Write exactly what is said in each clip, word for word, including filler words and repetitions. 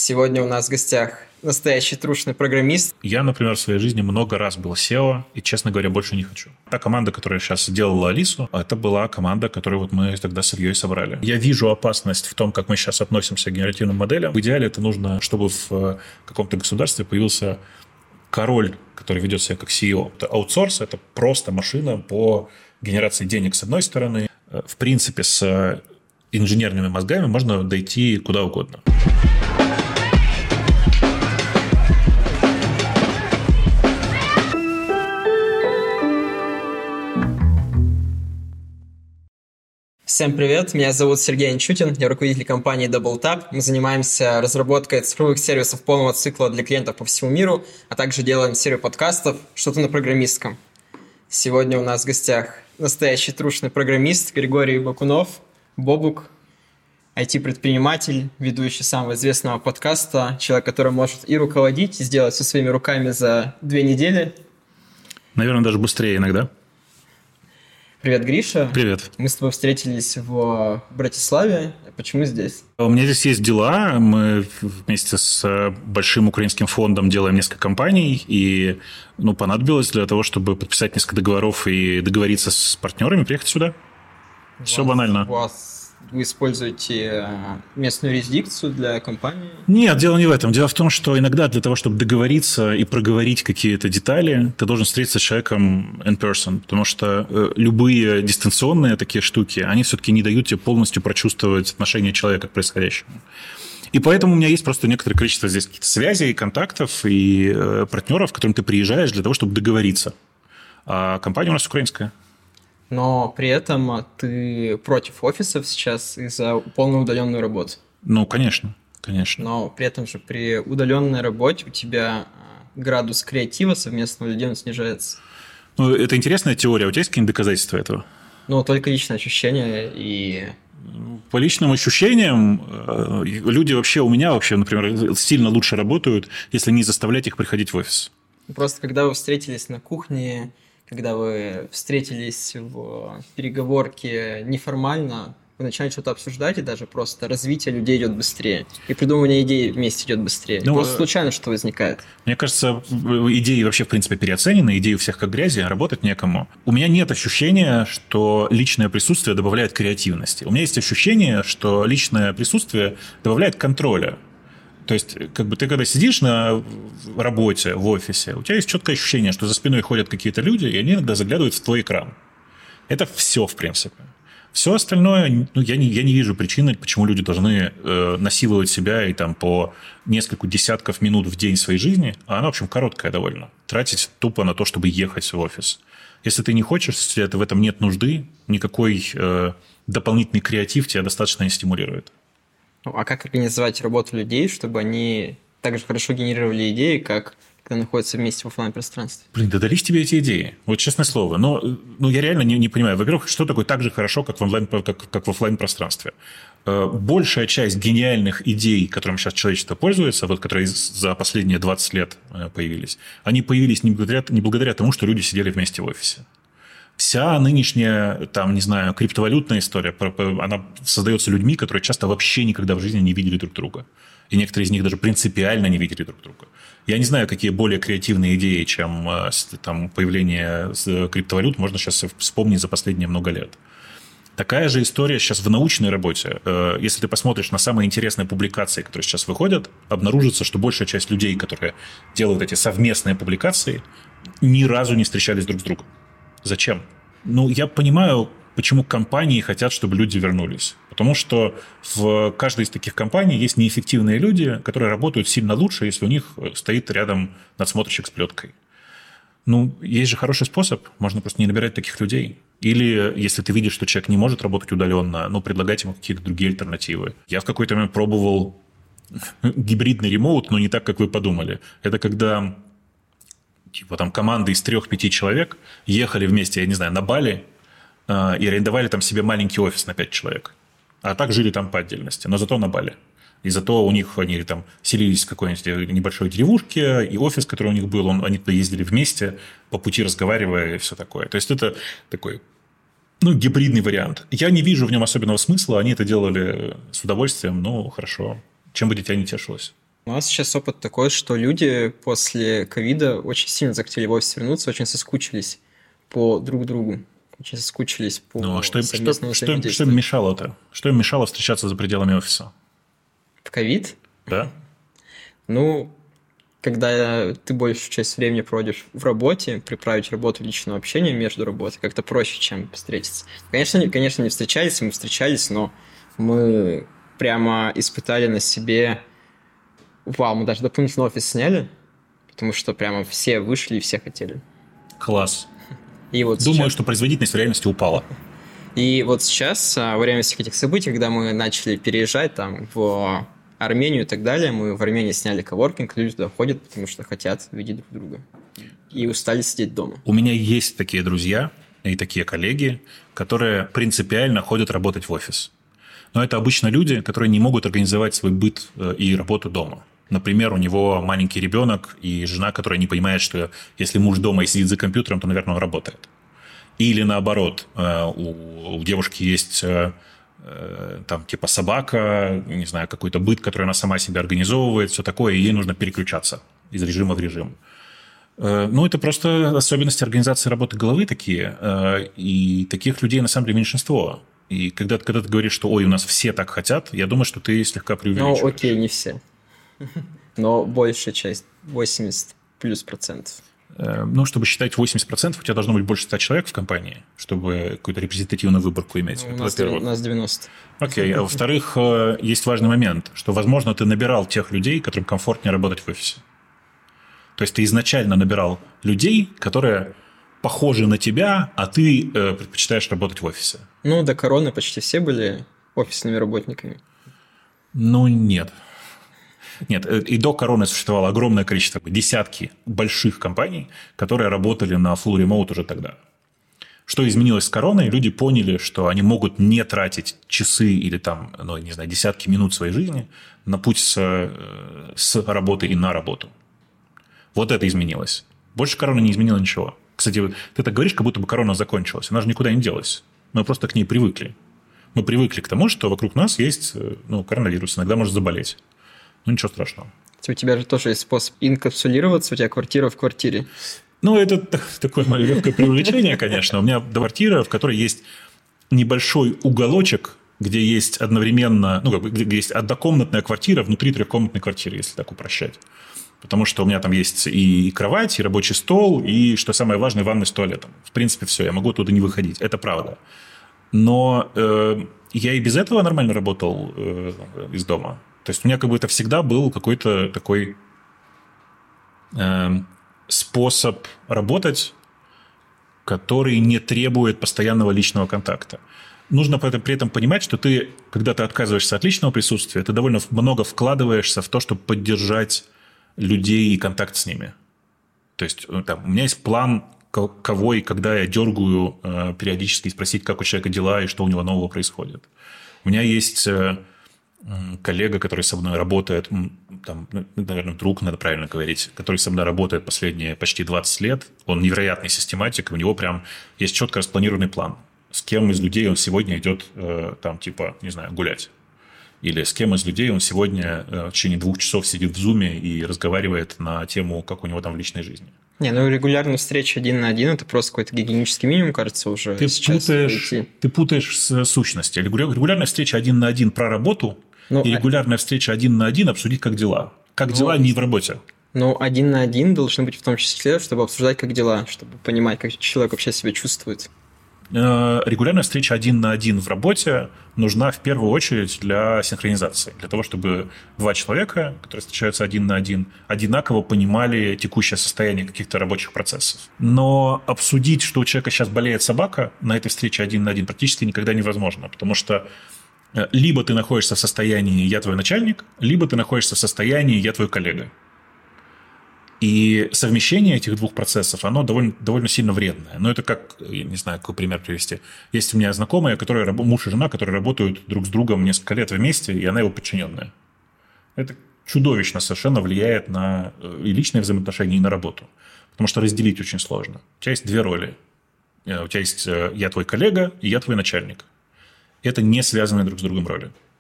Сегодня у нас в гостях настоящий трушный программист. Я, например, в своей жизни много раз был сео, и, честно говоря, больше не хочу. Та команда, которая сейчас делала Алису, это была команда, которую вот мы тогда с Ильей собрали. Я вижу опасность в том, как мы сейчас относимся к генеративным моделям. В идеале это нужно, чтобы в каком-то государстве появился король, который ведет себя как си и о. Это аутсорс, это просто машина по генерации денег с одной стороны. В принципе, с инженерными мозгами можно дойти куда угодно. Всем привет, меня зовут Сергей Анчутин, я руководитель компании DoubleTap. Мы занимаемся разработкой цифровых сервисов полного цикла для клиентов по всему миру, а также делаем серию подкастов «Что-то на программистском». Сегодня у нас в гостях настоящий трушный программист Григорий Бакунов, Бобук, ай ти-предприниматель, ведущий самого известного подкаста, человек, который может и руководить, и сделать все своими руками за две недели. Наверное, даже быстрее иногда. Привет, Гриша. Привет. Мы с тобой встретились в Братиславе. Почему здесь? У меня здесь есть дела. Мы вместе с большим украинским фондом делаем несколько компаний. И ну, понадобилось для того, чтобы подписать несколько договоров и договориться с партнерами, приехать сюда. У Все вас, банально. У вас вы используете местную юрисдикцию для компании? Нет, дело не в этом. Дело в том, что иногда для того, чтобы договориться и проговорить какие-то детали, ты должен встретиться с человеком in person, потому что э, любые дистанционные такие штуки, они все-таки не дают тебе полностью прочувствовать отношение человека к происходящему. И поэтому у меня есть просто некоторое количество здесь каких-то связей, контактов и э, партнеров, к которым ты приезжаешь для того, чтобы договориться. А компания у нас украинская. Но при этом ты против офисов сейчас из-за полной удаленной работы. Ну, конечно, конечно. Но при этом же при удаленной работе у тебя градус креатива совместного людей он снижается. Ну, это интересная теория. У тебя есть какие-нибудь доказательства этого? Ну, только личное ощущение и... По личным ощущениям, люди вообще, у меня вообще, например, сильно лучше работают, если не заставлять их приходить в офис. Просто когда вы встретились на кухне, когда вы встретились в переговорке неформально, вы начинаете что-то обсуждать, и даже просто развитие людей идет быстрее. И придумывание идей вместе идет быстрее. Ну, просто случайно что возникает. Мне кажется, идеи вообще, в принципе, переоценены, идеи у всех как грязи, работать некому. У меня нет ощущения, что личное присутствие добавляет креативности. У меня есть ощущение, что личное присутствие добавляет контроля. То есть, как бы ты когда сидишь на работе, в офисе, у тебя есть четкое ощущение, что за спиной ходят какие-то люди, и они иногда заглядывают в твой экран. Это все, в принципе. Все остальное, ну, я не, я не вижу причины, почему люди должны э, насиловать себя и там по несколько десятков минут в день своей жизни, а она, в общем, короткая довольно, тратить тупо на то, чтобы ехать в офис. Если ты не хочешь, если это, в этом нет нужды, никакой э, дополнительный креатив тебя достаточно не стимулирует. Ну, а как организовать работу людей, чтобы они так же хорошо генерировали идеи, как когда находятся вместе в офлайн-пространстве? Блин, да дались тебе эти идеи. Вот честное слово. Но ну, я реально не, не понимаю. Во-первых, что такое так же хорошо, как в, онлайн, как, как в офлайн-пространстве? Большая часть гениальных идей, которыми сейчас человечество пользуется, вот, которые за последние двадцать лет появились, они появились не благодаря, не благодаря тому, что люди сидели вместе в офисе. Вся нынешняя, там, не знаю, криптовалютная история, она создается людьми, которые часто вообще никогда в жизни не видели друг друга. И некоторые из них даже принципиально не видели друг друга. Я не знаю, какие более креативные идеи, чем там, появление криптовалют, можно сейчас вспомнить за последние много лет. Такая же история сейчас в научной работе. Если ты посмотришь на самые интересные публикации, которые сейчас выходят, обнаружится, что большая часть людей, которые делают эти совместные публикации, ни разу не встречались друг с другом. Зачем? Ну, я понимаю, почему компании хотят, чтобы люди вернулись. Потому что в каждой из таких компаний есть неэффективные люди, которые работают сильно лучше, если у них стоит рядом надсмотрщик с плеткой. Ну, есть же хороший способ. Можно просто не набирать таких людей. Или, если ты видишь, что человек не может работать удаленно, ну, предлагать ему какие-то другие альтернативы. Я в какой-то момент пробовал гибридный ремоут, но не так, как вы подумали. Это когда... Типа там команды из трех-пяти человек ехали вместе, я не знаю, на Бали э, и арендовали там себе маленький офис на пять человек. А так жили там по отдельности, но зато на Бали. И зато у них они там селились в какой-нибудь небольшой деревушке, и офис, который у них был, он, они туда ездили вместе, по пути разговаривая и все такое. То есть это такой, ну, гибридный вариант. Я не вижу в нем особенного смысла, они это делали с удовольствием, ну, хорошо. Чем бы дитя не тешилось. У нас сейчас опыт такой, что люди после ковида очень сильно захотели в офис вернуться, очень соскучились по друг другу, очень соскучились по ну, а что, совместному что, что, что им мешало-то? Что им мешало встречаться за пределами офиса? В ковид? Да. Ну, когда ты большую часть времени проводишь в работе, приправить работу личного общения между работой как-то проще, чем встретиться. Конечно, не, конечно, не встречались, мы встречались, но мы прямо испытали на себе... Вау, мы даже дополнительный офис сняли, потому что прямо все вышли и все хотели. Класс. И вот Думаю, сейчас... что производительность в реальности упала. И вот сейчас, во время всех этих событий, когда мы начали переезжать там в Армению и так далее, мы в Армении сняли коворкинг, люди туда ходят, потому что хотят видеть друг друга. И устали сидеть дома. У меня есть такие друзья и такие коллеги, которые принципиально ходят работать в офис. Но это обычно люди, которые не могут организовать свой быт и работу дома. Например, у него маленький ребенок и жена, которая не понимает, что если муж дома и сидит за компьютером, то, наверное, он работает. Или наоборот, у, у девушки есть там типа собака, не знаю, какой-то быт, который она сама себе организовывает, все такое, и ей нужно переключаться из режима в режим. Ну, это просто особенности организации работы головы такие, и таких людей на самом деле меньшинство. И когда, когда ты говоришь, что ой, у нас все так хотят, я думаю, что ты слегка преувеличиваешь. Ну, окей, не все. Но большая часть, восемьдесят плюс процентов. Ну, чтобы считать восемьдесят процентов, у тебя должно быть больше ста человек в компании, чтобы какую-то репрезентативную выборку иметь. Ну, у, нас, у нас девяносто. Окей. А во-вторых, есть важный момент, что, возможно, ты набирал тех людей, которым комфортнее работать в офисе. То есть ты изначально набирал людей, которые похожи на тебя, а ты э, предпочитаешь работать в офисе. Ну, до короны почти все были офисными работниками. Ну, нет. Нет, и до короны существовало огромное количество, десятки больших компаний, которые работали на full remote уже тогда. Что изменилось с короной? Люди поняли, что они могут не тратить часы или там, ну, не знаю, десятки минут своей жизни на путь с, с работы и на работу. Вот это изменилось. Больше корона не изменила ничего. Кстати, ты так говоришь, как будто бы корона закончилась. Она же никуда не делась. Мы просто к ней привыкли. Мы привыкли к тому, что вокруг нас есть, ну, коронавирус. Иногда может заболеть. Ну, ничего страшного. У тебя же тоже есть способ инкапсулироваться, у тебя квартира в квартире. Ну, это такое мое легкое преувеличение, конечно. У меня квартира, в которой есть небольшой уголочек, где есть одновременно, ну, где есть однокомнатная квартира внутри трехкомнатной квартиры, если так упрощать. Потому что у меня там есть и кровать, и рабочий стол, и, что самое важное, ванная с туалетом. В принципе, все, я могу оттуда не выходить. Это правда. Но э, я и без этого нормально работал э, из дома. То есть у меня как бы это всегда был какой-то такой э, способ работать, который не требует постоянного личного контакта. Нужно при этом понимать, что ты, когда ты отказываешься от личного присутствия, ты довольно много вкладываешься в то, чтобы поддержать людей и контакт с ними. То есть там, у меня есть план, кого и когда я дергаю э, периодически спросить, как у человека дела и что у него нового происходит. У меня есть э, коллега, который со мной работает, там, наверное, друг, надо правильно говорить, который со мной работает последние почти двадцать лет. Он невероятный систематик, у него прям есть четко распланированный план. С кем из людей он сегодня идет, э, там, типа, не знаю, гулять. Или с кем из людей он сегодня в течение двух часов сидит в зуме и разговаривает на тему, как у него там в личной жизни. Не, ну регулярная встреча один на один – это просто какой-то гигиенический минимум, кажется, уже ты сейчас. Путаешь, ты путаешь с сущности. Регулярная встреча один на один про работу ну, и регулярная встреча один на один обсудить, как дела. Как ну, дела не в работе. Ну, один на один должны быть в том числе, чтобы обсуждать, как дела, чтобы понимать, как человек вообще себя чувствует. Регулярная встреча один на один в работе нужна в первую очередь для синхронизации. Для того, чтобы два человека, которые встречаются один на один, одинаково понимали текущее состояние каких-то рабочих процессов. Но обсудить, что у человека сейчас болеет собака, на этой встрече один на один практически никогда невозможно. Потому что либо ты находишься в состоянии «я твой начальник», либо ты находишься в состоянии «я твой коллега». И совмещение этих двух процессов, оно довольно, довольно сильно вредное. Но это как, я не знаю, какой пример привести. Есть у меня знакомые, которые, муж и жена, которые работают друг с другом несколько лет вместе, и она его подчиненная. Это чудовищно совершенно влияет на и личные взаимоотношения, и на работу. Потому что разделить очень сложно. У тебя есть две роли. У тебя есть «я твой коллега» и «я твой начальник». Это не связанные друг с другом роли.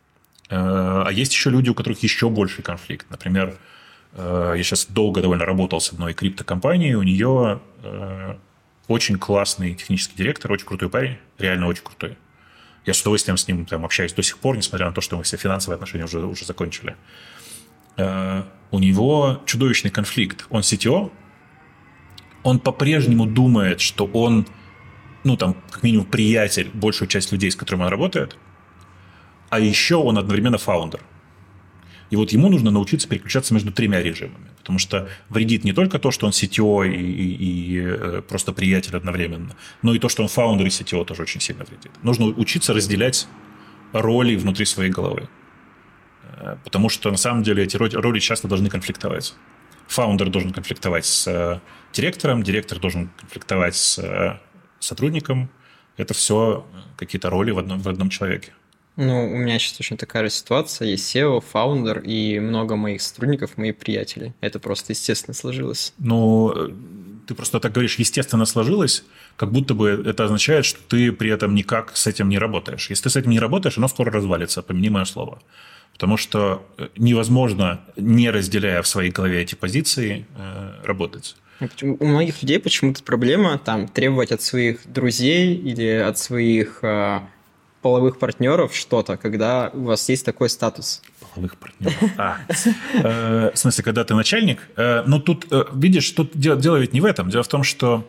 А есть еще люди, у которых еще больший конфликт. Например, я сейчас долго довольно работал с одной криптокомпанией, у нее очень классный технический директор, очень крутой парень, реально очень крутой. Я с удовольствием с ним там общаюсь до сих пор, несмотря на то, что мы все финансовые отношения уже, уже закончили. У него чудовищный конфликт. Он си ти о, он по-прежнему думает, что он, ну, там, как минимум, приятель, большую часть людей, с которыми он работает, а еще он одновременно фаундер. И вот ему нужно научиться переключаться между тремя режимами, потому что вредит не только то, что он си ти о и, и, и просто приятель одновременно, но и то, что он фаундер и си ти о тоже очень сильно вредит. Нужно учиться разделять роли внутри своей головы, потому что на самом деле эти роли часто должны конфликтовать. Фаундер должен конфликтовать с директором, директор должен конфликтовать с сотрудником. Это все какие-то роли в одном, в одном человеке. Ну, у меня сейчас очень такая же ситуация. Есть си и о, фаундер и много моих сотрудников, мои приятели. Это просто естественно сложилось. Ну, ты просто так говоришь, естественно сложилось, как будто бы это означает, что ты при этом никак с этим не работаешь. Если ты с этим не работаешь, оно скоро развалится, помяни мое слово. Потому что невозможно, не разделяя в своей голове эти позиции, работать. У многих людей почему-то проблема там требовать от своих друзей или от своих э, половых партнеров что-то, когда у вас есть такой статус. Половых партнеров. А. В смысле, когда ты начальник. Но тут, видишь, тут дело ведь не в этом. Дело в том, что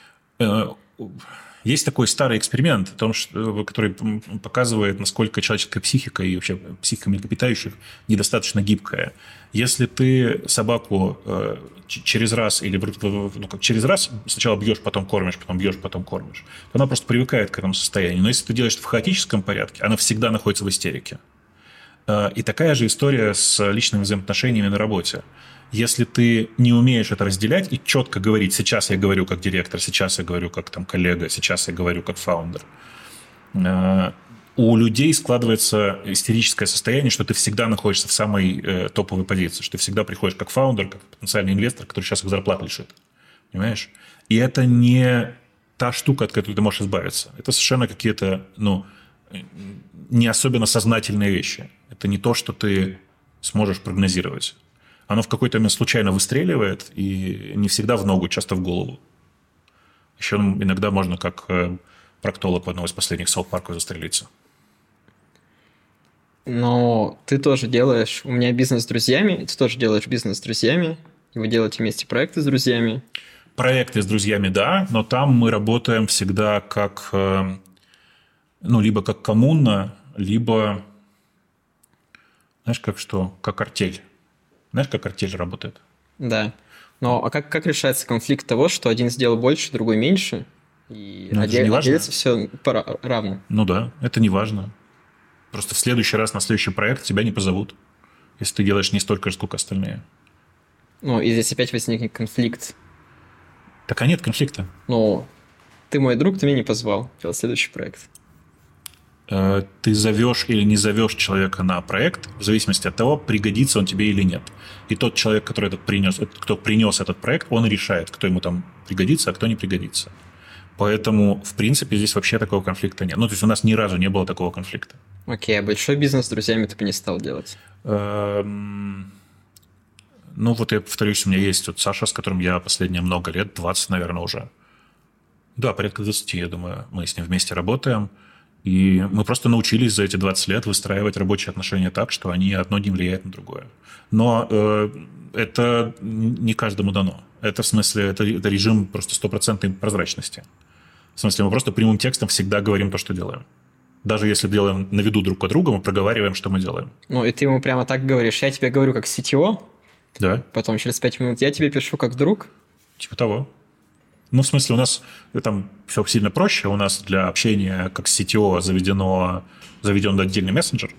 есть такой старый эксперимент, который показывает, насколько человеческая психика и вообще психика млекопитающих недостаточно гибкая. Если ты собаку через раз или ну, как через раз сначала бьешь, потом кормишь, потом бьешь, потом кормишь, то она просто привыкает к этому состоянию. Но если ты делаешь это в хаотическом порядке, она всегда находится в истерике. И такая же история с личными взаимоотношениями на работе. Если ты не умеешь это разделять и четко говорить, сейчас я говорю как директор, сейчас я говорю как там, коллега, сейчас я говорю как фаундер, у людей складывается истерическое состояние, что ты всегда находишься в самой э, топовой позиции, что ты всегда приходишь как фаундер, как потенциальный инвестор, который сейчас их зарплат лишит. Понимаешь? И это не та штука, от которой ты можешь избавиться. Это совершенно какие-то, ну, не особенно сознательные вещи. Это не то, что ты сможешь прогнозировать. Оно в какой-то момент случайно выстреливает, и не всегда в ногу, часто в голову. Еще иногда можно, как проктолог в одного из последних Саут-парков, застрелиться. Но ты тоже делаешь... У меня бизнес с друзьями, ты тоже делаешь бизнес с друзьями, и вы делаете вместе проекты с друзьями. Проекты с друзьями, да, но там мы работаем всегда как... Ну, либо как коммуна, либо... Знаешь, как что? Как артель. Знаешь, как артель работает? Да. Но а как, как решается конфликт того, что один сделал больше, другой меньше, и ну, отдель, делится все равно? Ну да, это не важно. Просто в следующий раз на следующий проект тебя не позовут, если ты делаешь не столько же, сколько остальные. Ну, и здесь опять возникнет конфликт. Так а нет конфликта. Ну, ты мой друг, ты меня не позвал делать следующий проект. Ты зовешь или не зовешь человека на проект, в зависимости от того, пригодится он тебе или нет. И тот человек, который этот принес, кто принес этот проект, он решает, кто ему там пригодится, а кто не пригодится. Поэтому, в принципе, здесь вообще такого конфликта нет. Ну, то есть у нас ни разу не было такого конфликта. Окей, а большой бизнес с друзьями ты бы не стал делать? Ну, вот я повторюсь, у меня есть вот Саша, с которым я последние много лет, двадцать, наверное, уже. Да, порядка двадцать, я думаю, мы с ним вместе работаем. И мы просто научились за эти двадцать лет выстраивать рабочие отношения так, что они одно не влияет на другое. Но э, это не каждому дано. Это в смысле, это, это режим просто стопроцентной прозрачности. В смысле, мы просто прямым текстом всегда говорим то, что делаем. Даже если делаем на виду друг от друга, мы проговариваем, что мы делаем. Ну, и ты ему прямо так говоришь, я тебе говорю как си ти о, да. Потом через пять минут я тебе пишу как друг. Типа того. Ну, в смысле, у нас там все сильно проще. У нас для общения как с си ти о заведено, заведен отдельный мессенджер.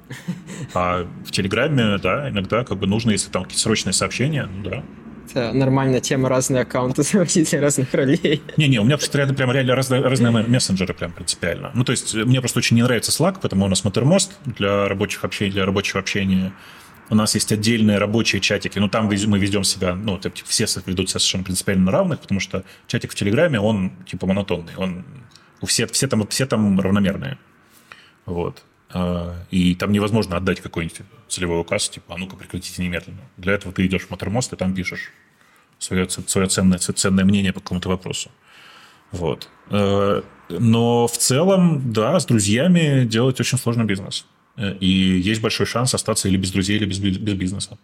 А в Телеграме, да, иногда как бы нужно, если там какие-то срочные сообщения, ну да. Это нормальная тема, разные аккаунты заводить для разных ролей. Не-не, у меня просто реально, прям реально разные, разные мессенджеры прям принципиально. Ну, то есть мне просто очень не нравится Slack, потому у нас Mattermost для рабочих общений, для рабочего общения. У нас есть отдельные рабочие чатики, но там мы ведем себя, ну, типа, все ведут себя совершенно принципиально на равных, потому что чатик в Телеграме, он типа монотонный, он, все, все, там, все там равномерные. Вот. И там невозможно отдать какой-нибудь целевой указ, типа, а ну-ка прекратите немедленно. Для этого ты идешь в Мотормост и там пишешь свое, свое ценное, ценное мнение по какому-то вопросу. Вот. Но в целом, да, с друзьями делать очень сложный бизнес. И есть большой шанс остаться или без друзей, или без, без бизнеса.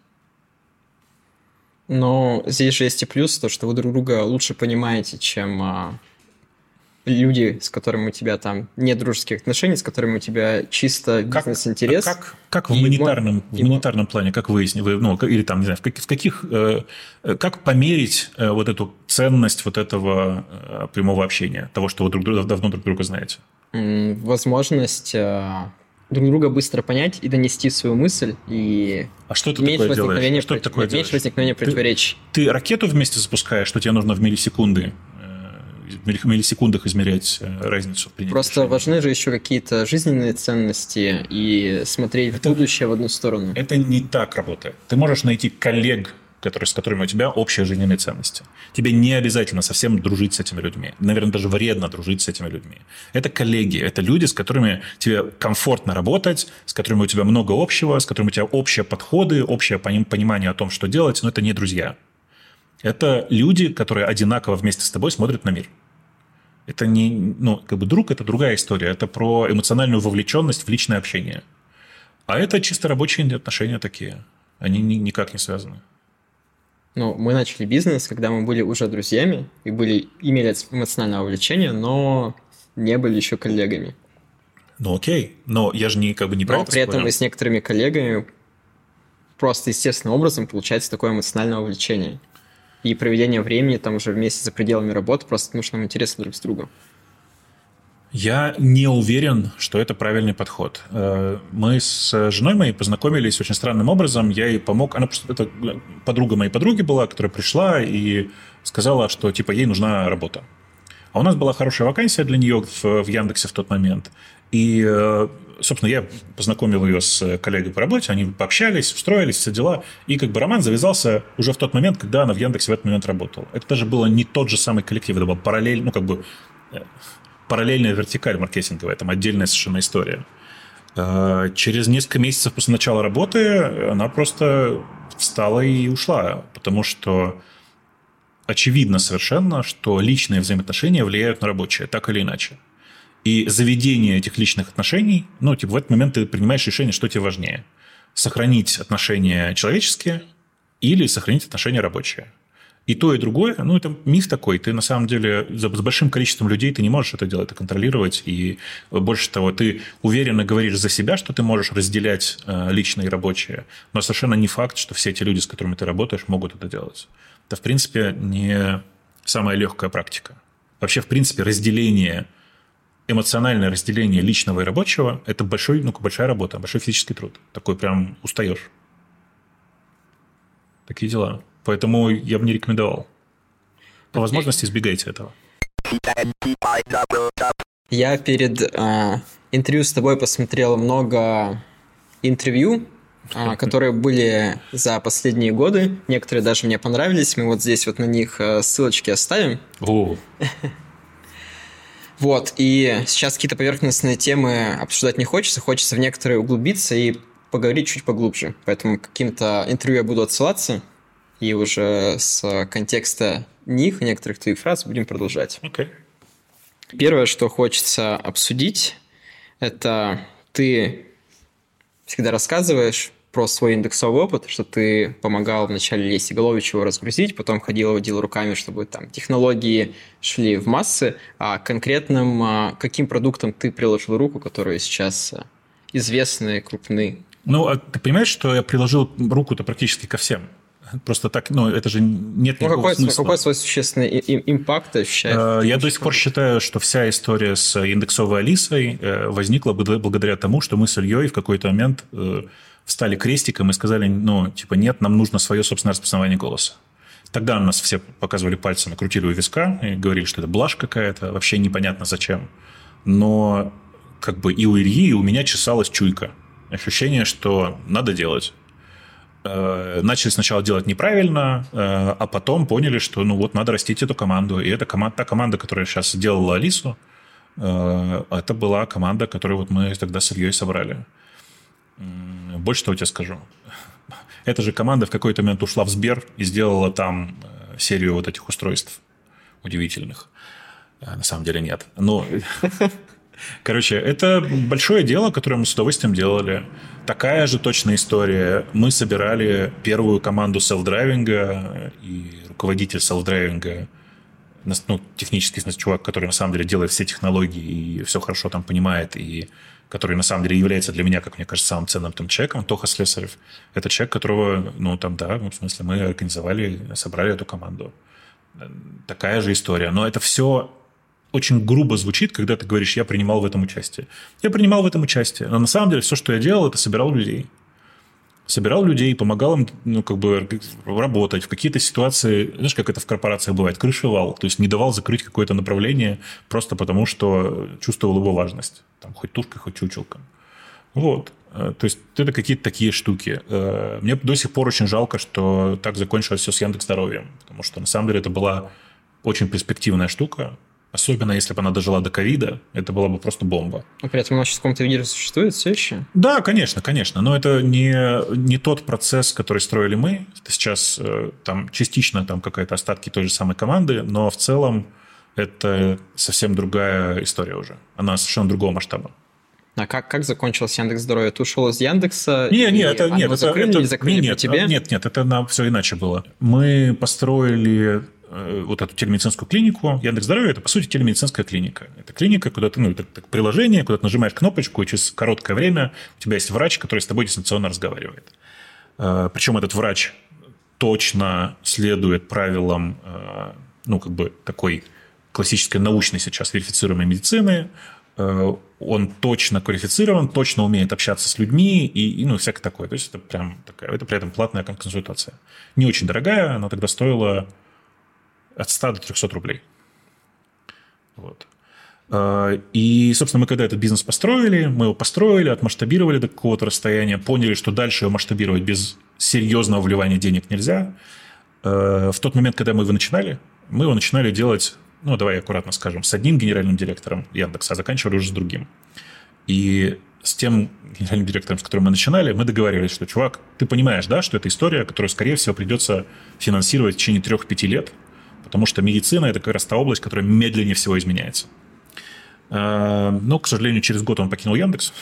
Но здесь же есть и плюс, то, что вы друг друга лучше понимаете, чем а, люди, с которыми у тебя там нет дружеских отношений, с которыми у тебя чисто бизнес-интерес. Как, как, как в монетарном, в монетарном плане, как выяснили, ну, или там, не знаю, в каких, в каких э, как померить э, вот эту ценность вот этого э, прямого общения, того, что вы друг друга, давно друг друга знаете? Возможность э, друг друга быстро понять и донести свою мысль, и а что ты такое делаешь? А что ты такое меньше возникновения противоречий. Ты, ты ракету вместе запускаешь, что тебе нужно в миллисекунды? В миллисекундах измерять разницу в принятии Просто решения. Важны же еще какие-то жизненные ценности и смотреть это, в будущее в одну сторону. Это не так работает. Ты можешь найти коллег, которые, с которыми у тебя общие жизненные ценности. Тебе не обязательно совсем дружить с этими людьми. Наверное, даже вредно дружить с этими людьми. Это коллеги, это люди, с которыми тебе комфортно работать, с которыми у тебя много общего, с которыми у тебя общие подходы, общее понимание о том, что делать, но это не друзья. Это люди, которые одинаково вместе с тобой смотрят на мир. Это не, ну, как бы друг – это другая история. Это про эмоциональную вовлеченность в личное общение. А это чисто рабочие отношения такие. Они ни, никак не связаны. Ну, мы начали бизнес, когда мы были уже друзьями и были, имели эмоциональное вовлечение, но не были еще коллегами. Ну, окей. Но я же не, как бы не про Но это при этом спорил. и с некоторыми коллегами просто естественным образом получается такое эмоциональное вовлечение. И проведение времени там уже вместе за пределами работы, просто потому что нам интересно друг с другом. Я не уверен, что это правильный подход. Мы с женой моей познакомились очень странным образом. Я ей помог. Она просто это подруга моей подруги была, которая пришла и сказала, что типа ей нужна работа. А у нас была хорошая вакансия для нее в, в Яндексе в тот момент. И, собственно, я познакомил ее с коллегой по работе, они пообщались, устроились, все дела. И как бы роман завязался уже в тот момент, когда она в Яндексе в этот момент работала. Это даже было не тот же самый коллектив, это был параллель, ну, как бы параллельная вертикаль маркетинговая, там отдельная совершенно история. Через несколько месяцев после начала работы она просто встала и ушла, потому что очевидно совершенно, что личные взаимоотношения влияют на рабочие, так или иначе. И заведение этих личных отношений, ну, типа, в этот момент ты принимаешь решение, что тебе важнее. Сохранить отношения человеческие или сохранить отношения рабочие. И то, и другое, ну, это миф такой. Ты, на самом деле, с большим количеством людей ты не можешь это делать, это контролировать. И больше того, ты уверенно говоришь за себя, что ты можешь разделять личное и рабочее. Но совершенно не факт, что все эти люди, с которыми ты работаешь, могут это делать. Это, в принципе, не самая легкая практика. Вообще, в принципе, разделение... Эмоциональное разделение личного и рабочего – это большой, ну, большая работа, большой физический труд. Такой прям устаешь. Такие дела. Поэтому я бы не рекомендовал. По возможности избегайте этого. Я перед э, интервью с тобой посмотрел много интервью, э, которые были за последние годы. Некоторые даже мне понравились. Мы вот здесь вот на них ссылочки оставим. О. Вот, и сейчас какие-то поверхностные темы обсуждать не хочется, хочется в некоторые углубиться и поговорить чуть поглубже. Поэтому к каким-то интервью я буду отсылаться, и уже с контекста них, некоторых твоих фраз будем продолжать. Okay. Первое, что хочется обсудить, это ты всегда рассказываешь про свой индексовый опыт, что ты помогал вначале Лесе Головичу его разгрузить, потом ходил, водил руками, чтобы там технологии шли в массы, а конкретным каким продуктом ты приложил руку, которые сейчас известны, крупны? Ну, а ты понимаешь, что я приложил руку-то практически ко всем? Просто так, ну, это же нет ну, никакого какой, смысла. Какой свой существенный импакт ощущаешь? Я до сих пор считаю, что вся история с индексовой Алисой возникла благодаря тому, что мы с Ильей в какой-то момент встали крестиком и сказали, ну, типа, нет, нам нужно свое собственное распознавание голоса. Тогда нас все показывали пальцами, крутили у виска и говорили, что это блажь какая-то, вообще непонятно зачем. Но как бы и у Ильи, и у меня чесалась чуйка. Ощущение, что надо делать. Начали сначала делать неправильно, а потом поняли, что ну вот надо растить эту команду. И это команда, та команда, которая сейчас сделала Алису, Это была команда, которую вот мы тогда с Ильей собрали. Больше того тебе скажу. Эта же команда в какой-то момент ушла в Сбер и сделала там серию вот этих устройств удивительных. На самом деле нет. Но, короче, это большое дело, которое мы с удовольствием делали. Такая же точная история. Мы собирали первую команду селф-драйвинга, и руководитель селф-драйвинга, ну, технический чувак, который на самом деле делает все технологии и все хорошо там понимает, и который на самом деле является для меня, как мне кажется, самым ценным там человеком, Тоха Слесарев. Это человек, которого, ну, там, да, в смысле, мы организовали, собрали эту команду. Такая же история. Но это все очень грубо звучит, когда ты говоришь, я принимал в этом участие. Я принимал в этом участие, но на самом деле все, что я делал, это собирал людей. Собирал людей, помогал им, ну, как бы работать в какие-то ситуации, знаешь, как это в корпорациях бывает, крышевал, то есть не давал закрыть какое-то направление просто потому, что чувствовал его важность, там, хоть тушкой, хоть чучелком. Вот. То есть это какие-то такие штуки. Мне до сих пор очень жалко, что так закончилось все с Яндекс.Здоровьем, потому что на самом деле это была очень перспективная штука. Особенно, если бы она дожила до ковида, это была бы просто бомба. Но при этом она сейчас в каком-то виде существует все еще? Да, конечно, конечно. Но это не, не тот процесс, который строили мы. Это сейчас там частично там какая-то остатки той же самой команды, но в целом это совсем другая история уже. Она совершенно другого масштаба. А как, как закончилось Яндекс.Здоровье? Ты ушел из Яндекса? Не, не, это, нет, это, закрыли, это, или закрыли нет, по тебе? Нет, нет, это на, все иначе было. Мы построили вот эту телемедицинскую клинику. Яндекс.Здоровье – это, по сути, телемедицинская клиника. Это клиника, куда ты, ну, это приложение, куда ты нажимаешь кнопочку, и через короткое время у тебя есть врач, который с тобой дистанционно разговаривает. Причем этот врач точно следует правилам, ну, как бы такой классической научной сейчас верифицируемой медицины. Он точно квалифицирован, точно умеет общаться с людьми и, и ну, всякое такое. То есть это прям такая, это при этом платная консультация. Не очень дорогая, она тогда стоила от ста до трехсот рублей. Вот. И, собственно, мы когда этот бизнес построили, мы его построили, отмасштабировали до какого-то расстояния, поняли, что дальше его масштабировать без серьезного вливания денег нельзя. В тот момент, когда мы его начинали, мы его начинали делать, ну, давай аккуратно скажем, с одним генеральным директором Яндекса, а заканчивали уже с другим. И с тем генеральным директором, с которым мы начинали, мы договаривались, что, чувак, ты понимаешь, да, что это история, которую, скорее всего, придется финансировать в течение трех-пяти лет, потому что медицина – это как раз та область, которая медленнее всего изменяется. Но, к сожалению, через год он покинул Яндекс.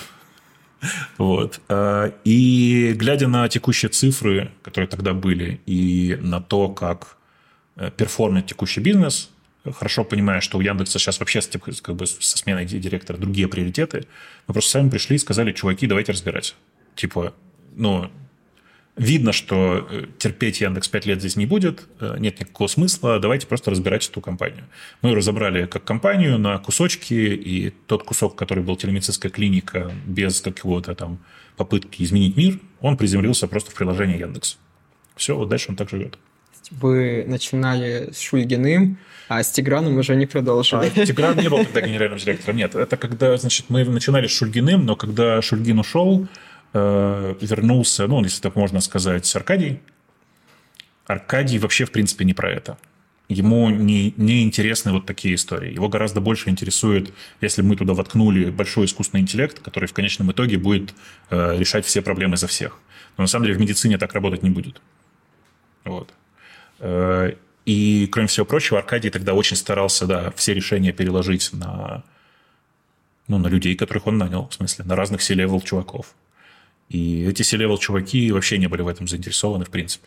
Вот. И глядя на текущие цифры, которые тогда были, и на то, как перформит текущий бизнес, хорошо понимая, что у Яндекса сейчас вообще как бы, со сменой директора другие приоритеты, мы просто сами пришли и сказали, чуваки, давайте разбирать. Типа, ну... Видно, что терпеть Яндекс пять лет здесь не будет, нет никакого смысла, давайте просто разбирать эту компанию. Мы ее разобрали как компанию на кусочки, и тот кусок, который был телемедицинская клиника, без какого-то там попытки изменить мир, он приземлился просто в приложение Яндекс. Все, вот дальше он так живет. Вы начинали с Шульгиным, а с Тиграном уже не продолжили. А Тигран не был тогда генеральным директором, нет. Это когда, значит, мы начинали с Шульгиным, но когда Шульгин ушел, вернулся, ну, если так можно сказать, Аркадий. Аркадий вообще, в принципе, не про это. Ему не, не интересны вот такие истории. Его гораздо больше интересует, если мы туда воткнули большой искусственный интеллект, который в конечном итоге будет э, решать все проблемы за всех. Но на самом деле в медицине так работать не будет. Вот. Э, и, кроме всего прочего, Аркадий тогда очень старался, да, все решения переложить на, ну, на людей, которых он нанял, в смысле, на разных C-level чуваков. И эти C-level чуваки вообще не были в этом заинтересованы, в принципе.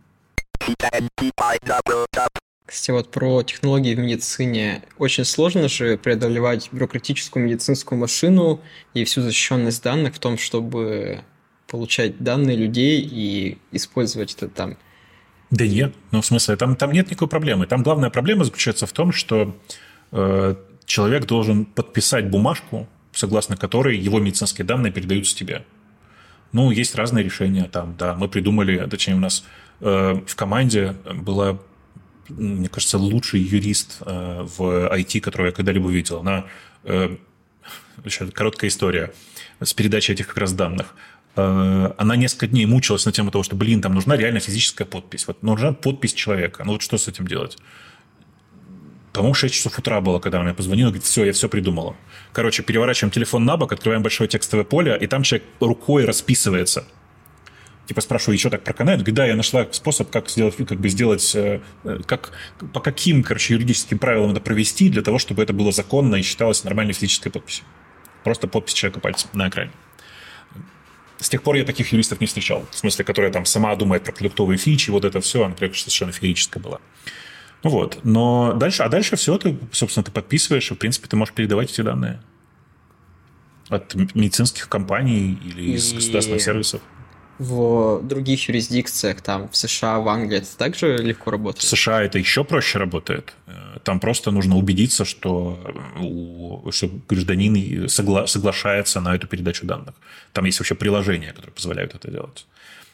Кстати, вот про технологии в медицине. Очень сложно же преодолевать бюрократическую медицинскую машину и всю защищенность данных в том, чтобы получать данные людей и использовать это там. Да нет, ну в смысле, там, там нет никакой проблемы. Там главная проблема заключается в том, что э, человек должен подписать бумажку, согласно которой его медицинские данные передаются тебе. Ну, есть разные решения там, да. Мы придумали, точнее, у нас э, в команде была, мне кажется, лучший юрист э, в ай ти, которого я когда-либо видел. Она, э, еще короткая история с передачей этих как раз данных. Э, она несколько дней мучилась на тему того, что, блин, там нужна реально физическая подпись. Вот нужна подпись человека. Ну, вот что с этим делать? По-моему, шесть часов утра было, когда она мне позвонила, говорит, все, я все придумала. Короче, переворачиваем телефон на бок, открываем большое текстовое поле, и там человек рукой расписывается. Типа спрашиваю, еще так проканает? Говорит, да, я нашла способ, как сделать, как бы сделать, как, по каким, короче, юридическим правилам это провести, для того, чтобы это было законно и считалось нормальной физической подписью. Просто подпись человека пальцем на экране. С тех пор я таких юристов не встречал. В смысле, которая там сама думает про продуктовые фичи, вот это все, она, например, совершенно феерическая была. Ну вот, но дальше, а дальше все, ты, собственно, ты подписываешь, и, в принципе, ты можешь передавать эти данные от медицинских компаний или из и... государственных сервисов. В других юрисдикциях, там, в США, в Англии, это также легко работает? В США это еще проще работает. Там просто нужно убедиться, что, что гражданин согла- соглашается на эту передачу данных. Там есть вообще приложения, которые позволяют это делать.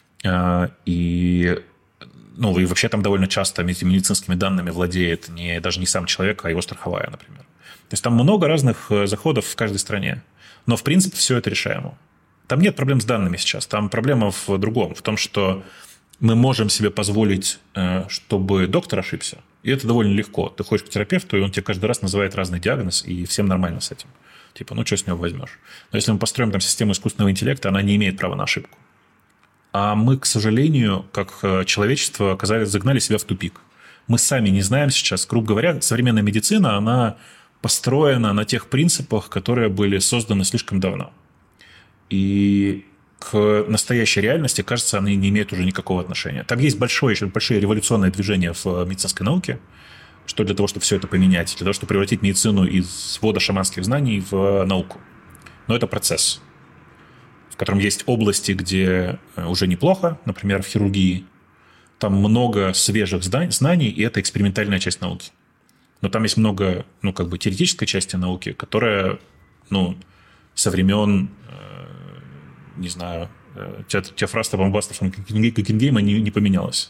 И, ну, и вообще там довольно часто этими медицинскими данными владеет не, даже не сам человек, а его страховая, например. То есть там много разных заходов в каждой стране. Но, в принципе, все это решаемо. Там нет проблем с данными сейчас. Там проблема в другом, в том, что мы можем себе позволить, чтобы доктор ошибся. И это довольно легко. Ты ходишь к терапевту, и он тебе каждый раз называет разный диагноз, и всем нормально с этим. Типа, ну, что с него возьмешь? Но если мы построим там систему искусственного интеллекта, она не имеет права на ошибку. А мы, к сожалению, как человечество, оказались, загнали себя в тупик. Мы сами не знаем сейчас, грубо говоря, современная медицина, она построена на тех принципах, которые были созданы слишком давно. И к настоящей реальности, кажется, они не имеют уже никакого отношения. Там есть большое, еще большое революционное движение в медицинской науке, что для того, чтобы все это поменять, для того, чтобы превратить медицину из свода шаманских знаний в науку. Но это процесс, в котором есть области, где уже неплохо, например, в хирургии. Там много свежих знаний, и это экспериментальная часть науки. Но там есть много, ну, как бы теоретической части науки, которая, ну, со времен, не знаю, Теофраста, Бомбаста, Гuggenheim не, не поменялась.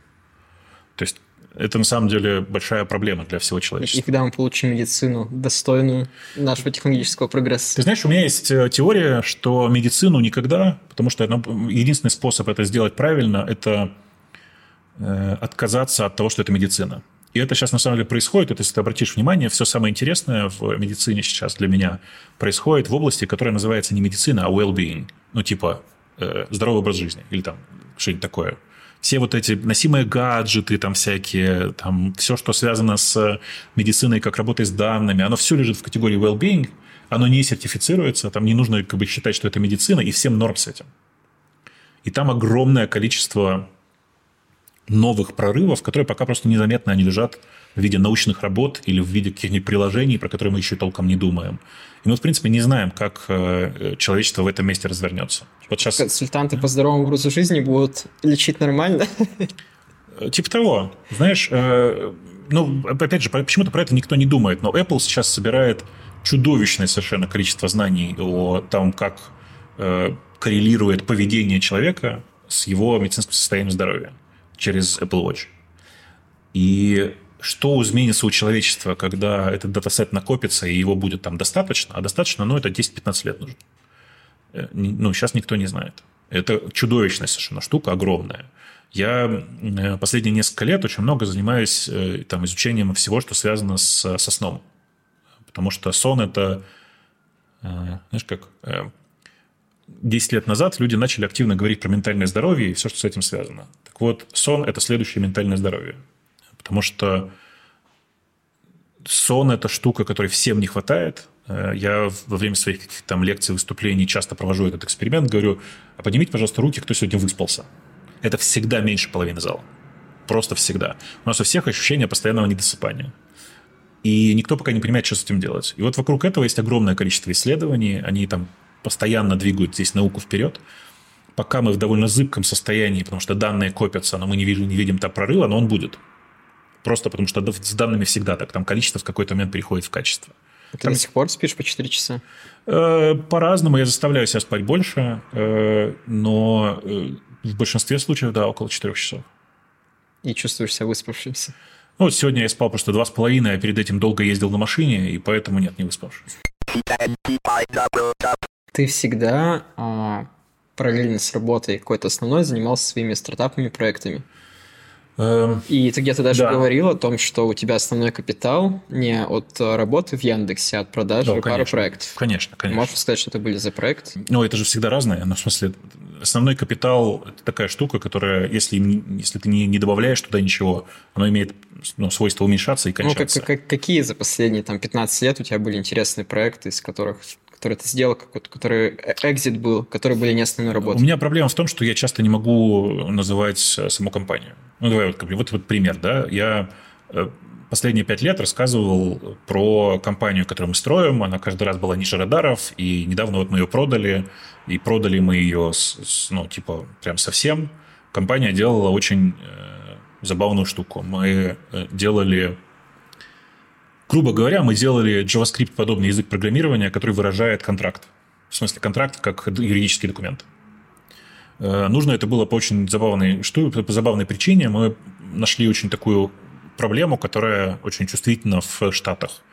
То есть это на самом деле большая проблема для всего человечества. И когда мы получим медицину, достойную нашего технологического прогресса? Ты знаешь, у меня есть теория, что медицину никогда, потому что единственный способ это сделать правильно, это отказаться от того, что это медицина. И это сейчас на самом деле происходит. Это, если ты обратишь внимание, все самое интересное в медицине сейчас для меня происходит в области, которая называется не медицина, а well-being. Ну, типа э, здоровый образ жизни или там что-нибудь такое. Все вот эти носимые гаджеты, там всякие, там все, что связано с медициной, как работой с данными, оно все лежит в категории well-being, оно не сертифицируется, там не нужно как бы считать, что это медицина, и всем норм с этим. И там огромное количество новых прорывов, которые пока просто незаметно они лежат в виде научных работ или в виде каких-нибудь приложений, про которые мы еще толком не думаем. И мы, в принципе, не знаем, как человечество в этом месте развернется. Вот сейчас... Консультанты по здоровому образу жизни будут лечить нормально? Типа того. Знаешь, ну, опять же, почему-то про это никто не думает, но Apple сейчас собирает чудовищное совершенно количество знаний о том, как коррелирует поведение человека с его медицинским состоянием здоровья через Apple Watch. И что изменится у человечества, когда этот датасет накопится, и его будет там достаточно, а достаточно, ну, это десять-пятнадцать лет нужно. Ну, сейчас никто не знает. Это чудовищная совершенно штука, огромная. Я последние несколько лет очень много занимаюсь там, изучением всего, что связано с, со сном. Потому что сон – это, знаешь, как... десять лет назад люди начали активно говорить про ментальное здоровье и все, что с этим связано. Так вот, сон – это следующее ментальное здоровье. Потому что сон – это штука, которой всем не хватает. Я во время своих каких-то там лекций, выступлений часто провожу этот эксперимент, говорю, а поднимите, пожалуйста, руки, кто сегодня выспался. Это всегда меньше половины зала. Просто всегда. У нас у всех ощущение постоянного недосыпания. И никто пока не понимает, что с этим делать. И вот вокруг этого есть огромное количество исследований. Они там постоянно двигают здесь науку вперед. Пока мы в довольно зыбком состоянии, потому что данные копятся, но мы не видим, не видим там прорыва, но он будет. Просто потому что с данными всегда так. Там количество в какой-то момент переходит в качество. Ты там... до сих пор спишь по четыре часа? По-разному. Я заставляю себя спать больше, но в большинстве случаев, да, около четырех часов. И чувствуешь себя выспавшимся? Ну, вот сегодня я спал просто два с половиной, а перед этим долго ездил на машине, и поэтому нет, не выспавшись. Ты всегда а, параллельно с работой какой-то основной занимался своими стартапами, проектами? И ты где-то даже да. говорил о том, что у тебя основной капитал не от работы в Яндексе, а от продажи да, пары проектов. Конечно, конечно. Можешь сказать, что это были за проекты? Ну, это же всегда разное. Ну, в смысле, основной капитал – это такая штука, которая, если, если ты не, не добавляешь туда ничего, она имеет ну, свойство уменьшаться и кончаться. Ну, как, как, какие за последние там, пятнадцать лет у тебя были интересные проекты, из которых... который ты сделал, который экзит был, которые были не основной работой? У меня проблема в том, что я часто не могу называть саму компанию. Ну, давай вот, вот, вот пример, да. Я последние пять лет рассказывал про компанию, которую мы строим. Она каждый раз была ниже радаров, и недавно вот мы ее продали, и продали мы ее, с, с, ну, типа, прям совсем. Компания делала очень э, забавную штуку. Мы делали... Грубо говоря, мы делали JavaScript-подобный язык программирования, который выражает контракт. В смысле, контракт как юридический документ. Нужно это было по очень забавной, по забавной причине. Мы нашли очень такую проблему, которая очень чувствительна в Штатах.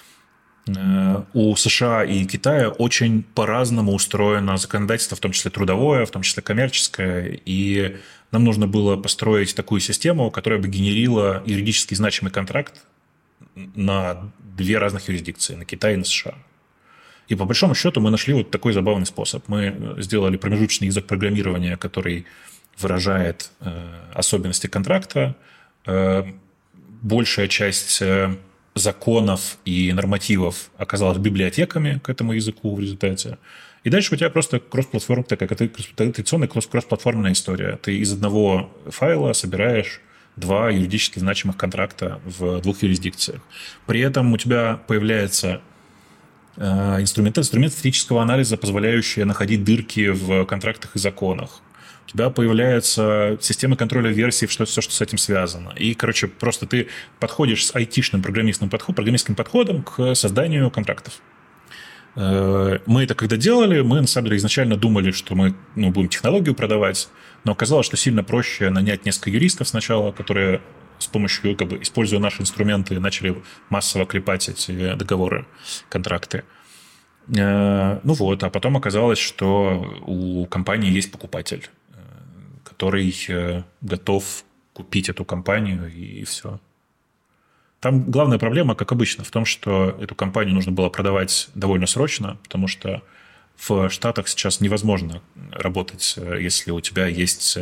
У США и Китая очень по-разному устроено законодательство, в том числе трудовое, в том числе коммерческое. И нам нужно было построить такую систему, которая бы генерила юридически значимый контракт на две разных юрисдикции, на Китай и на США. И по большому счету мы нашли вот такой забавный способ. Мы сделали промежуточный язык программирования, который выражает э, особенности контракта. Э, большая часть э, законов и нормативов оказалась библиотеками к этому языку в результате. И дальше у тебя просто кросс-платформа, такая традиционная кросс-платформенная история. Ты из одного файла собираешь два юридически значимых контракта в двух юрисдикциях. При этом у тебя появляется э, инструмент, инструмент статического анализа, позволяющий находить дырки в контрактах и законах. У тебя появляется система контроля версий, что, все, что с этим связано. И, короче, просто ты подходишь с айтишным программистским подходом, программистским подходом к созданию контрактов. Мы это когда делали, мы, на самом деле, изначально думали, что мы ну, будем технологию продавать, но оказалось, что сильно проще нанять несколько юристов сначала, которые с помощью, как бы, используя наши инструменты, начали массово клепать эти договоры, контракты. Ну вот, а потом оказалось, что у компании есть покупатель, который готов купить эту компанию, и все. Там главная проблема, как обычно, в том, что эту компанию нужно было продавать довольно срочно, потому что в Штатах сейчас невозможно работать, если у тебя есть...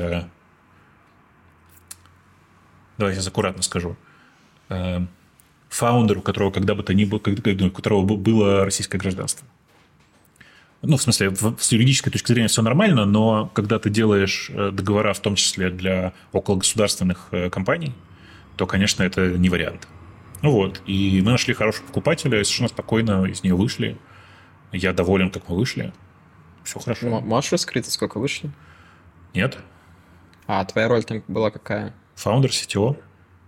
Давай я аккуратно скажу. Фаундер, у которого когда бы то ни было, у которого было российское гражданство. Ну, в смысле, с юридической точки зрения все нормально, но когда ты делаешь договора, в том числе для окологосударственных компаний, то, конечно, это не вариант. Ну вот, и мы нашли хорошего покупателя, и совершенно спокойно из нее вышли. Я доволен, как мы вышли. Все хорошо. М- можешь раскрыть, сколько вышли? Нет. А твоя роль там была какая? Фаундер, си ти о.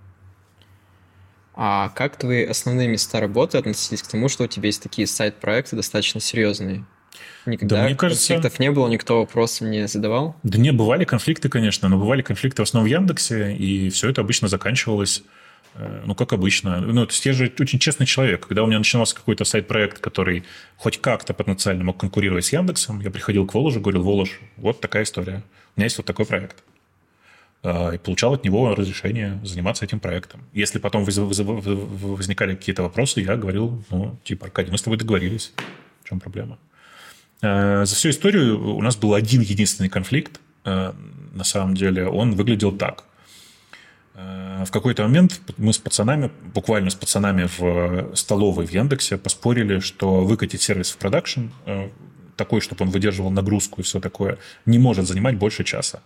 А как твои основные места работы относились к тому, что у тебя есть такие сайт-проекты достаточно серьезные? Никогда да, мне кажется... конфликтов не было, никто вопросов не задавал? Да не, бывали конфликты, конечно, но бывали конфликты в основном в Яндексе, и все это обычно заканчивалось, ну, как обычно. Ну, то есть я же очень честный человек. Когда у меня начинался какой-то сайт-проект, который хоть как-то потенциально мог конкурировать с Яндексом, я приходил к Воложу, говорил: Волож, вот такая история. У меня есть вот такой проект. И получал от него разрешение заниматься этим проектом. Если потом возникали какие-то вопросы, я говорил: ну, типа, Аркадий, мы с тобой договорились. В чем проблема? За всю историю у нас был один единственный конфликт. На самом деле он выглядел так. В какой-то момент мы с пацанами, буквально с пацанами в столовой в Яндексе поспорили, что выкатить сервис в продакшн, такой, чтобы он выдерживал нагрузку и все такое, не может занимать больше часа.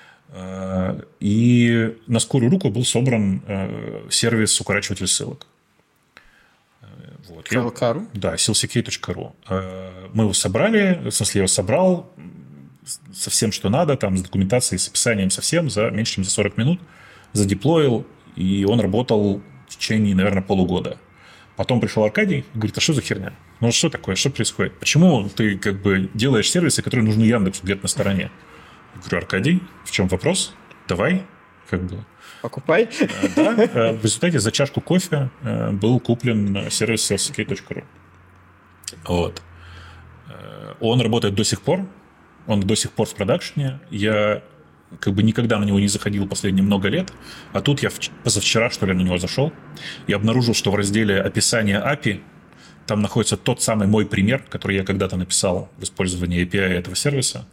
И на скорую руку был собран сервис-укорачиватель ссылок. Вот. си эл кей точка ру? Да, си эл си кей точка ру. Мы его собрали, в смысле, я его собрал со всем, что надо, там, с документацией, с описанием, со всем, за меньше, чем за сорок минут, задеплоил, и он работал в течение, наверное, полугода. Потом пришел Аркадий и говорит: а что за херня? Ну, что такое, что происходит? Почему ты, как бы, делаешь сервисы, которые нужны Яндексу где-то на стороне? Я говорю: Аркадий, в чем вопрос? Давай, как бы... Покупай. Да, в результате за чашку кофе был куплен сервис си эл си кей точка ру. Вот. Он работает до сих пор. Он до сих пор в продакшене. Я как бы никогда на него не заходил последние много лет, а тут я позавчера, что ли, на него зашел и обнаружил, что в разделе описания эй пи ай там находится тот самый мой пример, который я когда-то написал в использовании эй пи ай этого сервиса.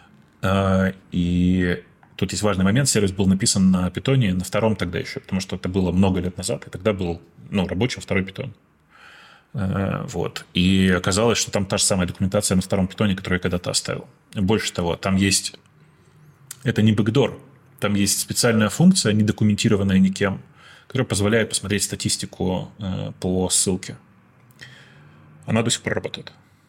И тут есть важный момент. Сервис был написан на питоне, на втором тогда еще, потому что это было много лет назад, и тогда был ну, рабочий второй питон. Вот. И оказалось, что там та же самая документация на втором питоне, которую я когда-то оставил. Больше того, там есть... Это не бэкдор. Там есть специальная функция, не документированная никем, которая позволяет посмотреть статистику по ссылке. Она до сих пор работает.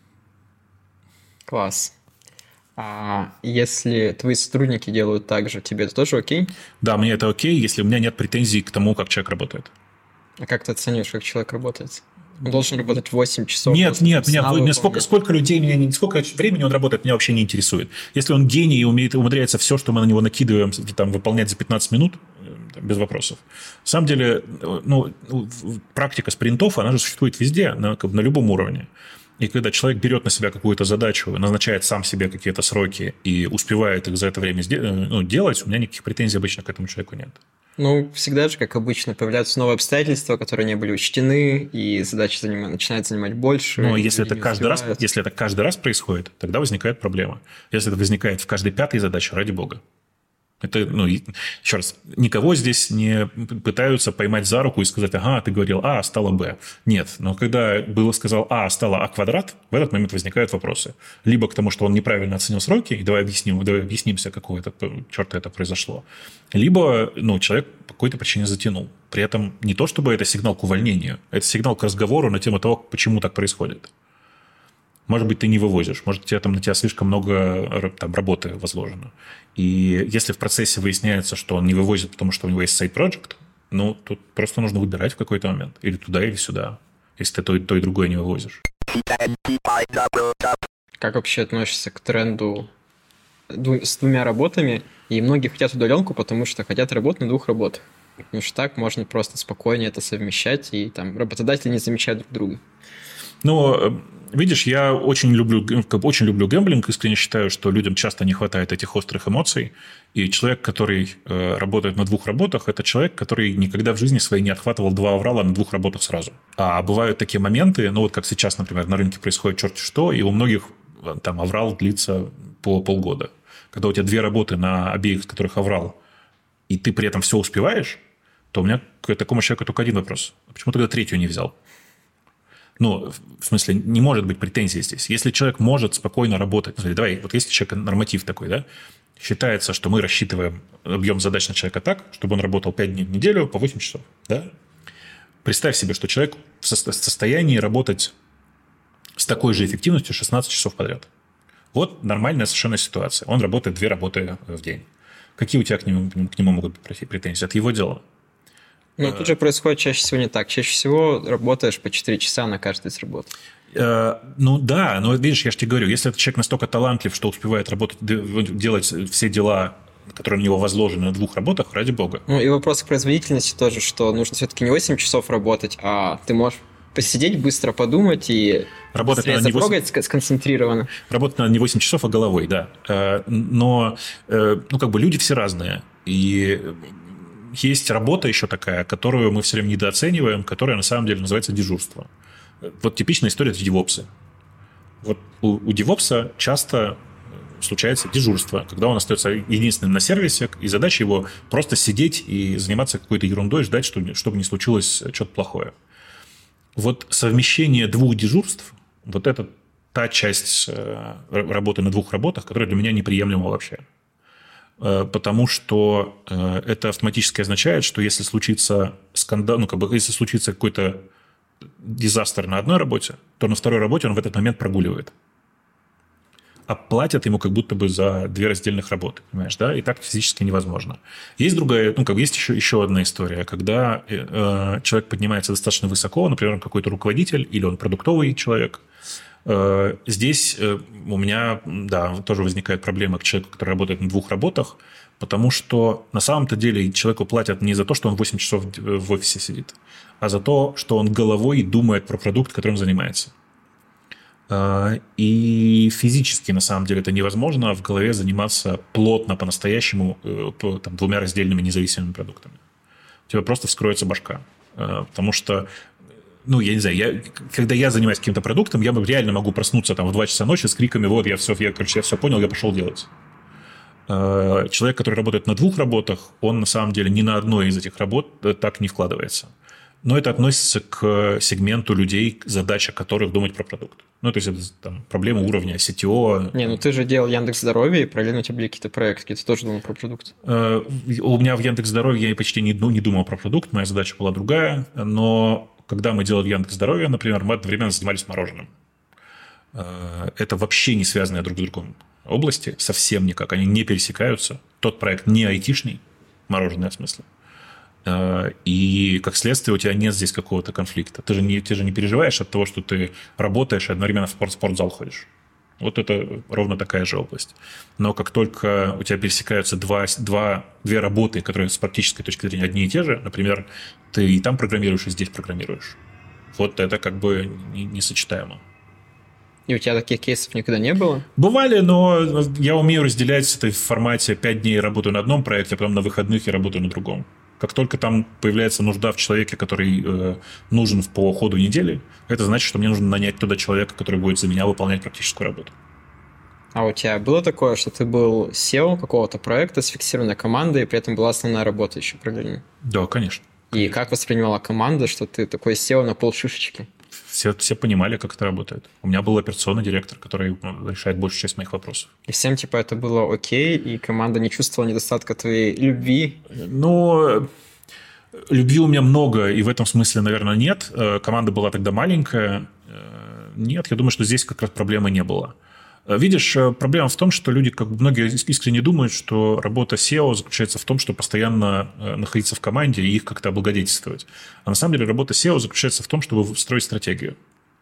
Класс. А если твои сотрудники делают так же, тебе это тоже окей? Да, мне это окей, если у меня нет претензий к тому, как человек работает. А как ты оцениваешь, как человек работает? Он должен работать восемь часов? Нет, нет, меня, меня сколько, сколько людей, меня, сколько времени он работает, меня вообще не интересует. Если он гений и умеет, умудряется все, что мы на него накидываем, там, выполнять за пятнадцать минут, без вопросов. На самом деле, ну, практика спринтов, она же существует везде, на, на любом уровне. И когда человек берет на себя какую-то задачу, назначает сам себе какие-то сроки и успевает их за это время ну, делать, у меня никаких претензий обычно к этому человеку нет. Ну, всегда же, как обычно, появляются новые обстоятельства, которые не были учтены, и задача занимает, начинает занимать больше. Но если это, каждый раз, если это каждый раз происходит, тогда возникает проблема. Если это возникает в каждой пятой задаче, ради бога. Это, ну, еще раз, никого здесь не пытаются поймать за руку и сказать, ага, ты говорил А, стало Б. Нет, но когда было сказал А, стало А квадрат, в этот момент возникают вопросы. Либо к тому, что он неправильно оценил сроки, и давай объясним, давай объяснимся, какого это, черта это произошло. Либо, ну, человек по какой-то причине затянул. При этом не то, чтобы это сигнал к увольнению, это сигнал к разговору на тему того, почему так происходит. Может быть, ты не вывозишь, может, у тебя, там, на тебя слишком много там, работы возложено. И если в процессе выясняется, что он не вывозит, потому что у него есть сайд-проджект, ну, тут просто нужно выбирать в какой-то момент. Или туда, или сюда, если ты то, то и другое не вывозишь. Как вообще относишься к тренду с двумя работами? И многие хотят удаленку, потому что хотят работать на двух работах. Потому что так можно просто спокойнее это совмещать, и там работодатели не замечают друг друга. Ну, видишь, я очень люблю, очень люблю гэмблинг, искренне считаю, что людям часто не хватает этих острых эмоций, и человек, который э, работает на двух работах, это человек, который никогда в жизни своей не отхватывал два аврала на двух работах сразу. А бывают такие моменты, ну вот как сейчас, например, на рынке происходит черти что, и у многих там аврал длится по полгода. Когда у тебя две работы, на обеих из которых аврал, и ты при этом все успеваешь, то у меня к такому человеку только один вопрос. Почему тогда третью не взял? Ну, в смысле, не может быть претензий здесь. Если человек может спокойно работать, смотри, давай, вот есть у человека норматив такой, да, считается, что мы рассчитываем объем задач на человека так, чтобы он работал пять дней в неделю по восемь часов, да. Представь себе, что человек в состоянии работать с такой же эффективностью шестнадцать часов подряд. Вот нормальная совершенно ситуация. Он работает две работы в день. Какие у тебя к нему, к нему могут быть претензии? Это его дело. Ну, тут же происходит чаще всего не так. Чаще всего работаешь по четыре часа на каждой из работ. Ну да, но видишь, я же тебе говорю, если этот человек настолько талантлив, что успевает работать, делать все дела, которые на него возложены на двух работах, ради бога. Ну и вопрос к производительности тоже, что нужно все-таки не восемь часов работать, а ты можешь посидеть, быстро подумать и работать надо не затрогать восемь... сконцентрированно. Работать надо не восемь часов, а головой, да. Но ну, как бы люди все разные. И есть работа еще такая, которую мы все время недооцениваем, которая на самом деле называется дежурство. Вот типичная история – это девопсы. Вот у, у девопса часто случается дежурство, когда он остается единственным на сервисе, и задача его просто сидеть и заниматься какой-то ерундой, ждать, чтобы не случилось что-то плохое. Вот совмещение двух дежурств, вот это та часть работы на двух работах, которая для меня неприемлема вообще. Потому что это автоматически означает, что если случится скандал, ну, как бы, если случится какой-то дизастер на одной работе, то на второй работе он в этот момент прогуливает. А платят ему как будто бы за две раздельных работы, понимаешь, да? И так физически невозможно. Есть другая, ну, как бы есть еще, еще одна история, когда э, человек поднимается достаточно высоко, например, какой-то руководитель или он продуктовый человек. Э, здесь э, у меня, да, тоже возникает проблема к человеку, который работает на двух работах, потому что на самом-то деле человеку платят не за то, что он восемь часов в офисе сидит, а за то, что он головой думает про продукт, которым занимается. И физически, на самом деле, это невозможно в голове заниматься плотно, по-настоящему, там, двумя раздельными независимыми продуктами. У тебя просто вскроется башка. Потому что, ну, я не знаю, я, когда я занимаюсь каким-то продуктом, я реально могу проснуться там, в два часа ночи с криками: вот, я все, я, короче, я все понял, я пошел делать. Человек, который работает на двух работах, он, на самом деле, ни на одной из этих работ так не вкладывается. Но это относится к сегменту людей, задача которых думать про продукт. Ну, то есть, это там, проблема уровня си ти о. Не, ну ты же делал Яндекс.Здоровье, и параллельно у тебя были какие-то проекты, ты тоже думал про продукт. У меня в Яндекс.Здоровье я почти не, не думал про продукт, моя задача была другая. Но когда мы делали Яндекс.Здоровье, например, мы одновременно занимались мороженым. Это вообще не связанные друг с другом области, совсем никак. Они не пересекаются. Тот проект не айтишный, мороженое в смысле. И, как следствие, у тебя нет здесь какого-то конфликта. Ты же не, ты же не переживаешь от того, что ты работаешь и одновременно в спорт, спортзал ходишь. Вот это ровно такая же область. Но как только у тебя пересекаются два, два, две работы, которые с практической точки зрения одни и те же, например, ты и там программируешь, и здесь программируешь, вот это как бы несочетаемо. И у тебя таких кейсов никогда не было? Бывали, но я умею разделять это в формате пять дней работаю на одном проекте, а потом на выходных я работаю на другом. Как только там появляется нужда в человеке, который э, нужен по ходу недели, это значит, что мне нужно нанять туда человека, который будет за меня выполнять практическую работу. А у тебя было такое, что ты был сео какого-то проекта с фиксированной командой, и при этом была основная работа еще параллельно? Да, конечно. И как воспринимала команда, что ты такой сео на полшишечки? Все, все понимали, как это работает. У меня был операционный директор, который ну, решает большую часть моих вопросов. И всем, типа, это было окей, и команда не чувствовала недостатка твоей любви? Ну, любви у меня много, и в этом смысле, наверное, нет. Команда была тогда маленькая. Нет, я думаю, что здесь как раз проблемы не было. Видишь, проблема в том, что люди, как бы многие искренне думают, что работа сео заключается в том, что постоянно находиться в команде и их как-то облагодетельствовать. А на самом деле работа сео заключается в том, чтобы строить стратегию.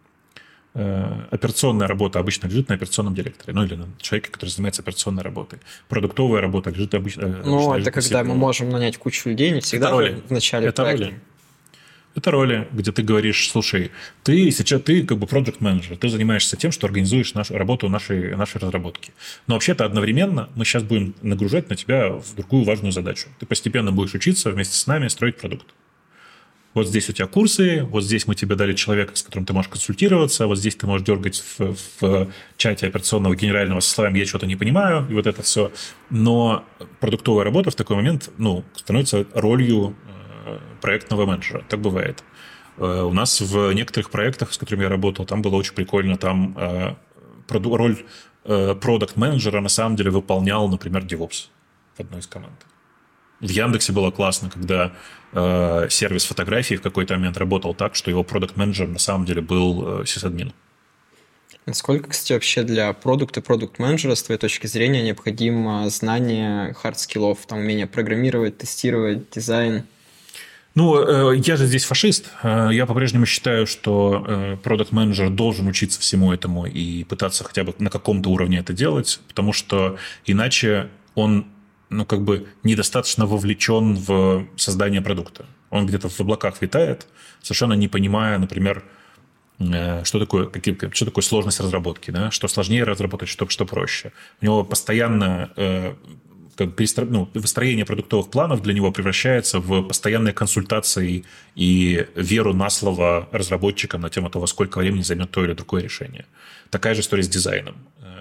Операционная работа обычно лежит на операционном директоре, ну или на человеке, который занимается операционной работой. Продуктовая работа лежит обычно... Ну, это когда мы можем нанять кучу людей, не всегда это роли. В начале это проекта. Роли. Это роли, где ты говоришь: слушай, ты сейчас ты как бы проект-менеджер, ты занимаешься тем, что организуешь нашу работу нашей, нашей разработки. Но вообще-то одновременно мы сейчас будем нагружать на тебя в другую важную задачу. Ты постепенно будешь учиться вместе с нами строить продукт. Вот здесь у тебя курсы, вот здесь мы тебе дали человека, с которым ты можешь консультироваться, вот здесь ты можешь дергать в, в чате операционного генерального со словами «я что-то не понимаю», и вот это все. Но продуктовая работа в такой момент ну, становится ролью проектного менеджера. Так бывает. У нас в некоторых проектах, с которыми я работал, там было очень прикольно. Там роль продакт-менеджера на самом деле выполнял, например, DevOps в одной из команд. В Яндексе было классно, когда сервис фотографий в какой-то момент работал так, что его продакт-менеджер на самом деле был сисадмин. Насколько, кстати, вообще для продукта и продукт-менеджера, с твоей точки зрения, необходимо знание хард-скиллов, там, умение программировать, тестировать, дизайн? Ну, я же здесь фашист. Я по-прежнему считаю, что продакт-менеджер должен учиться всему этому и пытаться хотя бы на каком-то уровне это делать, потому что иначе он, ну, как бы недостаточно вовлечен в создание продукта. Он где-то в облаках витает, совершенно не понимая, например, что такое, какие, что такое сложность разработки, да? Что сложнее разработать, что, что проще. У него постоянно... Как перестро... ну, выстроение продуктовых планов для него превращается в постоянные консультации и веру на слово разработчикам на тему того, сколько времени займет то или другое решение. Такая же история с дизайном.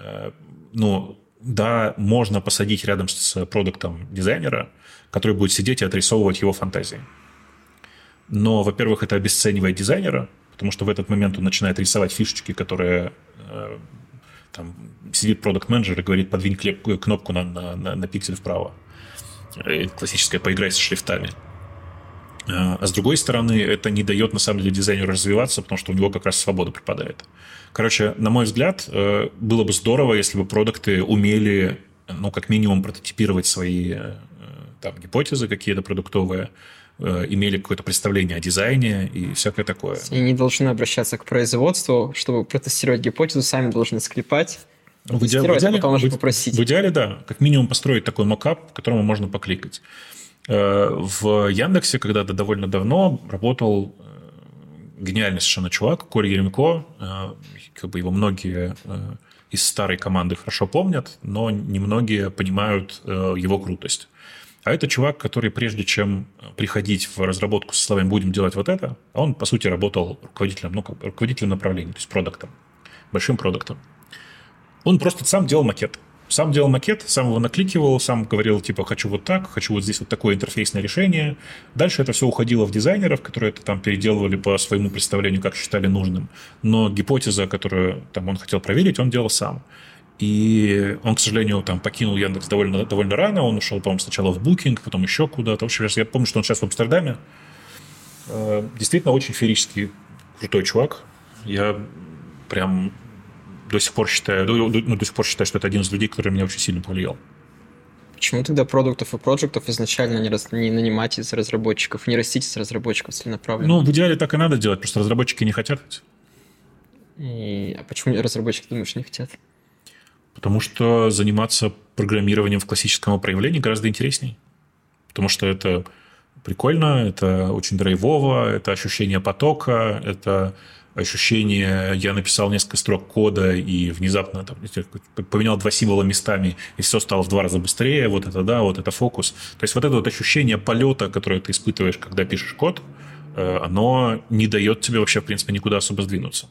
Ну, да, можно посадить рядом с продуктом дизайнера, который будет сидеть и отрисовывать его фантазии. Но, во-первых, это обесценивает дизайнера, потому что в этот момент он начинает рисовать фишечки, которые... Там сидит продакт-менеджер и говорит: подвинь кнопку на, на, на, на пиксель вправо. Классическая «поиграй со шрифтами». А с другой стороны, это не дает, на самом деле, дизайнеру развиваться, потому что у него как раз свобода пропадает. Короче, на мой взгляд, было бы здорово, если бы продукты умели, ну, как минимум, прототипировать свои там, гипотезы какие-то продуктовые, имели какое-то представление о дизайне и всякое такое. И не должны обращаться к производству, чтобы протестировать гипотезу, сами должны склепать, в идеале, в идеале, а потом можно в, попросить. В идеале, да. Как минимум построить такой мокап, к которому можно покликать. В Яндексе когда-то довольно давно работал гениальный совершенно чувак, Коля Еременко. Как бы его многие из старой команды хорошо помнят, но немногие понимают его крутость. А это чувак, который прежде чем приходить в разработку со словами «будем делать вот это», он, по сути, работал руководителем, ну, как руководителем направления, то есть продуктом, большим продуктом. Он просто сам делал макет. Сам делал макет, сам его накликивал, сам говорил, типа, хочу вот так, хочу вот здесь вот такое интерфейсное решение. Дальше это все уходило в дизайнеров, которые это там переделывали по своему представлению, как считали нужным. Но гипотеза, которую там он хотел проверить, он делал сам. И он, к сожалению, там покинул Яндекс довольно, довольно рано. Он ушел, по-моему, сначала в Booking, потом еще куда-то. В общем, я помню, что он сейчас в Амстердаме. Действительно, очень феерический, крутой чувак. Я прям... До сих пор считаю, ну, до сих пор считаю, что это один из людей, который меня очень сильно повлиял. Почему тогда продуктов и проектов изначально не, раз, не нанимать из разработчиков, не растить из разработчиков целенаправленно? Ну, в идеале так и надо делать, просто разработчики не хотят. И... А почему разработчики, думаешь, не хотят? Потому что заниматься программированием в классическом проявлении гораздо интересней. Потому что это прикольно, это очень драйвово, это ощущение потока, это... ощущение, я написал несколько строк кода и внезапно там, поменял два символа местами, и все стало в два раза быстрее, вот это да, вот это фокус. То есть вот это вот ощущение полета, которое ты испытываешь, когда пишешь код, оно не дает тебе вообще, в принципе, никуда особо сдвинуться.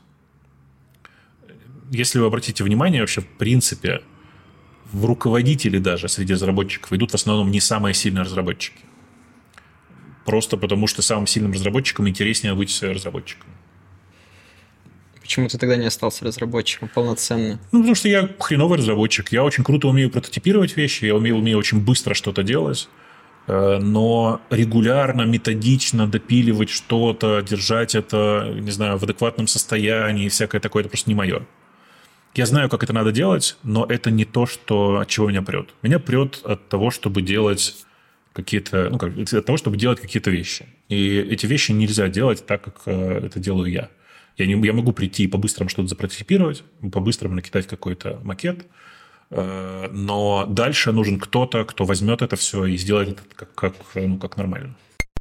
Если вы обратите внимание, вообще, в принципе, в руководители даже среди разработчиков идут в основном не самые сильные разработчики. Просто потому, что самым сильным разработчикам интереснее быть разработчиком. Почему ты тогда не остался разработчиком полноценно? Ну, потому что я хреновый разработчик. Я очень круто умею прототипировать вещи, я умею, умею очень быстро что-то делать, но регулярно, методично допиливать что-то, держать это, не знаю, в адекватном состоянии, всякое такое, это просто не мое. Я знаю, как это надо делать, но это не то, что, от чего меня прет. Меня прет от того, чтобы делать какие-то, ну, как, от того, чтобы делать какие-то вещи. И эти вещи нельзя делать так, как это делаю я. Я, не, я могу прийти и по-быстрому что-то запрототипировать, по-быстрому накидать какой-то макет, но дальше нужен кто-то, кто возьмет это все и сделает это как, как, ну, как нормально.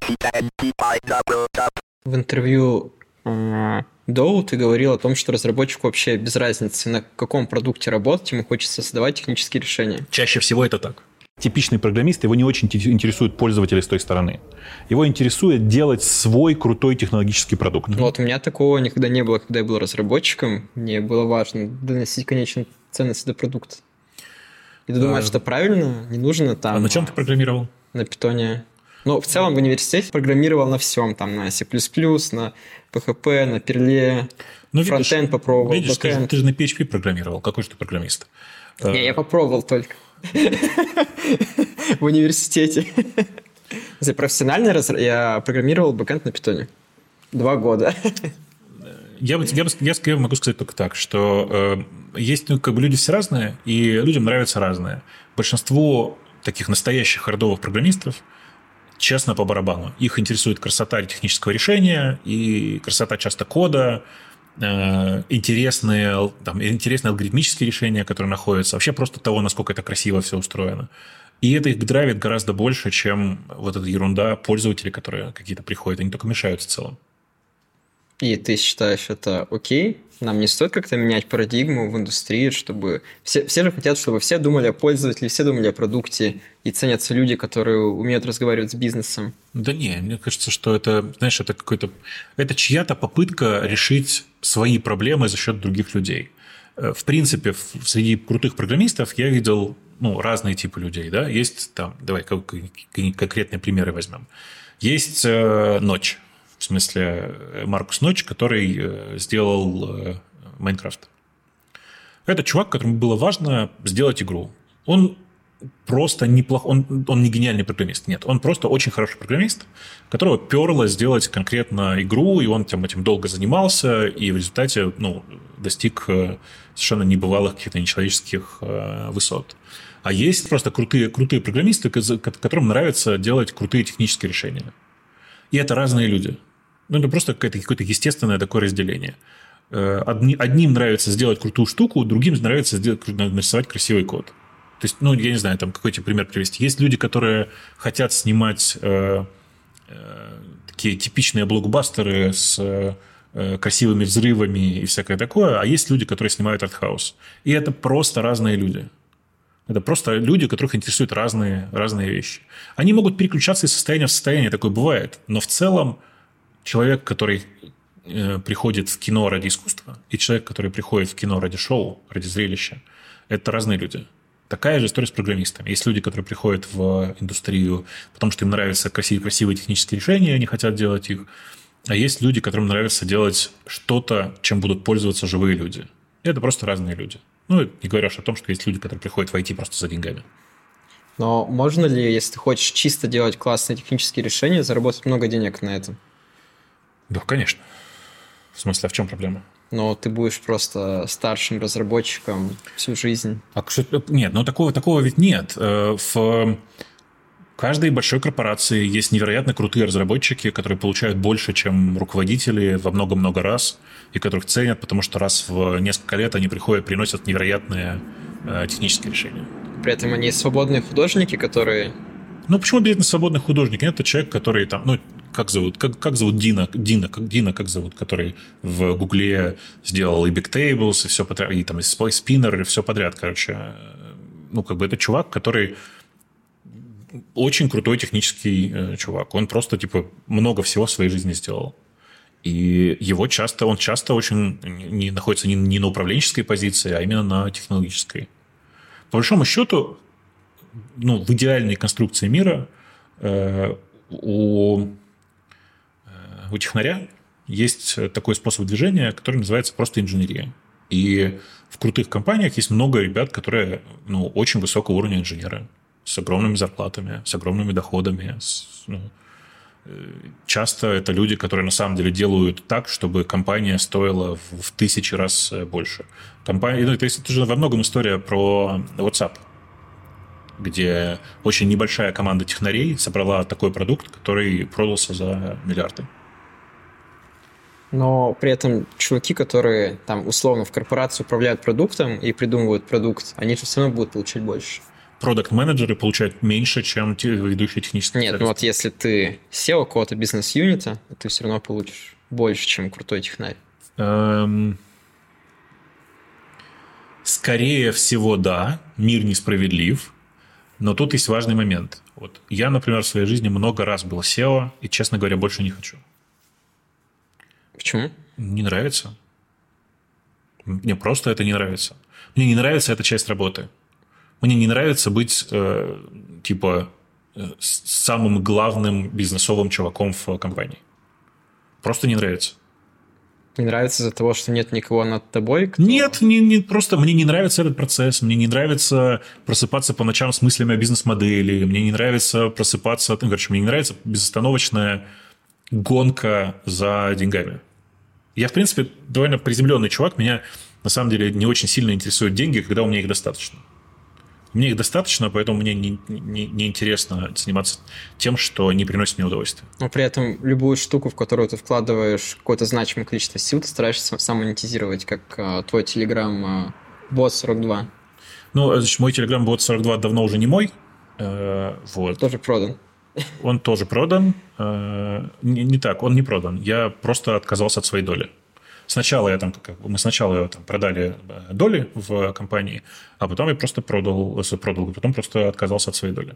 В интервью Доу ты говорил о том, что разработчику вообще без разницы, на каком продукте работать, ему хочется создавать технические решения. Чаще всего это так. Типичный программист, его не очень интересует пользователи с той стороны. Его интересует делать свой крутой технологический продукт. Вот у меня такого никогда не было, когда я был разработчиком. Мне было важно доносить конечную ценность до продукта. И ты думаешь, а... что правильно, не нужно там... А на чем ты программировал? На питоне. Ну, в целом в университете программировал на всем. Там на C++, на пи эйч пи, на Perl, ну, фронтенд попробовал. Видишь, ты же, ты же на пи эйч пи программировал. Какой же ты программист? Не, я попробовал только. В университете. За профессиональный раз я программировал бэкэнд на питоне. Два года. Я, я, я, я могу сказать только так, что э, есть, ну, как бы люди все разные, и людям нравится разное. Большинство таких настоящих хардовых программистов честно по барабану. Их интересует красота технического решения и красота часто кода, э, интересные, там, интересные алгоритмические решения, которые находятся, вообще просто того, насколько это красиво все устроено. И это их драйвит гораздо больше, чем вот эта ерунда пользователей, которые какие-то приходят, они только мешают в целом. И ты считаешь это окей? Нам не стоит как-то менять парадигму в индустрии, чтобы... Все, все же хотят, чтобы все думали о пользователе, все думали о продукте, и ценятся люди, которые умеют разговаривать с бизнесом. Да не, мне кажется, что это, знаешь, это какой-то... Это чья-то попытка решить свои проблемы за счет других людей. В принципе, среди крутых программистов я видел, ну, разные типы людей, да. Есть там, давай конкретные примеры возьмем. Есть э, Ночь. В смысле, Маркус Ночь, который сделал Майнкрафт. Это чувак, которому было важно сделать игру. Он просто неплох... Он, он не гениальный программист, нет. Он просто очень хороший программист, которого перло сделать конкретно игру, и он там этим долго занимался, и в результате, ну, достиг совершенно небывалых каких-то нечеловеческих высот. А есть просто крутые, крутые программисты, которым нравится делать крутые технические решения. И это разные люди. Ну, это просто какое-то, какое-то естественное такое разделение. Одни, одним нравится сделать крутую штуку, другим нравится сделать, нарисовать красивый код. То есть, ну, я не знаю, там какой-то пример привести. Есть люди, которые хотят снимать э, э, такие типичные блокбастеры с красивыми взрывами и всякое такое, а есть люди, которые снимают артхаус. И это просто разные люди. Это просто люди, которых интересуют разные, разные вещи. Они могут переключаться из состояния в состояние, такое бывает. Но в целом человек, который э, приходит в кино ради искусства, и человек, который приходит в кино ради шоу, ради зрелища, это разные люди. Такая же история с программистами. Есть люди, которые приходят в индустрию, потому что им нравятся красивые, красивые технические решения, они хотят делать их. А есть люди, которым нравится делать что-то, чем будут пользоваться живые люди. И это просто разные люди. Ну, не говоря уж о том, что есть люди, которые приходят в ай ти просто за деньгами. Но можно ли, если ты хочешь чисто делать классные технические решения, заработать много денег на этом? Да, конечно. В смысле, а в чем проблема? Но ты будешь просто старшим разработчиком всю жизнь. А что, нет, ну такого, такого ведь нет. В каждой большой корпорации есть невероятно крутые разработчики, которые получают больше, чем руководители во много-много раз, и которых ценят, потому что раз в несколько лет они приходят, приносят невероятные э, технические решения. При этом они свободные художники, которые... Ну, почему обязательно свободный художник? Это человек, который там... Ну, как зовут? Как, как зовут Дина? Дина, как, Дина, как зовут? Который в Гугле сделал и Bigtables, и все подряд, и там и Spinner, и все подряд, короче. Ну, как бы это чувак, который... очень крутой технический э, чувак. Он просто, типа, много всего в своей жизни сделал. И его часто, он часто очень не находится не, не на управленческой позиции, а именно на технологической. По большому счету, ну, в идеальной конструкции мира э, у, э, у технаря есть такой способ движения, который называется просто инженерия. И в крутых компаниях есть много ребят, которые, ну, очень высокого уровня инженеры, с огромными зарплатами, с огромными доходами. С, ну, часто это люди, которые на самом деле делают так, чтобы компания стоила в, в тысячи раз больше. Компания, ну, то есть это же во многом история про WhatsApp, где очень небольшая команда технарей собрала такой продукт, который продался за миллиарды. Но при этом чуваки, которые там условно в корпорации управляют продуктом и придумывают продукт, они же все равно будут получать больше. Продакт-менеджеры получают меньше, чем те ведущие технические специалисты. Нет, ну вот если ты сео какого-то бизнес-юнита, ты все равно получишь больше, чем крутой технарь. Эм... Скорее всего, да. Мир несправедлив. Но тут есть важный момент. Вот я, например, в своей жизни много раз был сео, и, честно говоря, больше не хочу. Почему? Не нравится. Мне просто это не нравится. Мне не нравится эта часть работы. Мне не нравится быть, э, типа, э, самым главным бизнесовым чуваком в компании. Просто не нравится. Не нравится из-за того, что нет никого над тобой? Кто... Нет, не, не, просто мне не нравится этот процесс. Мне не нравится просыпаться по ночам с мыслями о бизнес-модели. Мне не нравится просыпаться... Ну, короче, мне не нравится безостановочная гонка за деньгами. Я, в принципе, довольно приземленный чувак. Меня, на самом деле, не очень сильно интересуют деньги, когда у меня их достаточно. Мне их достаточно, поэтому мне не, не, не интересно заниматься тем, что не приносит мне удовольствия. Но при этом любую штуку, в которую ты вкладываешь какое-то значимое количество сил, ты стараешься сам монетизировать, как а, твой Telegram бот сорок два. Ну, значит, мой Telegram бот сорок два давно уже не мой. Э, вот. Тоже продан. Он тоже продан. Э, не, не так, он не продан. Я просто отказался от своей доли. Сначала я там, как, мы сначала его там продали доли в компании, а потом я просто продал, продал, потом просто отказался от своей доли.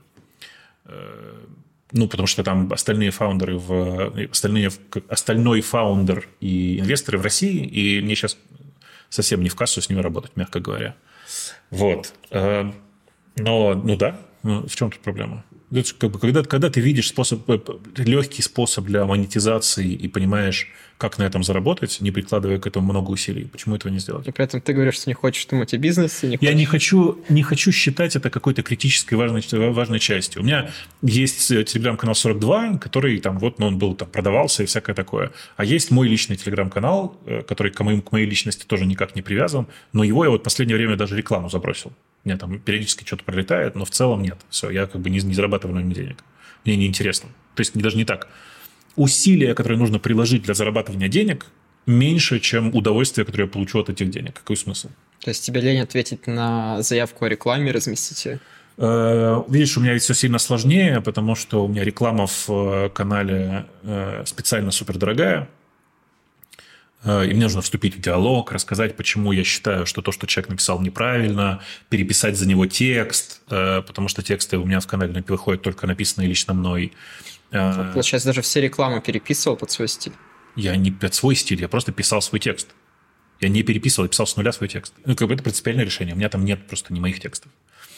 Ну, потому что там остальные фаундеры, в, остальные, остальной фаундер и инвесторы в России, и мне сейчас совсем не в кассу с ними работать, мягко говоря. Вот. Но, ну да, ну, в чем тут проблема? Как бы, когда, когда ты видишь способ, легкий способ для монетизации и понимаешь, как на этом заработать, не прикладывая к этому много усилий, почему этого не сделать? И при этом ты говоришь, что не хочешь думать о бизнесе. Не Я хочешь... не хочу, не хочу считать это какой-то критической важной, важной частью. У меня есть телеграм-канал сорок два, который там, вот, ну, он был, там, продавался и всякое такое. А есть мой личный телеграм-канал, который к, моему, к моей личности тоже никак не привязан, но его я вот в последнее время даже рекламу забросил. У меня там периодически что-то пролетает, но в целом нет. Все, я как бы не, не зарабатываю на нем денег. Мне неинтересно. То есть даже не так. Усилия, которые нужно приложить для зарабатывания денег, меньше, чем удовольствие, которое я получу от этих денег. Какой смысл? То есть тебе лень ответить на заявку о рекламе, разместить ее? Видишь, у меня ведь все сильно сложнее, потому что у меня реклама в канале специально супердорогая. и мне нужно вступить в диалог, рассказать, почему я считаю, что то, что человек написал, неправильно, переписать за него текст, потому что тексты у меня в канале выходят только написанные лично мной. Получается, даже все рекламы переписывал под свой стиль? Я не под свой стиль, я просто писал свой текст. Я не переписывал, я писал с нуля свой текст. Ну, как бы это принципиальное решение. У меня там нет просто ни моих текстов.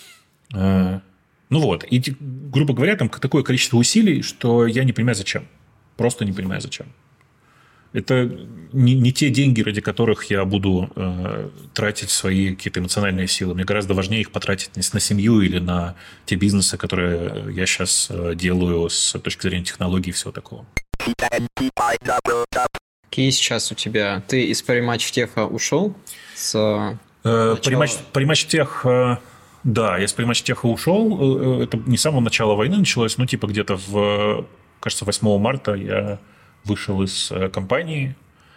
Ну вот, и, грубо говоря, там такое количество усилий, что я не понимаю, зачем. Просто не понимаю, зачем. Это не, не те деньги, ради которых я буду э, тратить свои какие-то эмоциональные силы. Мне гораздо важнее их потратить на семью или на те бизнесы, которые я сейчас э, делаю с точки зрения технологий и всего такого. Какие сейчас у тебя? Ты из Parimatch Tech ушел? С э, Parimatch Tech... Э, Да, я с Parimatch Tech ушел. Это не с самого начала войны началось, но типа где-то в, кажется, восьмого марта я вышел из компании.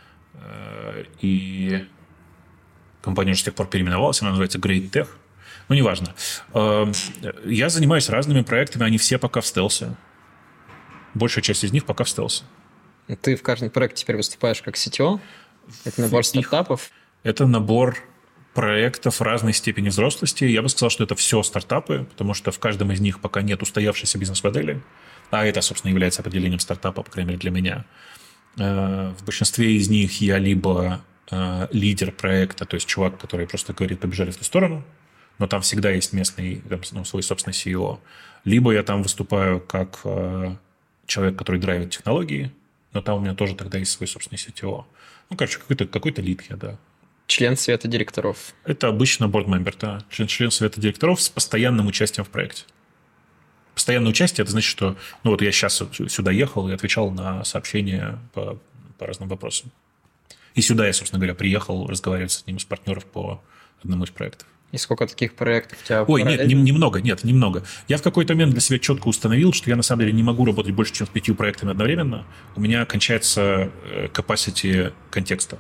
И компания уже с тех пор переименовалась, она называется Great Tech. Ну, неважно. Я занимаюсь разными проектами, они все пока в стелсе. Большая часть из них пока в стелсе. Ты в каждом проекте теперь выступаешь как си ти о? Это набор стартапов? Это набор проектов разной степени взрослости. Я бы сказал, что это все стартапы, потому что в каждом из них пока нет устоявшейся бизнес-модели, а это, собственно, является определением стартапа, по крайней мере, для меня. В большинстве из них я либо лидер проекта, то есть чувак, который просто говорит, побежали в ту сторону, но там всегда есть местный, ну, свой собственный си и о. Либо я там выступаю как человек, который драйвит технологии, но там у меня тоже тогда есть свой собственный си ти о. Ну, короче, какой-то, какой-то лид я, да. Член совета директоров. Это обычно board-member, да. Член, член совета директоров с постоянным участием в проекте. Постоянное участие – это значит, что ну вот я сейчас сюда ехал и отвечал на сообщения по, по разным вопросам. И сюда я, собственно говоря, приехал разговаривать с одним из партнеров по одному из проектов. И сколько таких проектов у тебя? Ой, нет, не, немного, нет, немного. Я в какой-то момент для себя четко установил, что я на самом деле не могу работать больше, чем с пятью проектами одновременно. У меня кончается capacity контекста.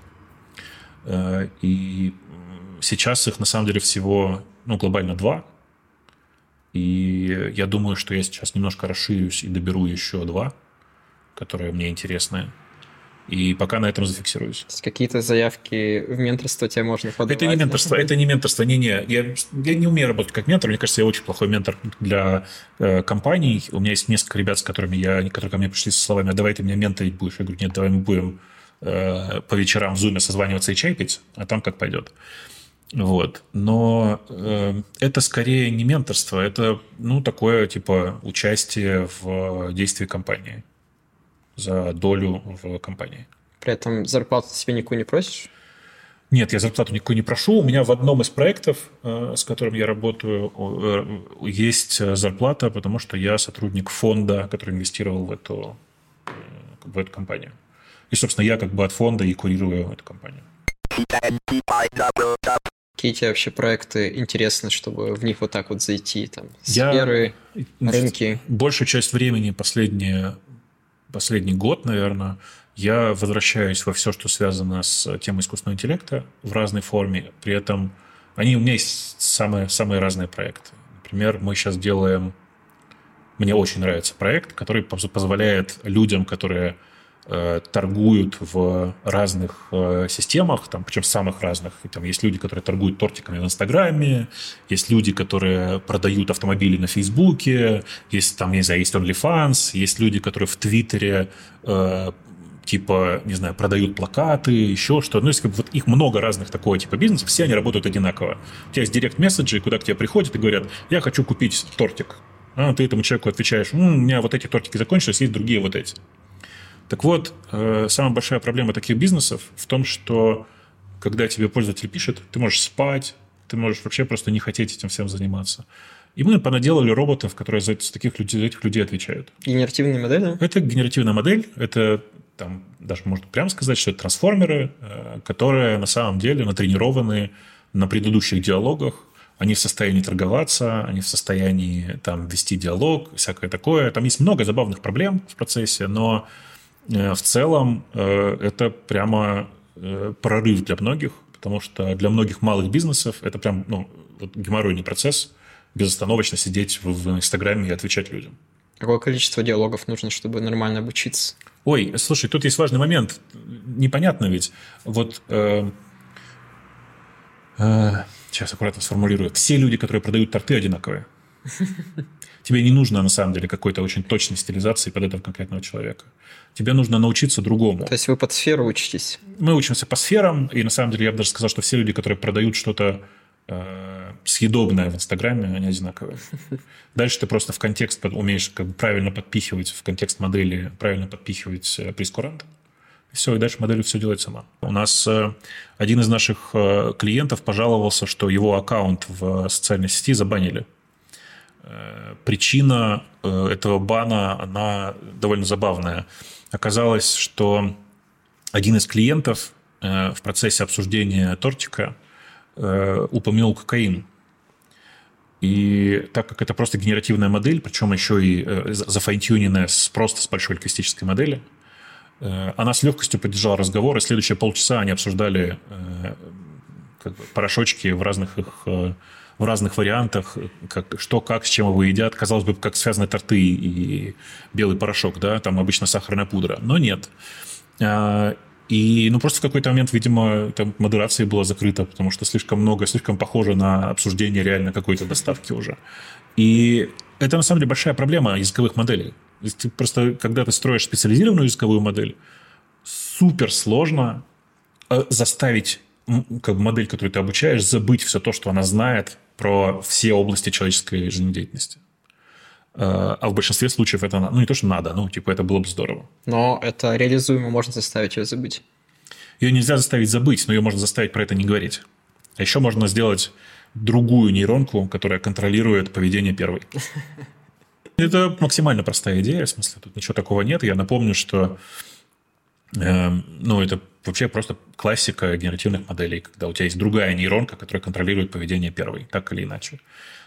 И сейчас их на самом деле всего, ну, глобально два. И я думаю, что я сейчас немножко расширюсь и доберу еще два, которые мне интересны. И пока на этом зафиксируюсь. То есть какие-то заявки в менторство тебе можно подавать? Это не менторство, это не менторство, не-не. Я, я не умею работать как ментор. Мне кажется, я очень плохой ментор для э, компаний. У меня есть несколько ребят, с которыми я, которые ко мне пришли со словами: а давай ты меня менторить будешь. Я говорю: нет, давай мы будем э, по вечерам в зуме созваниваться и чай пить, а там как пойдет. Вот. Но э, это скорее не менторство, это ну, такое типа участие в действии компании за долю в компании. При этом зарплату ты себе никакую не просишь? Нет, я зарплату никакую не прошу. У меня в одном из проектов, э, с которым я работаю, э, есть зарплата, потому что я сотрудник фонда, который инвестировал в эту, э, в эту компанию. И, собственно, я как бы от фонда и курирую эту компанию. Какие тебе вообще проекты интересны, чтобы в них вот так вот зайти? Там, я сферы, рынки? Большую часть времени, последние, последний год, наверное, я возвращаюсь во все, что связано с темой искусственного интеллекта в разной форме. При этом они, у меня есть самые, самые разные проекты. Например, мы сейчас делаем... Мне очень нравится проект, который позволяет людям, которые э, торгуют в разных э, системах, там, причем самых разных. И там есть люди, которые торгуют тортиками в Инстаграме, есть люди, которые продают автомобили на Фейсбуке, есть, там, не знаю, есть OnlyFans, есть люди, которые в Твиттере э, типа, не знаю, продают плакаты, еще что-то. Ну, есть как бы, вот их много разных такого типа бизнесов, все они работают одинаково. У тебя есть директ-месседжи, куда к тебе приходят и говорят: я хочу купить тортик. А ты этому человеку отвечаешь: М, у меня вот эти тортики закончились, есть другие вот эти. Так вот, э, самая большая проблема таких бизнесов в том, что когда тебе пользователь пишет, ты можешь спать, ты можешь вообще просто не хотеть этим всем заниматься. И мы понаделали роботов, которые за таких людей, за этих людей отвечают. Генеративная модель, да? Это генеративная модель, это там, даже можно прямо сказать, что это трансформеры, которые на самом деле натренированы на предыдущих диалогах. Они в состоянии торговаться, они в состоянии там, вести диалог, всякое такое. Там есть много забавных проблем в процессе, но в целом это прямо прорыв для многих, потому что для многих малых бизнесов это прям ну, вот геморройный процесс безостановочно сидеть в, в Инстаграме и отвечать людям. Какое количество диалогов нужно, чтобы нормально обучиться? Ой, слушай, тут есть важный момент. Непонятно ведь. Вот э, э, сейчас аккуратно сформулирую. Все люди, которые продают торты, одинаковые. Тебе не нужно, на самом деле, какой-то очень точной стилизации под этого конкретного человека. Тебе нужно научиться другому. То есть вы под сферу учитесь? Мы учимся по сферам, и на самом деле я бы даже сказал, что все люди, которые продают что-то э, съедобное в Инстаграме, они одинаковые. Дальше ты просто в контекст умеешь как бы правильно подпихивать, в контекст модели, правильно подпихивать прейскурант. И все, и дальше модель все делает сама. У нас э, один из наших э, клиентов пожаловался, что его аккаунт в социальной сети забанили. Причина этого бана, она довольно забавная. Оказалось, что один из клиентов в процессе обсуждения тортика упомянул кокаин. И так как это просто генеративная модель, причем еще и зафайнтюненная с, просто с большой лингвистической модели, она с легкостью поддержала разговор, и следующие полчаса они обсуждали как бы порошочки в разных их... в разных вариантах, как, что, как, с чем его едят. Казалось бы, как связаны торты и белый порошок, да, там обычно сахарная пудра. Но нет. И ну, просто в какой-то момент, видимо, там модерация была закрыта, потому что слишком много, слишком похоже на обсуждение реально какой-то доставки уже. И это, на самом деле, большая проблема языковых моделей. Ты просто, когда ты строишь специализированную языковую модель, супер сложно заставить как бы модель, которую ты обучаешь, забыть все то, что она знает про все области человеческой жизнедеятельности. А в большинстве случаев это, ну, не то, что надо, ну, типа, это было бы здорово. Но это реализуемо, можно заставить ее забыть. Ее нельзя заставить забыть, но ее можно заставить про это не говорить. А еще можно сделать другую нейронку, которая контролирует поведение первой. Это максимально простая идея, в смысле, тут ничего такого нет. Я напомню, что э, ну, это вообще просто классика генеративных моделей, когда у тебя есть другая нейронка, которая контролирует поведение первой, так или иначе.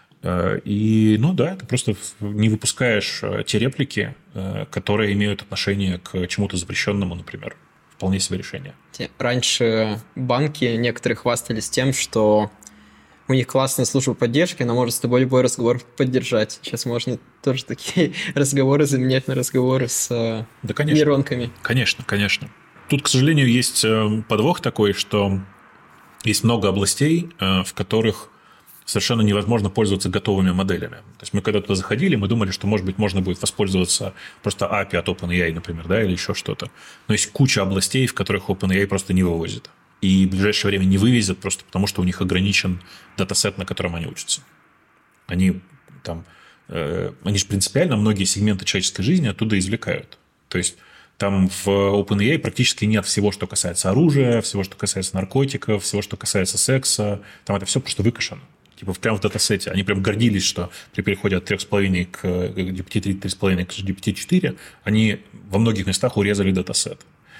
И, ну да, ты просто не выпускаешь те реплики, которые имеют отношение к чему-то запрещенному, например. Вполне себе решение. Раньше банки некоторые хвастались тем, что у них классная служба поддержки, она может с тобой любой разговор поддержать. Сейчас можно тоже такие разговоры заменять на разговоры с да, конечно. нейронками. Конечно, конечно. Тут, к сожалению, есть подвох такой, что есть много областей, в которых совершенно невозможно пользоваться готовыми моделями. То есть мы когда туда заходили, мы думали, что, может быть, можно будет воспользоваться просто эй пи ай от OpenAI, например, да, или еще что-то. Но есть куча областей, в которых OpenAI просто не вывозит. И в ближайшее время не вывезет просто потому, что у них ограничен датасет, на котором они учатся. Они там... Э, они же принципиально многие сегменты человеческой жизни оттуда извлекают. То есть там в OpenAI практически нет всего, что касается оружия, всего, что касается наркотиков, всего, что касается секса. Там это все просто выкашено. Типа прямо в датасете. Они прям гордились, что при переходе от три с половиной к джи пи ти три, три с половиной к джи пи ти четыре они во многих местах урезали датасет.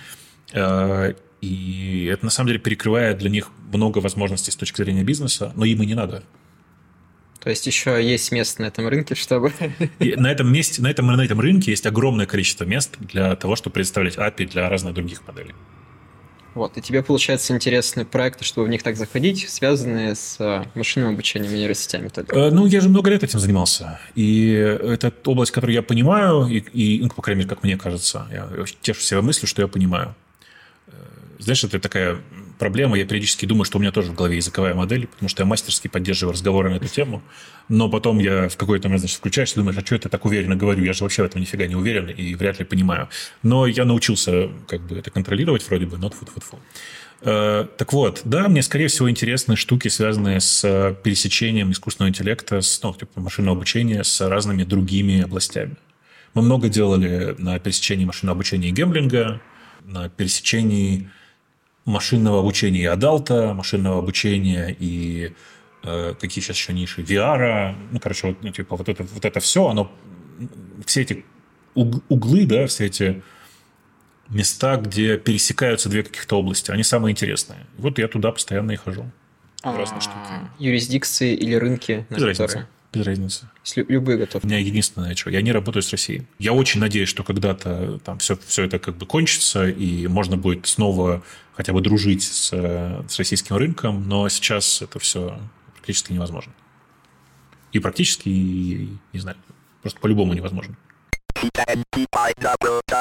И это на самом деле перекрывает для них много возможностей с точки зрения бизнеса, но им и не надо. То есть еще есть место на этом рынке, чтобы... И на этом месте, на этом, на этом рынке есть огромное количество мест для того, чтобы предоставлять эй пи ай для разных других моделей. Вот, и тебе, получается, интересные проекты, чтобы в них так заходить, связанные с машинным обучением и нейросетями только? Ну, я же много лет этим занимался. И это область, которую я понимаю, и, и ну, по крайней мере, как мне кажется, я тешу себя мыслью, что я понимаю. Знаешь, это такая проблема. Я периодически думаю, что у меня тоже в голове языковая модель, потому что я мастерски поддерживаю разговоры на эту тему. Но потом я в какой-то момент, значит, включаешься и думаешь, а что я так уверенно говорю? Я же вообще в этом нифига не уверен и вряд ли понимаю. Но я научился как бы это контролировать вроде бы, но тьфу-тьфу-тьфу. Так вот, да, мне, скорее всего, интересны штуки, связанные с пересечением искусственного интеллекта, с, ну, типа машинного обучения с разными другими областями. Мы много делали на пересечении машинного обучения и гэмблинга, на пересечении машинного обучения и адалта, машинного обучения и э, какие сейчас еще ниши, ви ар, ну, короче, вот, ну, типа, вот это, вот это все, оно, все эти углы, да, все эти места, где пересекаются две каких-то области, они самые интересные. Вот я туда постоянно и хожу. Разные штуки. Юрисдикции или рынки? Без разницы. Без разницы. Любые готовы. У меня единственное, что я не работаю с Россией. Я очень надеюсь, что когда-то там все, все это как бы кончится, и можно будет снова хотя бы дружить с, с российским рынком, но сейчас это все практически невозможно. И практически, и, не знаю, просто по-любому невозможно.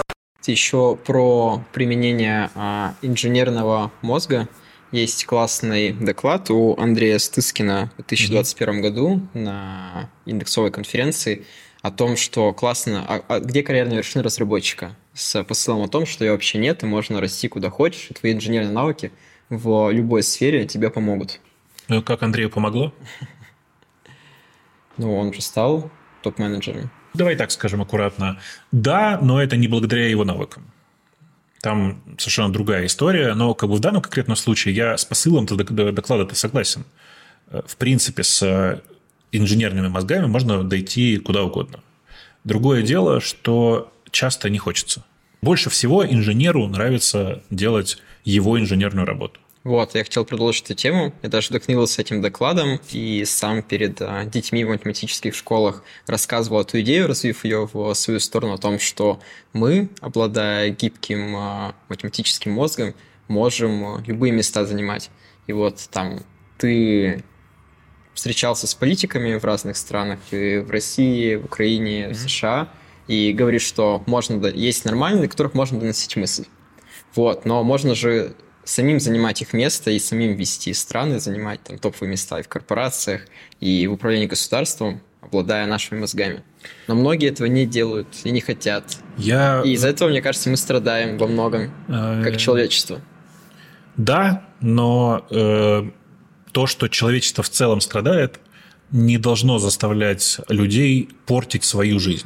Еще про применение а, инженерного мозга. Есть классный доклад у Андрея Стыскина в две тысячи двадцать первом mm-hmm. году на индексовой конференции о том, что классно, а, а где карьерная вершина разработчика, с посылом о том, что ее вообще нет, и можно расти куда хочешь, и твои инженерные навыки в любой сфере тебе помогут. Ну, как Андрею помогло? Ну, он же стал топ-менеджером. Давай так скажем аккуратно. Да, но это не благодаря его навыкам. Там совершенно другая история, но как бы в данном конкретном случае я с посылом доклада-то согласен. В принципе, с инженерными мозгами можно дойти куда угодно. Другое дело, что часто не хочется. Больше всего инженеру нравится делать его инженерную работу. Вот, я хотел продолжить эту тему. Я даже вдохновился этим докладом и сам перед а, детьми в математических школах рассказывал эту идею, развив ее в свою сторону, о том, что мы, обладая гибким а, математическим мозгом, можем а, любые места занимать. И вот там ты встречался с политиками в разных странах, и в России, в Украине, в США, и говоришь, что можно, есть нормальные, до которых можно доносить мысль. Вот, но можно же самим занимать их место и самим вести страны, занимать там топовые места и в корпорациях, и в управлении государством, обладая нашими мозгами. Но многие этого не делают и не хотят. Я... И из-за этого, мне кажется, мы страдаем во многом, как человечество. Да, но э, то, что человечество в целом страдает, не должно заставлять людей портить свою жизнь.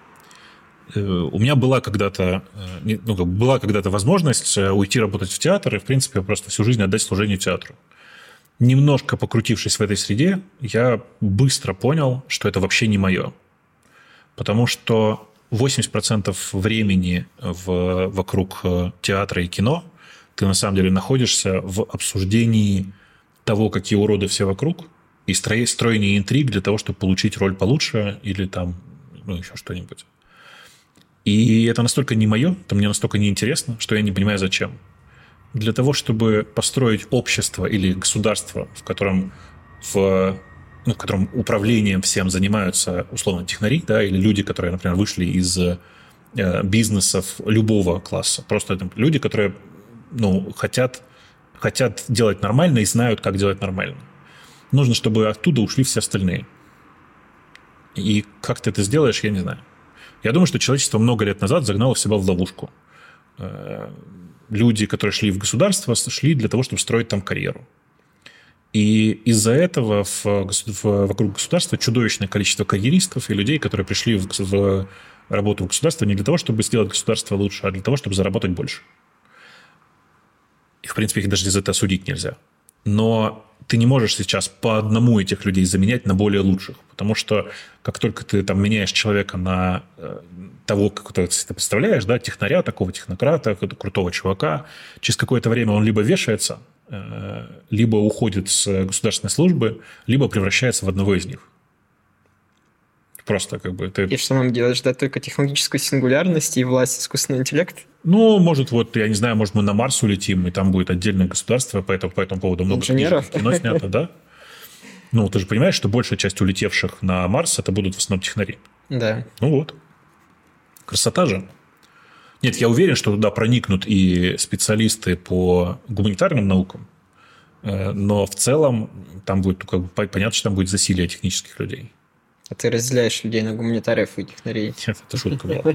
У меня была когда-то, ну, была когда-то возможность уйти работать в театр и, в принципе, просто всю жизнь отдать служению театру. Немножко покрутившись в этой среде, я быстро понял, что это вообще не мое. Потому что восемьдесят процентов времени в, вокруг театра и кино ты на самом деле находишься в обсуждении того, какие уроды все вокруг, и строении интриг для того, чтобы получить роль получше или там, ну, еще что-нибудь. И это настолько не мое, это мне настолько неинтересно, что я не понимаю, зачем. Для того, чтобы построить общество или государство, в котором, в, ну, в котором управлением всем занимаются, условно, технари, да, или люди, которые, например, вышли из э, бизнесов любого класса. Просто там, люди, которые ну, хотят, хотят делать нормально и знают, как делать нормально. Нужно, чтобы оттуда ушли все остальные. И как ты это сделаешь, я не знаю. Я думаю, что человечество много лет назад загнало себя в ловушку. Люди, которые шли в государство, шли для того, чтобы строить там карьеру. И из-за этого в, в, вокруг государства чудовищное количество карьеристов и людей, которые пришли в, в работу в государство не для того, чтобы сделать государство лучше, а для того, чтобы заработать больше. И, в принципе, их даже за это осудить нельзя. Но ты не можешь сейчас по одному этих людей заменять на более лучших, потому что как только ты там меняешь человека на э, того, как ты это представляешь, да, технаря, такого технократа, крутого чувака, через какое-то время он либо вешается, э, либо уходит с государственной службы, либо превращается в одного из них. Просто как бы... Ты... И что нам делать? Ждать только технологическую сингулярность и власть искусственного интеллекта? Ну, может, вот, я не знаю, может, мы на Марс улетим, и там будет отдельное государство, по этому, по этому поводу много инженеров, кино снято, да? Ну, ты же понимаешь, что большая часть улетевших на Марс это будут в основном технари. Да. Ну вот. Красота же. Нет, я уверен, что туда проникнут и специалисты по гуманитарным наукам, но в целом там будет, как бы, понятно, что там будет засилие технических людей. А ты разделяешь людей на гуманитариев и технарей? Нет, это шутка была.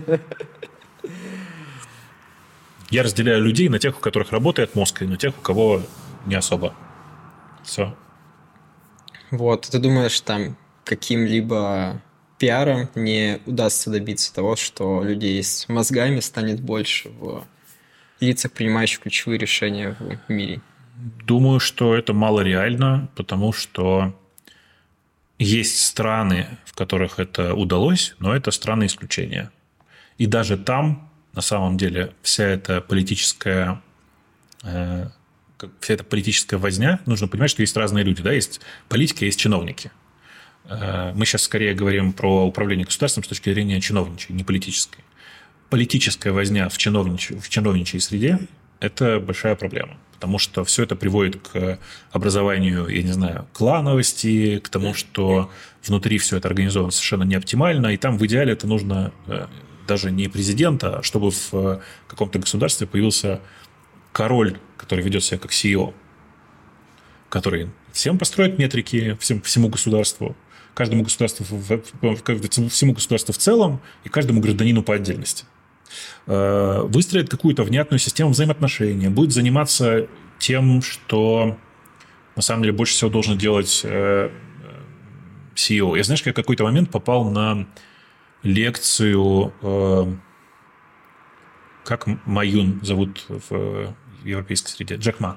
Я разделяю людей на тех, у которых работает мозг, и на тех, у кого не особо. Все. Вот, ты думаешь, там каким-либо пиаром не удастся добиться того, что людей с мозгами станет больше в лицах, принимающих ключевые решения в мире? Думаю, что это малореально, потому что есть страны, в которых это удалось, но это страны исключения. И даже там, на самом деле, вся эта политическая, э, вся эта политическая возня, нужно понимать, что есть разные люди. Да? Есть политики, есть чиновники. Э, мы сейчас скорее говорим про управление государством с точки зрения чиновничьей, не политической. Политическая возня в, чиновнич... в чиновничьей среде – это большая проблема. Потому что все это приводит к образованию, я не знаю, клановости, к тому, что внутри все это организовано совершенно неоптимально, и там в идеале это нужно даже не президента, а чтобы в каком-то государстве появился король, который ведет себя как си и о, который всем построит метрики, всем, всему государству, каждому государству, всему государству в целом и каждому гражданину по отдельности. Выстроит какую-то внятную систему взаимоотношений, будет заниматься тем, что на самом деле больше всего должен делать си и о. Я, знаешь, я в какой-то момент попал на лекцию, как Маюн зовут в европейской среде, Джек Ма.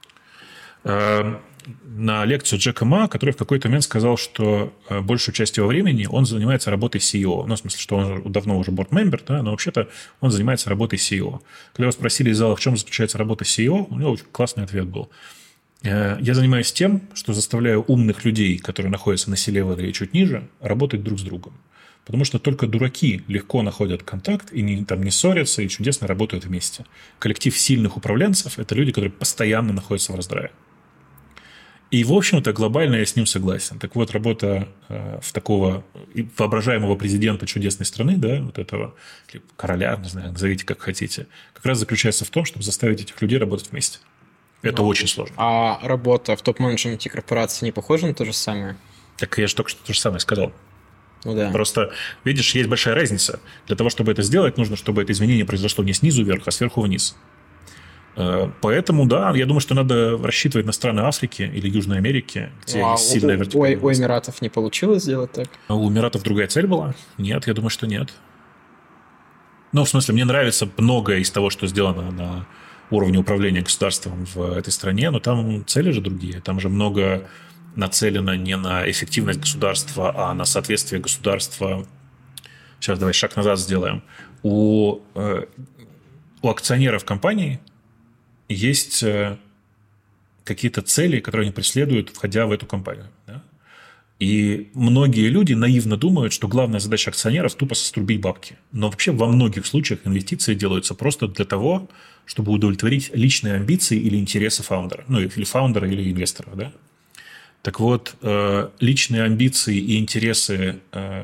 На лекцию Джека Ма, который в какой-то момент сказал, что большую часть его времени он занимается работой си и о. Ну, в смысле, что он давно уже board-member, да, но вообще-то он занимается работой си и о. Когда его спросили из зала, в чем заключается работа си и о, у него очень классный ответ был. Я занимаюсь тем, что заставляю умных людей, которые находятся на C-level и чуть ниже, работать друг с другом. Потому что только дураки легко находят контакт и не, там, не ссорятся, и чудесно работают вместе. Коллектив сильных управленцев – это люди, которые постоянно находятся в раздрае. И, в общем-то, глобально я с ним согласен. Так вот, работа э, в такого воображаемого президента чудесной страны, да, вот этого короля, не знаю, назовите как хотите, как раз заключается в том, чтобы заставить этих людей работать вместе. Это ну, очень сложно. А работа в топ-менеджменте корпорации не похожа на то же самое? Так я же только что то же самое сказал. Ну, да. Просто, видишь, есть большая разница. Для того, чтобы это сделать, нужно, чтобы это изменение произошло не снизу вверх, а сверху вниз. Поэтому, да, я думаю, что надо рассчитывать на страны Африки или Южной Америки, где ну, а есть сильная вертикальная власть. У Эмиратов не получилось сделать так? А у Эмиратов другая цель была? Нет, я думаю, что нет. Ну, в смысле, мне нравится многое из того, что сделано на уровне управления государством в этой стране, но там цели же другие. Там же много нацелено не на эффективность государства, а на соответствие государства. Сейчас давай шаг назад сделаем. У, у акционеров компании есть какие-то цели, которые они преследуют, входя в эту компанию. Да? И многие люди наивно думают, что главная задача акционеров – тупо сострубить бабки. Но вообще во многих случаях инвестиции делаются просто для того, чтобы удовлетворить личные амбиции или интересы фаундера. Ну, или фаундера, или инвестора. Да? Так вот, личные амбиции и интересы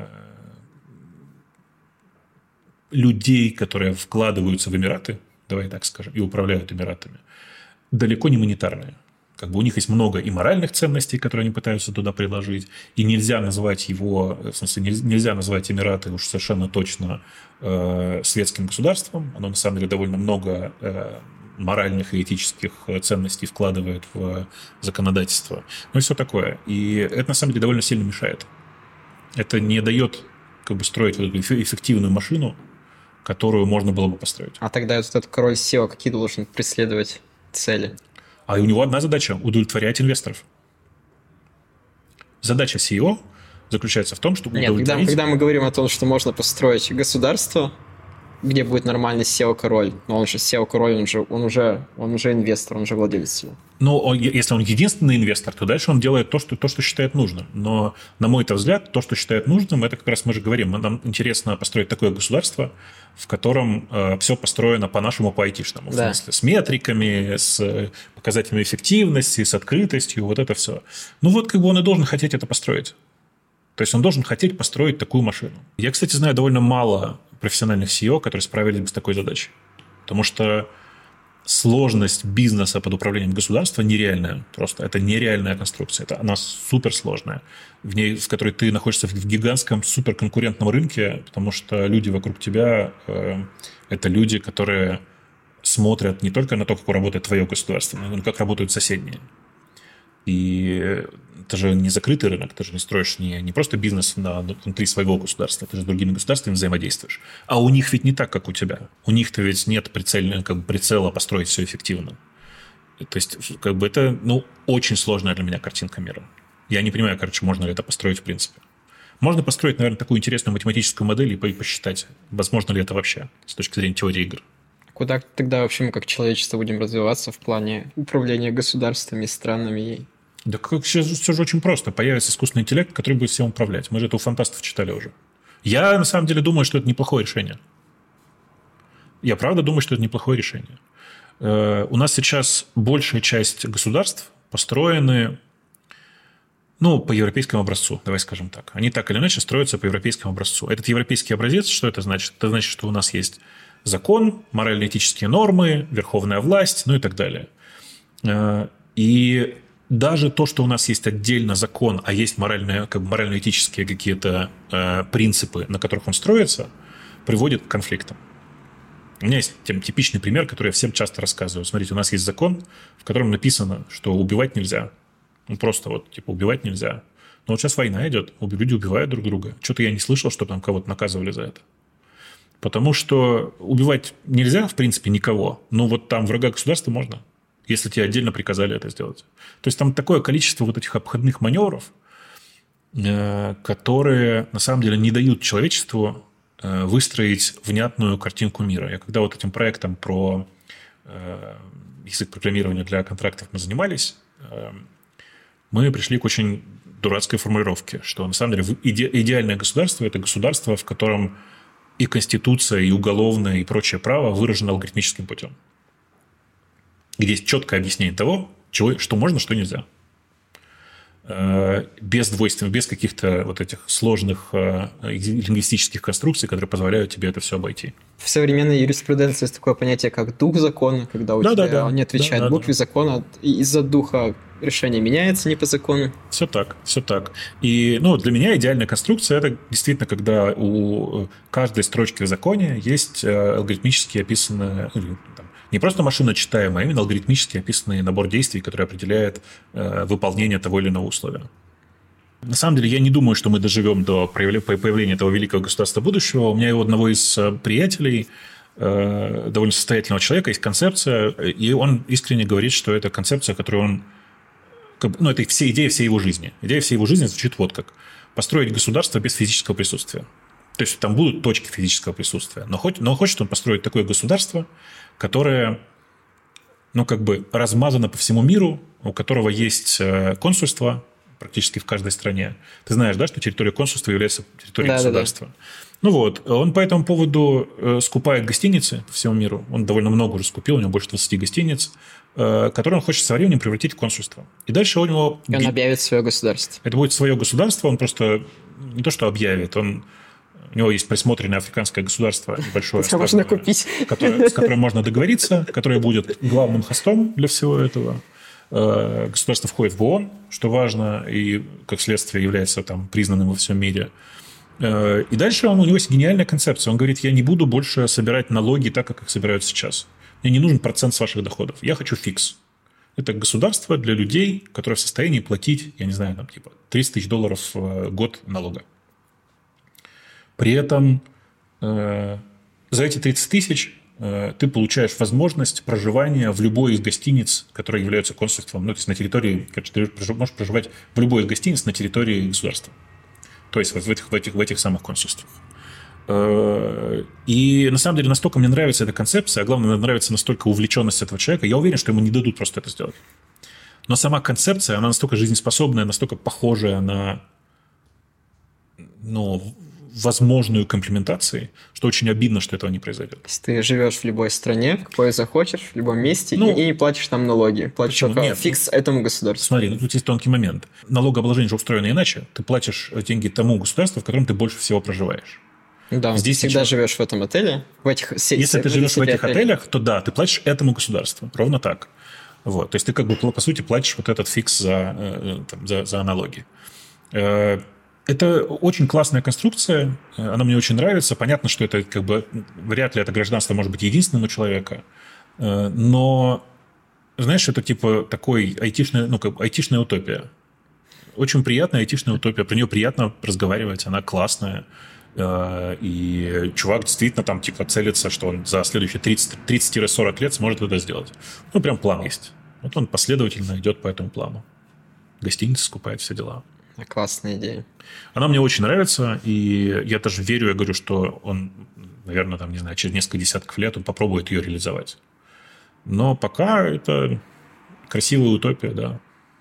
людей, которые вкладываются в Эмираты, давай так скажем, и управляют Эмиратами, далеко не монетарные. Как бы у них есть много и моральных ценностей, которые они пытаются туда приложить, и нельзя называть его, в смысле, нельзя назвать Эмираты уж совершенно точно э, светским государством. Оно на самом деле довольно много э, моральных и этических ценностей вкладывает в законодательство. Ну и все такое. И это на самом деле довольно сильно мешает. Это не дает как бы строить вот эту эффективную машину, которую можно было бы построить. А тогда этот король си и о какие должен преследовать цели? А у него одна задача – удовлетворять инвесторов. Задача си и о заключается в том, чтобы Нет, удовлетворить... Нет, когда, когда мы говорим о том, что можно построить государство, где будет нормальный си и о-король, но он же си и о-король, он же, он, уже, он уже инвестор, он же владелец. Ну, если он единственный инвестор, то дальше он делает то, что, то, что считает нужным. Но, на мой взгляд, то, что считает нужным, это как раз мы же говорим, нам интересно построить такое государство, в котором э, все построено по-нашему, по-айтишному. Да. В смысле, с метриками, с показателями эффективности, с открытостью, вот это все. Ну вот как бы он и должен хотеть это построить. То есть он должен хотеть построить такую машину. Я, кстати, знаю довольно мало профессиональных си и о, которые справились бы с такой задачей. Потому что сложность бизнеса под управлением государства нереальная. Просто это нереальная конструкция. Это, она суперсложная. В ней, в которой ты находишься в гигантском суперконкурентном рынке, потому что люди вокруг тебя э, это люди, которые смотрят не только на то, как работает твое государство, но и на как работают соседние. И это же не закрытый рынок, ты же не строишь не, не просто бизнес на, внутри своего государства, ты же с другими государствами взаимодействуешь. А у них ведь не так, как у тебя. У них-то ведь нет прицельного, как бы, прицела построить все эффективно. То есть, как бы это, ну, очень сложная для меня картинка мира. Я не понимаю, короче, можно ли это построить в принципе. Можно построить, наверное, такую интересную математическую модель и посчитать, возможно ли это вообще с точки зрения теории игр. Куда тогда вообще мы как человечество будем развиваться в плане управления государствами, странами? Да как, все, все же очень просто. Появится искусственный интеллект, который будет всем управлять. Мы же это у фантастов читали уже. Я на самом деле думаю, что это неплохое решение. Я правда думаю, что это неплохое решение. У нас сейчас большая часть государств построены Ну, по европейскому образцу, давай скажем так. Они так или иначе строятся по европейскому образцу. Этот европейский образец, что это значит? Это значит, что у нас есть закон, морально-этические нормы, верховная власть, ну и так далее. И даже то, что у нас есть отдельно закон, а есть моральные, как бы морально-этические какие-то принципы, на которых он строится, приводит к конфликтам. У меня есть типичный пример, который я всем часто рассказываю. Смотрите, у нас есть закон, в котором написано, что убивать нельзя. Ну, просто вот, типа, убивать нельзя. Но вот сейчас война идет, люди убивают друг друга. Что-то я не слышал, что там кого-то наказывали за это. Потому что убивать нельзя, в принципе, никого. Но вот там врага государства можно, если тебе отдельно приказали это сделать. То есть там такое количество вот этих обходных маневров, которые, на самом деле, не дают человечеству выстроить внятную картинку мира. Я когда вот этим проектом про язык программирования для контрактов мы занимались, мы пришли к очень дурацкой формулировке, что на самом деле иде- идеальное государство – это государство, в котором и конституция, и уголовное, и прочее право выражено алгоритмическим путем. Где есть четкое объяснение того, чего, что можно, что нельзя. Без двойственных, без каких-то вот этих сложных лингвистических конструкций, которые позволяют тебе это все обойти. В современной юриспруденции есть такое понятие, как дух закона, когда у да, тебя да, да. не отвечает да, да, букве да. закона, и из-за духа решение меняется не по закону. Все так, все так. И ну, для меня идеальная конструкция – это действительно, когда у каждой строчки в законе есть алгоритмически описанная, там, не просто машина читаемая, а именно алгоритмически описанный набор действий, который определяет э, выполнение того или иного условия. На самом деле, я не думаю, что мы доживем до появления этого великого государства будущего. У меня у одного из приятелей, э, довольно состоятельного человека, есть концепция, и он искренне говорит, что это концепция, которую он... Ну, это вся идея всей его жизни. Идея всей его жизни звучит вот как. Построить государство без физического присутствия. То есть, там будут точки физического присутствия. Но, хоть, но хочет он построить такое государство, которое, ну, как бы размазано по всему миру, у которого есть консульство практически в каждой стране. Ты знаешь, да, что территория консульства является территорией да, государства. Да, да. Ну вот, он по этому поводу скупает гостиницы по всему миру. Он довольно много уже скупил, у него больше двадцати гостиниц, которые он хочет со временем превратить в консульство. И дальше у него... И он объявит свое государство. Это будет свое государство, он просто не то что объявит, он... У него есть присмотренное африканское государство небольшое, это можно купить. Которое, с которым можно договориться, которое будет главным хостом для всего этого. Государство входит в ООН, что важно, и, как следствие, является там признанным во всем мире. И дальше он, у него есть гениальная концепция. Он говорит, я не буду больше собирать налоги так, как их собирают сейчас. Мне не нужен процент с ваших доходов. Я хочу фикс. Это государство для людей, которые в состоянии платить, я не знаю, там типа тридцать тысяч долларов в год налога. При этом э, за эти тридцать тысяч э, ты получаешь возможность проживания в любой из гостиниц, которые являются консульством. Ну, то есть на территории, короче, ты можешь проживать в любой из гостиниц на территории государства. То есть вот в этих, в этих, в этих самых консульствах. Э, и на самом деле настолько мне нравится эта концепция, а главное, мне нравится настолько увлеченность этого человека, я уверен, что ему не дадут просто это сделать. Но сама концепция, она настолько жизнеспособная, настолько похожая на... Ну, возможную комплементацию, что очень обидно, что этого не произойдет. Если ты живешь в любой стране, в какой захочешь, в любом месте, ну, и не платишь там налоги. Платишь только Нет, фикс ну, этому государству. Смотри, ну, тут есть тонкий момент. Налогообложение же устроено иначе. Ты платишь деньги тому государству, в котором ты больше всего проживаешь. Да, Здесь ты всегда сейчас... живешь в этом отеле, в этих сетях. Если ты живешь в этих отелях, отелях, то да, ты платишь этому государству. Ровно так. Вот. То есть ты как бы, по сути, платишь вот этот фикс за, там, за, за налоги. Это очень классная конструкция, она мне очень нравится. Понятно, что это как бы вряд ли это гражданство может быть единственным у человека, но, знаешь, это типа такой айтишная, ну, как айтишная утопия. Очень приятная айтишная утопия, про нее приятно разговаривать, она классная. И чувак действительно там типа целится, что он за следующие тридцать-сорок лет сможет это сделать. Ну, прям план есть. Вот он последовательно идет по этому плану. Гостиницы скупает, все дела. Классная идея. Она мне очень нравится, и я даже верю, я говорю, что он, наверное, там, не знаю, через несколько десятков лет он попробует ее реализовать. Но пока это красивая утопия, да.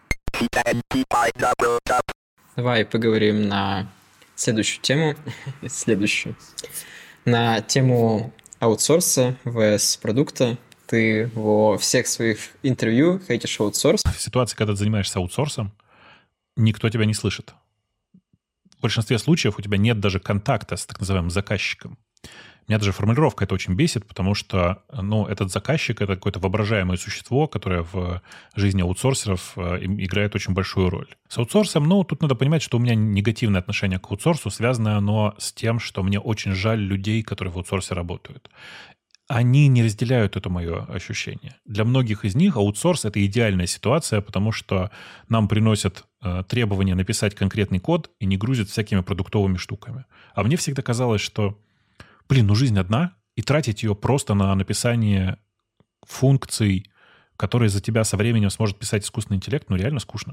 Давай поговорим на следующую тему. следующую. На тему аутсорса vs продукта. Ты во всех своих интервью хейтишь аутсорс. В ситуации, когда ты занимаешься аутсорсом, никто тебя не слышит. В большинстве случаев у тебя нет даже контакта с так называемым заказчиком. Меня даже формулировка это очень бесит, потому что ну, этот заказчик — это какое-то воображаемое существо, которое в жизни аутсорсеров играет очень большую роль. С аутсорсом, ну, тут надо понимать, что у меня негативное отношение к аутсорсу, связано оно с тем, что мне очень жаль людей, которые в аутсорсе работают. Они не разделяют это мое ощущение. Для многих из них аутсорс — это идеальная ситуация, потому что нам приносят э, требования написать конкретный код и не грузят всякими продуктовыми штуками. А мне всегда казалось, что блин, ну жизнь одна, и тратить ее просто на написание функций, которые за тебя со временем сможет писать искусственный интеллект, ну реально скучно.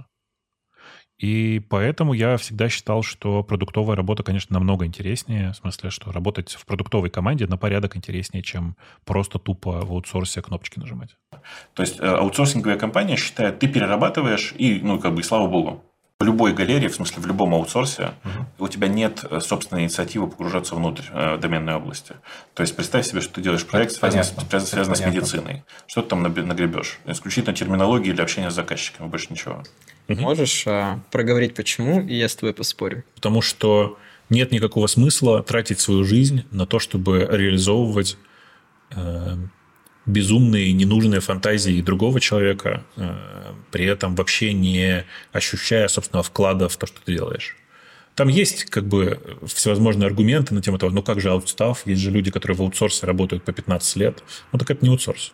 И поэтому я всегда считал, что продуктовая работа, конечно, намного интереснее, в смысле, что работать в продуктовой команде на порядок интереснее, чем просто тупо в аутсорсе кнопочки нажимать. То есть аутсорсинговая компания считает, ты перерабатываешь, и, ну, как бы, и слава богу. В любой галерее, в смысле в любом аутсорсе, угу. у тебя нет собственной инициативы погружаться внутрь э, доменной области. То есть представь себе, что ты делаешь проект, связанный, с, связанный с медициной. Что ты там нагребешь? Исключительно терминологии для общения с заказчиками, больше ничего. Угу. Можешь а, проговорить почему, и я с тобой поспорю. Потому что нет никакого смысла тратить свою жизнь на то, чтобы реализовывать э, безумные, ненужные фантазии другого человека, при этом вообще не ощущая собственного вклада в то, что ты делаешь. Там есть как бы всевозможные аргументы на тему того, ну как же аутстафф, есть же люди, которые в аутсорсе работают по пятнадцать лет. Ну так это не аутсорс.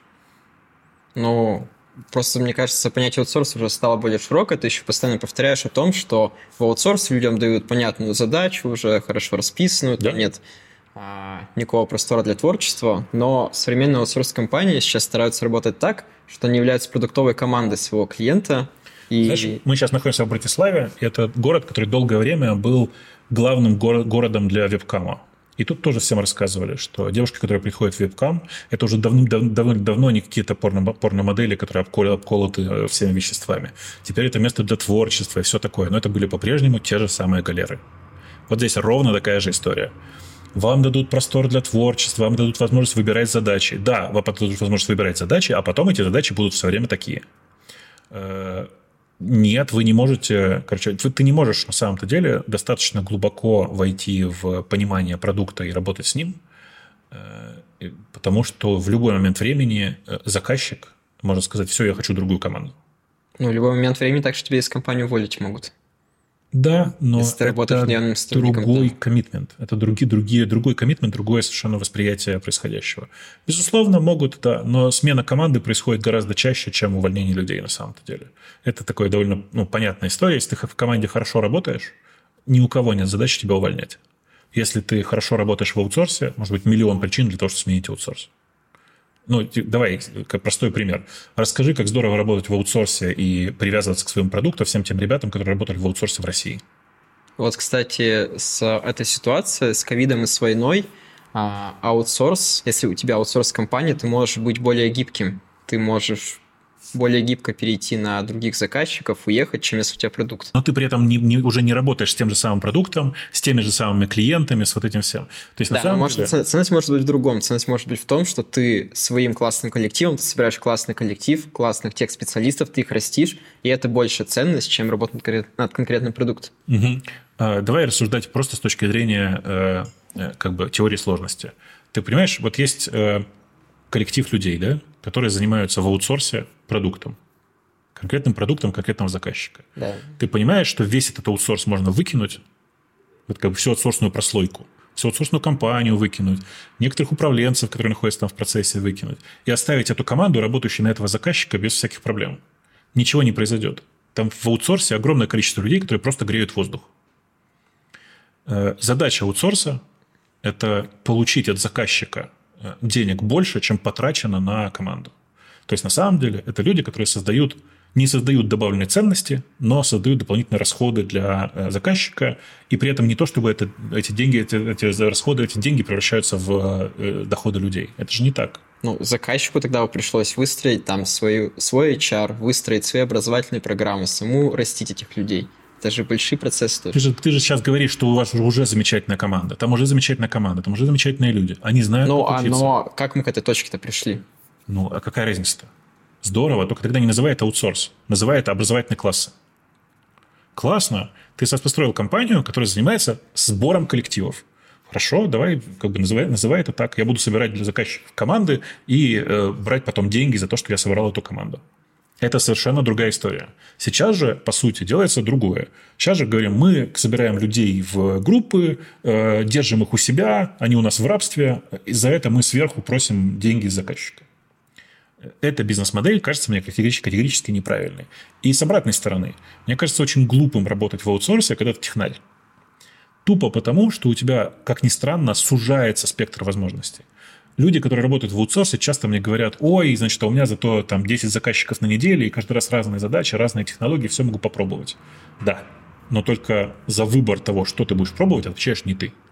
Ну, просто, мне кажется, понятие аутсорса уже стало более широкое. Ты еще постоянно повторяешь о том, что в аутсорсе людям дают понятную задачу, уже хорошо расписанную, да? Нет а, никакого простора для творчества, но современные аутсорс-компании сейчас стараются работать так, что они являются продуктовой командой своего клиента. И... Знаешь, мы сейчас находимся в Братиславе, и это город, который долгое время был главным горо- городом для вебкама. И тут тоже всем рассказывали, что девушки, которые приходят в вебкам, это уже давным-давно не какие-то порно- порномодели, которые обколоты всеми веществами. Теперь это место для творчества и все такое. Но это были по-прежнему те же самые галеры. Вот здесь ровно такая же история. Вам дадут простор для творчества, вам дадут возможность выбирать задачи. Да, вам дадут возможность выбирать задачи, а потом эти задачи будут все время такие. Нет, вы не можете... Короче, ты не можешь на самом-то деле достаточно глубоко войти в понимание продукта и работать с ним, потому что в любой момент времени заказчик может сказать, все, я хочу другую команду. Ну, в любой момент времени так что тебя из компании уволить могут. Да, но если это другой коммитмент. Это другие, другие, другой коммитмент, другое совершенно восприятие происходящего. Безусловно, могут, да, но смена команды происходит гораздо чаще, чем увольнение людей на самом-то деле. Это такая довольно ну, понятная история. Если ты в команде хорошо работаешь, ни у кого нет задачи тебя увольнять. Если ты хорошо работаешь в аутсорсе, может быть, миллион причин для того, чтобы сменить аутсорс. Ну, давай, как простой пример. Расскажи, как здорово работать в аутсорсе и привязываться к своему продукту всем тем ребятам, которые работали в аутсорсе в России. Вот, кстати, с этой ситуацией, с ковидом и с войной, аутсорс, если у тебя аутсорс-компания, ты можешь быть более гибким. Ты можешь более гибко перейти на других заказчиков, уехать, чем если у тебя продукт. Но ты при этом не, не, уже не работаешь с тем же самым продуктом, с теми же самыми клиентами, с вот этим всем. То есть, да, на самом может, деле... ценность может быть в другом. Ценность может быть в том, что ты своим классным коллективом, ты собираешь классный коллектив, классных тех специалистов, ты их растишь, и это больше ценность, чем работать над конкретным продуктом. Угу. А, давай рассуждать просто с точки зрения э, как бы теории сложности. Ты понимаешь, вот есть э, коллектив людей, да, которые занимаются в аутсорсе продуктом, конкретным продуктом конкретного заказчика. Да. Ты понимаешь, что весь этот аутсорс можно выкинуть, вот как бы всю аутсорсную прослойку, всю аутсорсную компанию выкинуть, некоторых управленцев, которые находятся там в процессе, выкинуть, и оставить эту команду, работающую на этого заказчика, без всяких проблем. Ничего не произойдет. Там в аутсорсе огромное количество людей, которые просто греют воздух. Задача аутсорса – это получить от заказчика денег больше, чем потрачено на команду. То есть, на самом деле, это люди, которые создают, не создают добавленной ценности, но создают дополнительные расходы для заказчика, и при этом не то, чтобы это, эти деньги, эти, эти расходы, эти деньги превращаются в доходы людей. Это же не так. Ну, заказчику тогда пришлось выстроить там свою, свой эйч ар, выстроить свои образовательные программы, саму растить этих людей. Это же большие процессы тоже. Ты же, ты же сейчас говоришь, что у вас уже замечательная команда. Там уже замечательная команда, там уже замечательные люди. Они знают, ну, как а, учиться. Но как мы к этой точке-то пришли? Ну, а какая разница-то? Здорово, только тогда не называй это аутсорс. Называй это образовательные классы. Классно. Ты сейчас построил компанию, которая занимается сбором коллективов. Хорошо, давай как бы называй, называй это так. Я буду собирать для заказчиков команды и э, брать потом деньги за то, что я собрал эту команду. Это совершенно другая история. Сейчас же, по сути, делается другое. Сейчас же говорим, мы собираем людей в группы, э, держим их у себя, они у нас в рабстве, и за это мы сверху просим деньги из заказчика. Эта бизнес-модель кажется мне категорически, категорически неправильной. И с обратной стороны, мне кажется очень глупым работать в аутсорсе, когда ты технарь. Тупо потому, что у тебя, как ни странно, сужается спектр возможностей. Люди, которые работают в аутсорсе, часто мне говорят, ой, значит, а у меня зато там десять заказчиков на неделю, и каждый раз разные задачи, разные технологии, все могу попробовать. Да, но только за выбор того, что ты будешь пробовать, отвечаешь не ты.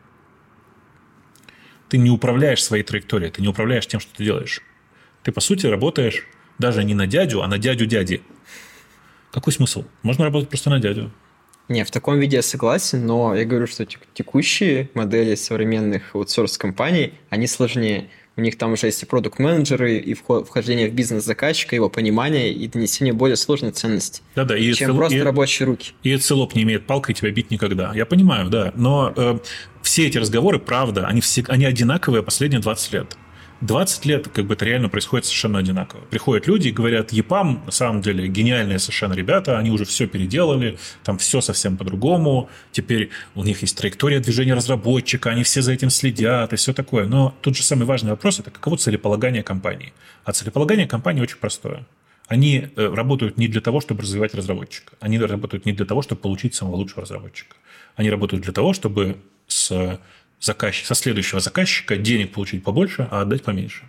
Ты не управляешь своей траекторией, ты не управляешь тем, что ты делаешь. Ты, по сути, работаешь даже не на дядю, а на дядю дяди. Какой смысл? Можно работать просто на дядю. Не, в таком виде я согласен, но я говорю, что текущие модели современных аутсорс-компаний, они сложнее. У них там уже есть и продукт-менеджеры, и вхождение в бизнес заказчика, его понимание и донесение более сложной ценности, да-да, и чем цел... просто и... рабочие руки. И целоп не имеет палкой тебя бить никогда. Я понимаю, да. Но э, все эти разговоры, правда, они, все... они одинаковые последние двадцать лет. двадцать лет как бы это реально происходит совершенно одинаково. Приходят люди и говорят, ЕПАМ, на самом деле, гениальные совершенно ребята, они уже все переделали, там все совсем по-другому, теперь у них есть траектория движения разработчика, они все за этим следят и все такое. Но тут же самый важный вопрос – это каково целеполагание компании. А целеполагание компании очень простое. Они работают не для того, чтобы развивать разработчика. Они работают не для того, чтобы получить самого лучшего разработчика. Они работают для того, чтобы с... Заказчик, со следующего заказчика денег получить побольше, а отдать поменьше.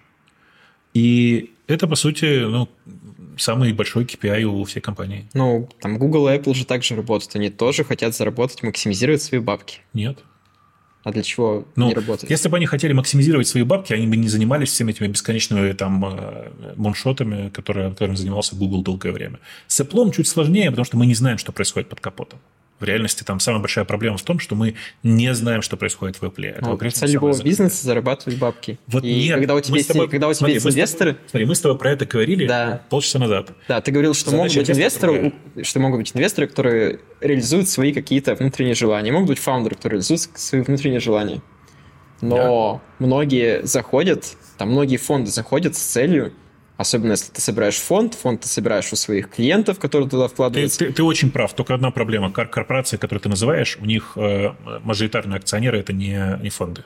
И это, по сути, ну, самый большой кей пи ай у всей компании. Ну, там Google и Apple же также работают. Они тоже хотят заработать, максимизировать свои бабки. Нет. А для чего ну, не работать? Если бы они хотели максимизировать свои бабки, они бы не занимались всеми этими бесконечными там муншотами, которые, которыми занимался Google долгое время. С Apple чуть сложнее, потому что мы не знаем, что происходит под капотом. В реальности там самая большая проблема в том, что мы не знаем, что происходит в Apple. Это, ну, цель любого бизнеса – зарабатывать бабки. Вот и нет, когда у тебя, есть, тобой, когда у тебя смотри, есть инвесторы… Тобой, смотри, мы с тобой про это говорили да. полчаса назад. Да, ты говорил, что могут, быть инвесторы, что могут быть инвесторы, которые реализуют свои какие-то внутренние желания. Могут быть фаундеры, которые реализуют свои внутренние желания. Но да. многие заходят, там многие фонды заходят с целью, особенно если ты собираешь фонд, фонд ты собираешь у своих клиентов, которые туда вкладываются. Ты, ты, ты очень прав. Только одна проблема. Корпорации, которые ты называешь, у них э, мажоритарные акционеры – это не, не фонды.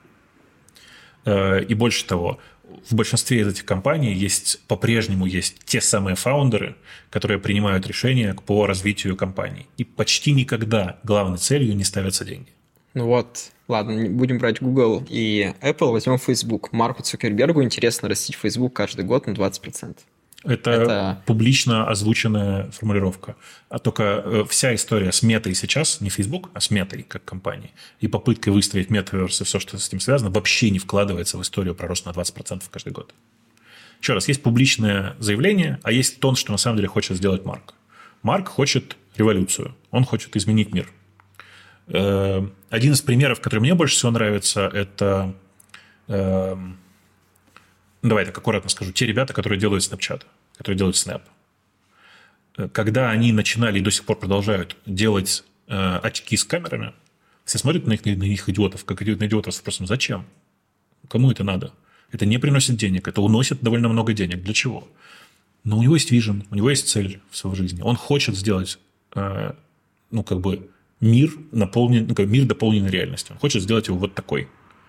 Э, и больше того, в большинстве из этих компаний есть, по-прежнему есть те самые фаундеры, которые принимают решения по развитию компании. И почти никогда главной целью не ставятся деньги. Ну вот, ладно, будем брать Google и Apple, возьмем Facebook. Марку Цукербергу интересно растить Facebook каждый год на двадцать процентов. Это, Это публично озвученная формулировка. А только вся история с метой сейчас, не Facebook, а с метой как компанией, и попыткой выстроить метаверс и все, что с этим связано, вообще не вкладывается в историю про рост на двадцать процентов каждый год. Еще раз, есть публичное заявление, а есть то, что на самом деле хочет сделать Марк. Марк хочет революцию, он хочет изменить мир. Один из примеров, который мне больше всего нравится, это, э, давай так аккуратно скажу, те ребята, которые делают Snapchat, которые делают Snap. Когда они начинали и до сих пор продолжают делать э, очки с камерами, все смотрят на них, на них идиотов, как на идиотов с вопросом, зачем? Кому это надо? Это не приносит денег, это уносит довольно много денег. Для чего? Но у него есть вижен, у него есть цель в своей жизни. Он хочет сделать, э, ну, как бы, мир, наполнен, ну, мир дополненной реальностью. Он хочет сделать его вот такой.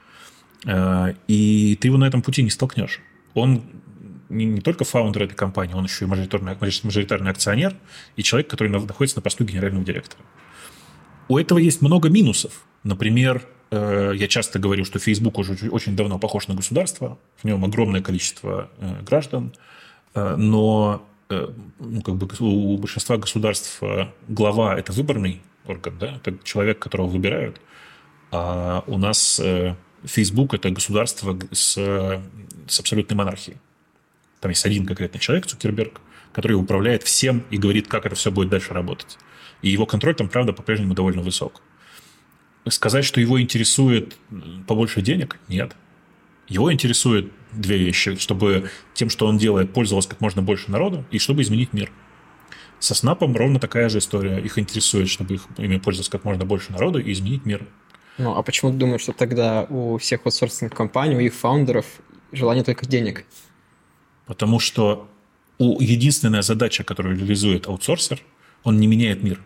И ты его на этом пути не столкнешь. Он не, не только фаундер этой компании, он еще и мажоритарный, мажоритарный акционер и человек, который находится на посту генерального директора. У этого есть много минусов. Например, я часто говорю, что Facebook уже очень давно похож на государство, в нем огромное количество граждан, но ну, как бы у большинства государств глава – это выборный орган, да? Это человек, которого выбирают. А у нас Facebook – это государство с, с абсолютной монархией. Там есть один конкретный человек, Цукерберг, который управляет всем и говорит, как это все будет дальше работать. И его контроль там, правда, по-прежнему довольно высок. Сказать, что его интересует побольше денег – нет. Его интересует две вещи. Чтобы тем, что он делает, пользовалось как можно больше народу, и чтобы изменить мир. Со Снапом ровно такая же история. Их интересует, чтобы их, ими пользоваться как можно больше народу и изменить мир. Ну, а почему ты думаешь, что тогда у всех аутсорсинговых компаний, у их фаундеров желание только денег? Потому что у единственная задача, которую реализует аутсорсер, он не меняет мир.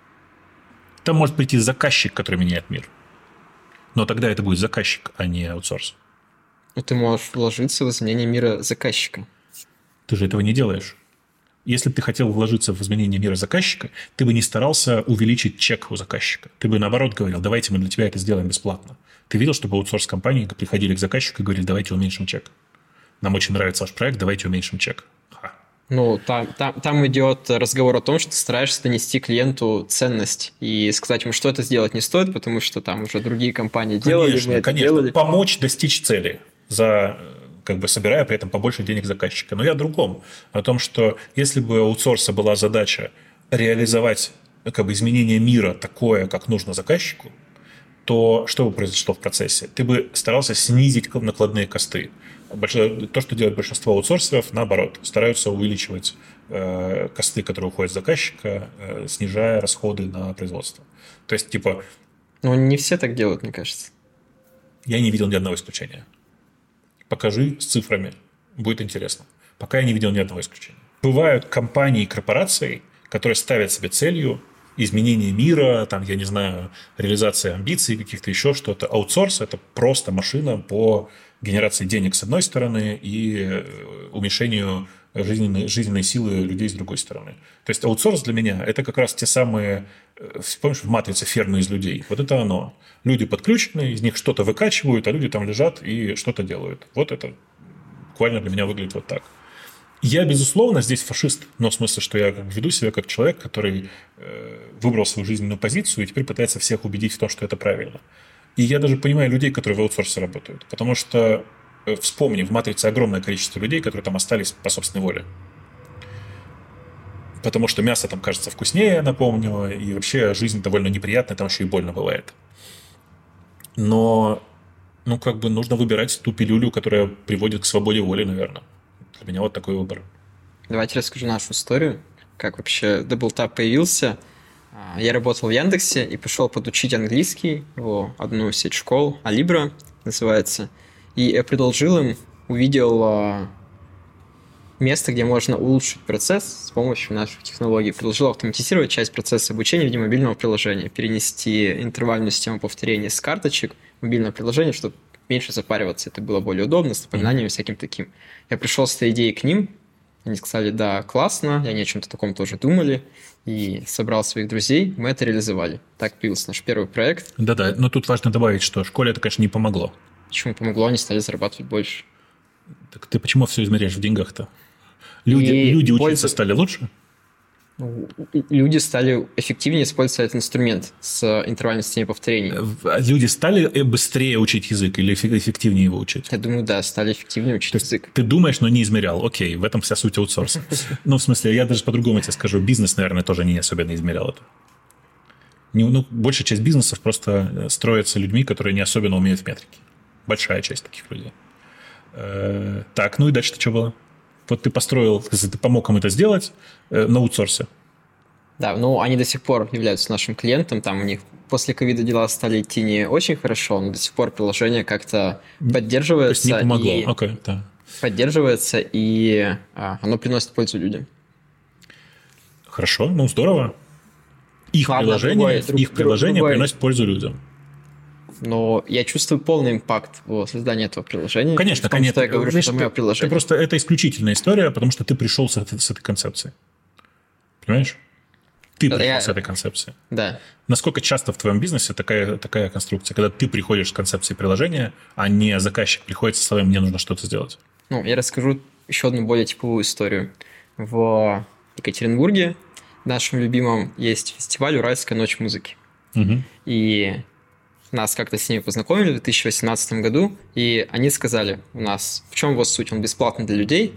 Там может прийти заказчик, который меняет мир. Но тогда это будет заказчик, а не аутсорс. Но ты можешь вложиться в изменение мира заказчика. Ты же этого не делаешь. Если бы ты хотел вложиться в изменение мира заказчика, ты бы не старался увеличить чек у заказчика. Ты бы, наоборот, говорил, давайте мы для тебя это сделаем бесплатно. Ты видел, чтобы аутсорс-компании приходили к заказчику и говорили, давайте уменьшим чек. Нам очень нравится ваш проект, давайте уменьшим чек. Ха. Ну, там, там, там идет разговор о том, что ты стараешься донести клиенту ценность и сказать ему, что это сделать не стоит, потому что там уже другие компании делали, конечно, мы это конечно. делали. Помочь достичь цели, за, как бы собирая при этом побольше денег заказчика. Но я о другом. О том, что если бы у аутсорса была задача реализовать как бы, изменение мира такое, как нужно заказчику, то что бы произошло в процессе? Ты бы старался снизить накладные косты. То, что делает большинство аутсорсеров, наоборот, стараются увеличивать э, косты, которые уходят с заказчика, э, снижая расходы на производство. То есть, типа... Ну, не все так делают, мне кажется. Я не видел ни одного исключения. Покажи с цифрами, будет интересно. Пока я не видел ни одного исключения. Бывают компании и корпорации, которые ставят себе целью изменение мира, там, я не знаю, реализация амбиций, каких-то еще что-то. Аутсорс – это просто машина по генерации денег с одной стороны и уменьшению жизненной, жизненной силы людей с другой стороны. То есть аутсорс для меня – это как раз те самые, помнишь, в матрице фермы из людей. Вот это оно. Люди подключены, из них что-то выкачивают, а люди там лежат и что-то делают. Вот это буквально для меня выглядит вот так. Я, безусловно, здесь фашист, но в смысле, что я веду себя как человек, который э, выбрал свою жизненную позицию и теперь пытается всех убедить в том, что это правильно. И я даже понимаю людей, которые в аутсорсе работают. Потому что, э, вспомни, в матрице огромное количество людей, которые там остались по собственной воле. Потому что мясо там кажется вкуснее, напомню, и вообще жизнь довольно неприятная, там еще и больно бывает. Но, ну, как бы нужно выбирать ту пилюлю, которая приводит к свободе воли, наверное. Для меня вот такой выбор. Давайте расскажу нашу историю, как вообще DoubleTap появился. Я работал в Яндексе и пошел подучить английский в одну сеть школ, Alibra называется. И я предложил им, увидел место, где можно улучшить процесс с помощью наших технологий. Предложил автоматизировать часть процесса обучения в виде мобильного приложения, перенести интервальную систему повторения с карточек в мобильное приложение, чтобы меньше запариваться, это было более удобно, с напоминаниями всяким таким. Я пришел с этой идеей к ним, они сказали, да, классно, и они о чем-то таком тоже думали, и собрал своих друзей, мы это реализовали. Так появился наш первый проект. Да-да, но тут важно добавить, что школе это, конечно, не помогло. Почему помогло? Они стали зарабатывать больше. Так ты почему все измеряешь в деньгах-то? Люди, люди учиться пользу... стали лучше? Люди стали эффективнее использовать этот инструмент с интервальной системой повторений. Люди стали быстрее учить язык или эффективнее его учить? Я думаю, да, стали эффективнее учить То язык. Ты думаешь, но не измерял. Окей, в этом вся суть аутсорса. Ну, в смысле, я даже по-другому тебе скажу. Бизнес, наверное, тоже не особенно измерял это. Ну, большая часть бизнесов просто строится людьми, которые не особенно умеют в метрике. Большая часть таких людей. Так, ну и дальше-то что было? Вот ты построил, ты помог им это сделать э, на аутсорсе. Да, ну они до сих пор являются нашим клиентом. Там у них после ковида дела стали идти не очень хорошо, но до сих пор приложение как-то поддерживается. То есть не помогло. И okay, да. Поддерживается, и а, оно приносит пользу людям. Хорошо, ну здорово. Их Ладно, приложение, другой, их приложение другой. приносит пользу людям. Но я чувствую полный импакт в создании этого приложения. Конечно, потому конечно. Что я говорю, Видишь, что это мое приложение. Это просто это исключительная история, потому что ты пришел с этой, с этой концепцией. Понимаешь? Ты пришел я... с этой концепцией. Да. Насколько часто в твоем бизнесе такая, такая конструкция, когда ты приходишь с концепцией приложения, а не заказчик приходит со словами «мне нужно что-то сделать»? Ну, я расскажу еще одну более типовую историю. В Екатеринбурге, нашим любимым, есть фестиваль «Уральская ночь музыки». Угу. И нас как-то с ними познакомили в две тысячи восемнадцатом году, и они сказали у нас, в чем его суть, он бесплатный для людей,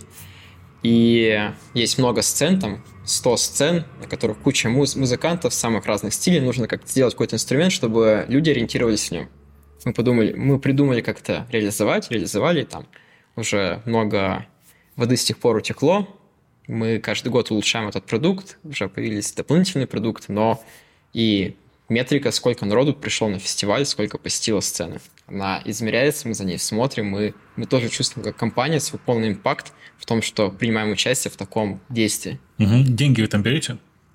и есть много сцен, там сто сцен, на которых куча муз- музыкантов самых разных стилей, нужно как-то сделать какой-то инструмент, чтобы люди ориентировались в нем. Мы подумали, мы придумали как это реализовать, реализовали, там уже много воды с тех пор утекло, Мы каждый год улучшаем этот продукт, уже появились дополнительные продукты, но и метрика, сколько народу пришло на фестиваль, сколько посетило сцены. Она измеряется, мы за ней смотрим, мы, мы тоже чувствуем, как компания, свой полный импакт в том, что принимаем участие в таком действии. Угу. Деньги вы там берете?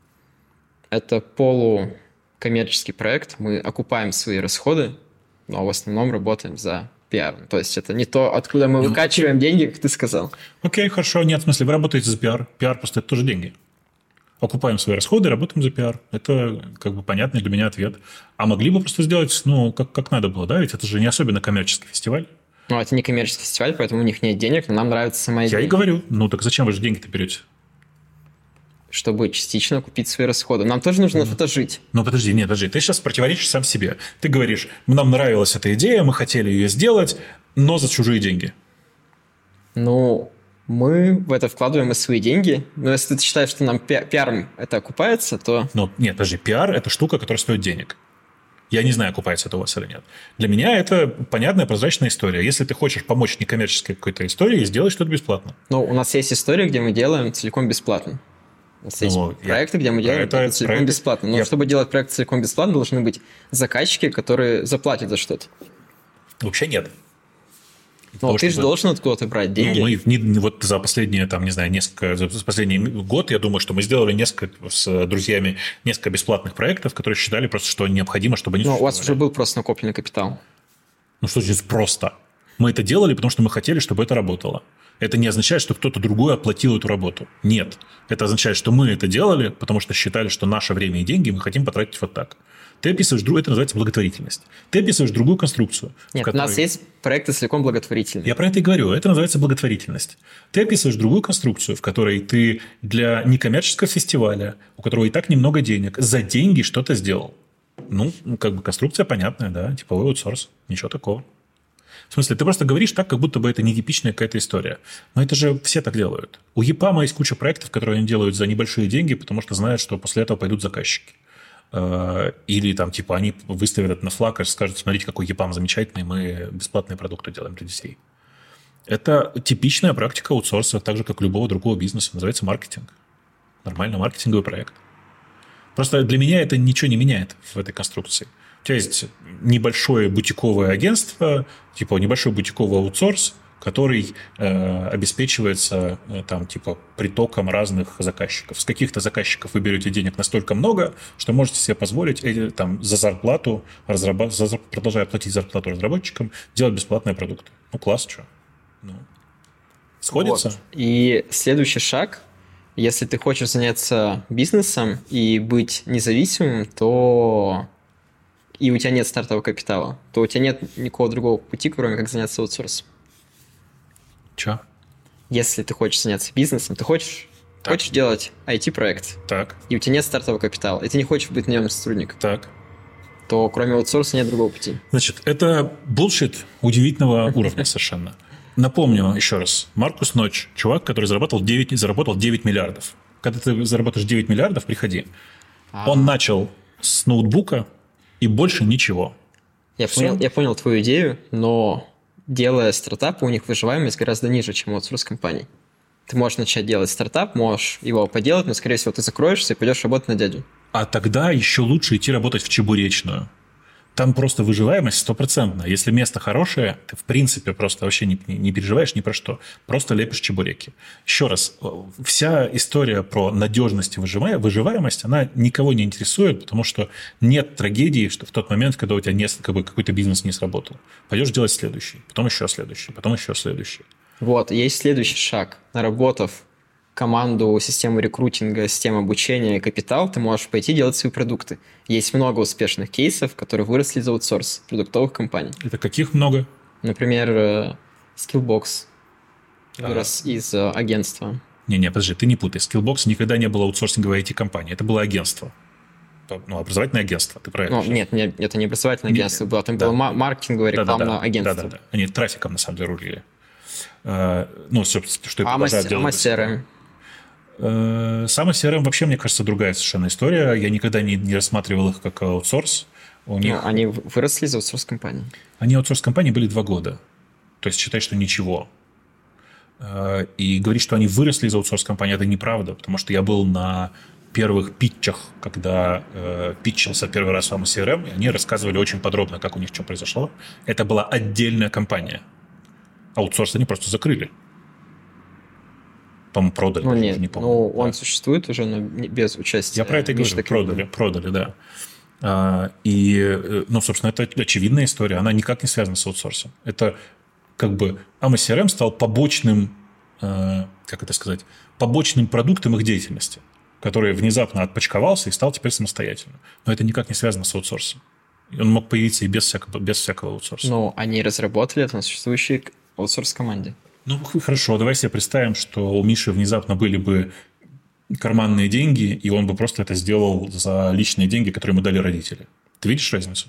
Это полукоммерческий проект, мы окупаем свои расходы, но в основном работаем за пиар. То есть это не то, откуда мы выкачиваем деньги, как ты сказал. Окей, хорошо. Нет, в смысле, вы работаете за пиар. Пиар просто это тоже деньги. Окупаем свои расходы, работаем за пиар. Это как бы понятный для меня ответ. А могли бы просто сделать, ну, как, как надо было, да? Ведь это же не особенно коммерческий фестиваль. Ну, это не коммерческий фестиваль, поэтому у них нет денег, но нам нравится сама идея. Я и говорю. Ну, так зачем вы же деньги-то берете? Чтобы частично купить свои расходы. Нам тоже нужно mm. это жить. Ну, подожди, нет, подожди. Ты сейчас противоречишь сам себе. Ты говоришь, нам нравилась эта идея, мы хотели ее сделать, но за чужие деньги. Ну, мы в это вкладываем и свои деньги. Но если ты считаешь, что нам пи- пиаром это окупается, то... Ну, нет, подожди, пиар – это штука, которая стоит денег. Я не знаю, окупается это у вас или нет. Для меня это понятная, прозрачная история. Если ты хочешь помочь некоммерческой какой-то истории, сделай что-то бесплатно. Ну, у нас есть история, где мы делаем целиком бесплатно. У нас есть ну, проекты, я... где мы делаем это, это целиком проект... бесплатно. Но я... чтобы делать проект целиком бесплатно, должны быть заказчики, которые заплатят за что-то. Вообще нет. Ну, ты чтобы... же должен откуда-то брать деньги. Ну, мы не, не, вот за последние, там, не знаю, несколько, за последний год, я думаю, что мы сделали несколько с друзьями несколько бесплатных проектов, которые считали просто, что необходимо, чтобы они Ну, у вас уже был просто накопленный капитал. Ну, что значит просто? Мы это делали, потому что мы хотели, чтобы это работало. Это не означает, что кто-то другой оплатил эту работу. Нет. Это означает, что мы это делали, потому что считали, что наше время и деньги мы хотим потратить вот так. Ты описываешь другую, это называется благотворительность. Ты описываешь другую конструкцию. Нет, которой... у нас есть проекты целиком благотворительные. Я про это и говорю. Это называется благотворительность. Ты описываешь другую конструкцию, в которой ты для некоммерческого фестиваля, у которого и так немного денег, за деньги что-то сделал. Ну, как бы конструкция понятная, да, типовой аутсорс. Ничего такого. В смысле, ты просто говоришь так, как будто бы это нетипичная какая-то история. Но это же все так делают. У Епама есть куча проектов, которые они делают за небольшие деньги, потому что знают, что после этого пойдут заказчики. Или там, типа, они выставят это на флаг и скажут, смотрите, какой Епам замечательный, мы бесплатные продукты делаем для детей. Это типичная практика аутсорса, так же, как любого другого бизнеса. Называется маркетинг. Нормальный маркетинговый проект. Просто для меня это ничего не меняет в этой конструкции. У тебя есть небольшое бутиковое агентство, типа небольшой бутиковый аутсорс, который э, обеспечивается э, там, типа, притоком разных заказчиков. С каких-то заказчиков вы берете денег настолько много, что можете себе позволить э, там, за зарплату, разраб... за... продолжая платить зарплату разработчикам, делать бесплатные продукты. Ну, класс, что? Ну, сходится? Вот. И следующий шаг, если ты хочешь заняться бизнесом и быть независимым, то... и у тебя нет стартового капитала, то у тебя нет никакого другого пути, кроме как заняться аутсорсом. Че? Если ты хочешь заняться бизнесом, ты хочешь, хочешь делать ай ти-проект, так. и у тебя нет стартового капитала, и ты не хочешь быть наемным сотрудником, так. то кроме аутсорса нет другого пути. Значит, это булшит удивительного уровня совершенно. Напомню еще раз. Маркус Ноч, чувак, который заработал девять, заработал девять миллиардов. Когда ты заработаешь девять миллиардов, приходи. А-а-а. Он начал с ноутбука и больше ничего. Я понял, я понял твою идею, но... делая стартап, у них выживаемость гораздо ниже, чем у аутсорс-компаний. Ты можешь начать делать стартап, можешь его поделать, но, скорее всего, ты закроешься и пойдешь работать на дядю. А тогда еще лучше идти работать в чебуречную. Там просто выживаемость стопроцентная. Если место хорошее, ты, в принципе, просто вообще не, не переживаешь ни про что. Просто лепишь чебуреки. Еще раз, вся история про надежность и выживаемость, она никого не интересует, потому что нет трагедии, что в тот момент, когда у тебя не, как бы, какой-то бизнес не сработал. Пойдешь делать следующий, потом еще следующий, потом еще следующий. Вот, есть следующий шаг. Наработав команду, систему рекрутинга, систему обучения, капитал, ты можешь пойти делать свои продукты. Есть много успешных кейсов, которые выросли из аутсорс продуктовых компаний. Это каких много? Например, Skillbox вырос а. из агентства. Не-не, подожди, ты не путай. Skillbox никогда не было аутсорсинговой ай ти-компанией. Это было агентство. Ну, образовательное агентство, ты правильно? Ну, нет, нет, это не образовательное не, агентство было. Там да. было маркетинговое рекламное да, да, да. агентство. Да, да, да. Они трафиком, на самом деле, рулили. Uh, ну, что и продолжают делать. А си ар эм? Сама си ар эм вообще, мне кажется, другая совершенно история. Я никогда не, не рассматривал их как аутсорс. У них... ну, они выросли из аутсорс-компании. Они аутсорс-компании были два года. То есть считай, что ничего. И говорить, что они выросли из аутсорс-компании, это неправда, потому что я был на первых питчах, когда э, питчился первый раз в эй эм си ар эм, и они рассказывали очень подробно, как у них что произошло. Это была отдельная компания. Аутсорс они просто закрыли. По-моему, продали. Ну, нет, не помню. ну, да. Он существует уже, но без участия. Я про это и говорю. Продали, продали, да. А, и, ну, собственно, это очевидная история. Она никак не связана с аутсорсом. Это как бы эй эм си ар эм стал побочным, э, как это сказать, побочным продуктом их деятельности, который внезапно отпочковался и стал теперь самостоятельным. Но это никак не связано с аутсорсом. Он мог появиться и без всякого, без всякого аутсорса. Ну, они разработали это на существующей аутсорс-команде. Ну, хорошо, давай себе представим, что у Миши внезапно были бы карманные деньги, и он бы просто это сделал за личные деньги, которые ему дали родители. Ты видишь разницу?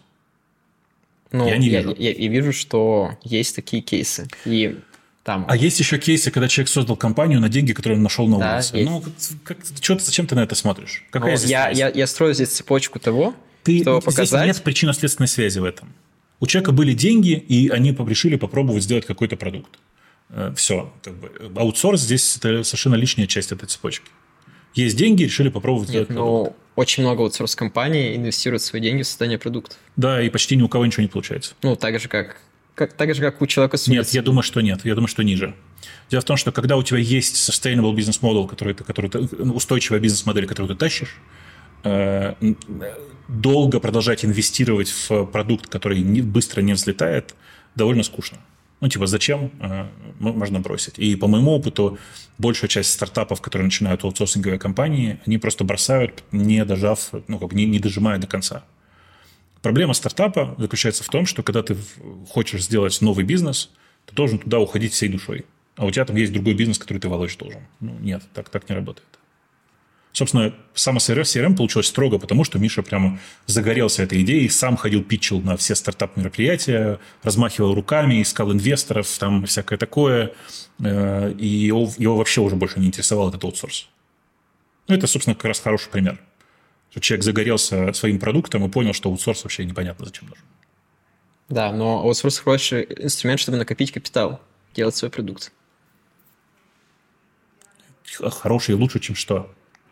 Ну, я не я, вижу. Я, я вижу, что есть такие кейсы. И там... А есть еще кейсы, когда человек создал компанию на деньги, которые он нашел на да, улице. есть. Ну, как, что, зачем ты на это смотришь? Какая ну, здесь я, я, я строю здесь цепочку того, ты, чтобы здесь показать... нет причинно-следственной связи в этом. У человека были деньги, и они решили попробовать сделать какой-то продукт. Все. Как бы. Аутсорс здесь это совершенно лишняя часть этой цепочки. Есть деньги, решили попробовать Нет, сделать продукт. но очень много аутсорс-компаний инвестируют свои деньги в создание продуктов. Да, и почти ни у кого ничего не получается. Ну, так же, как, как, так же, как у человека с улицы. Нет, я думаю, что нет. Я думаю, что ниже. Дело в том, что когда у тебя есть sustainable business model, который ты, который ты, устойчивая бизнес-модель, которую ты тащишь, э, долго продолжать инвестировать в продукт, который не, быстро не взлетает, довольно скучно. Ну, типа, зачем? Э, можно бросить. И по моему опыту, большая часть стартапов, которые начинают аутсорсинговые компании, они просто бросают, не дожав, ну, как бы не, не дожимая до конца. Проблема стартапа заключается в том, что когда ты хочешь сделать новый бизнес, ты должен туда уходить всей душой. А у тебя там есть другой бизнес, который ты волочь должен. Ну, нет, так, так не работает. Собственно, сама си ар эм получилась строго, потому что Миша прямо загорелся этой идеей, сам ходил, питчил на все стартап-мероприятия, размахивал руками, искал инвесторов, там всякое такое, и его, его вообще уже больше не интересовал этот аутсорс. Ну, это, собственно, как раз хороший пример. Человек загорелся своим продуктом и понял, что аутсорс вообще непонятно зачем нужен. Да, но аутсорс хороший инструмент, чтобы накопить капитал, делать свой продукт. Хороший и лучше, чем что?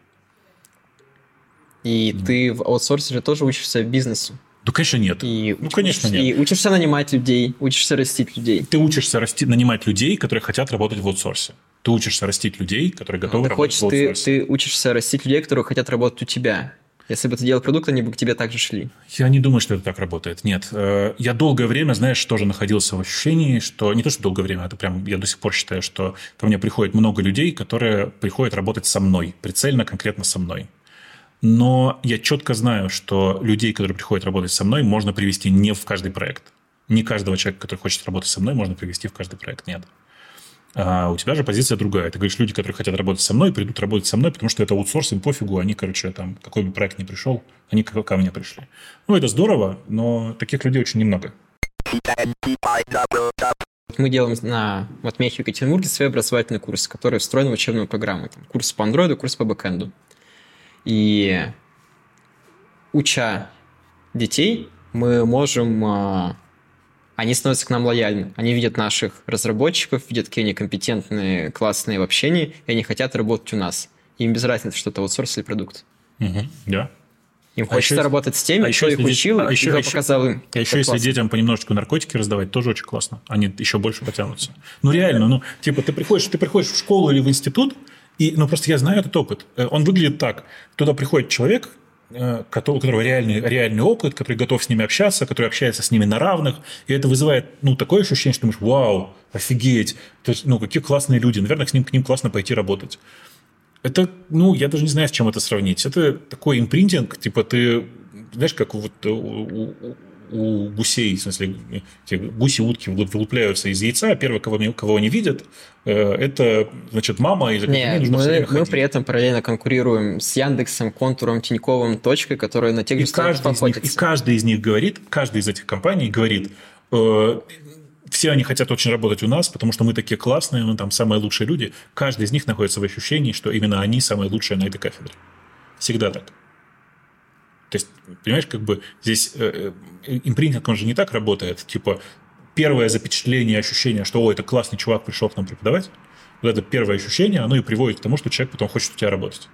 И mm. ты в аутсорсе же тоже учишься бизнесу. Да, конечно, нет. И ну, уч- конечно, учишься, нет. И учишься нанимать людей, учишься растить людей. Ты учишься расти, нанимать людей, которые хотят работать в аутсорсе. Ты учишься растить людей, которые готовы ты работать хочешь, в аутсорсе. Ты, ты учишься растить людей, которые хотят работать у тебя. Если бы ты делал продукт, они бы к тебе так же шли. Я не думаю, что это так работает. Нет. Я долгое время, знаешь, тоже находился в ощущении, что... Не то, что долгое время, это прям... Я до сих пор считаю, что ко мне приходит много людей, которые приходят работать со мной. Прицельно, конкретно со мной. Но я четко знаю, что людей, которые приходят работать со мной, можно привести не в каждый проект. Не каждого человека, который хочет работать со мной, можно привести в каждый проект. Нет. А у тебя же позиция другая. Ты говоришь, люди, которые хотят работать со мной, придут работать со мной, потому что это аутсорс, им пофигу, они, короче, там, какой бы проект ни пришел, они ко мне пришли. Ну, это здорово, но таких людей очень немного. Мы делаем на Матмехе в Екатеринбурге свой образовательный курс, который встроен в учебную программу. Там, курс по андроиду, курс по бэкэнду. И уча детей, мы можем... Они становятся к нам лояльны. Они видят наших разработчиков, видят, какие они компетентные, классные в общении, и они хотят работать у нас. Им без разницы, что это аутсорс или продукт. Угу, да. Им а хочется еще, работать с теми, а кто их учил, а и еще, кто еще, показал им. А еще, если классно. Детям понемножечку наркотики раздавать, тоже очень классно. Они еще больше потянутся. Ну, реально, ну, типа, ты приходишь, ты приходишь в школу или в институт, и, ну, просто я знаю этот опыт. Он выглядит так. Туда приходит человек, у которого реальный, реальный опыт, который готов с ними общаться, который общается с ними на равных, и это вызывает, ну, такое ощущение, что ты думаешь, вау, офигеть, то есть, ну, какие классные люди, наверное, к ним, к ним классно пойти работать. Это, ну, я даже не знаю, с чем это сравнить. Это такой импринтинг, типа ты, знаешь, как вот у, у, у гусей, в смысле, гуси, утки вылупляются из яйца, первое, кого, кого они видят, это, значит, мама, и за которой нужно все время ходить. Мы при этом параллельно конкурируем с Яндексом, Контуром, Тиньковым, Точкой, которые на тех же стартах охотятся. И каждый из них говорит, каждый из этих компаний говорит, э, все они хотят очень работать у нас, потому что мы такие классные, мы там самые лучшие люди. Каждый из них находится в ощущении, что именно они самые лучшие на этой кафедре. Всегда так. То есть, понимаешь, как бы здесь э, импринтинг, он же не так работает, типа... Первое запечатление, ощущение, что, о, это классный чувак пришел к нам преподавать, Вот это первое ощущение, оно и приводит к тому, что человек потом хочет у тебя работать.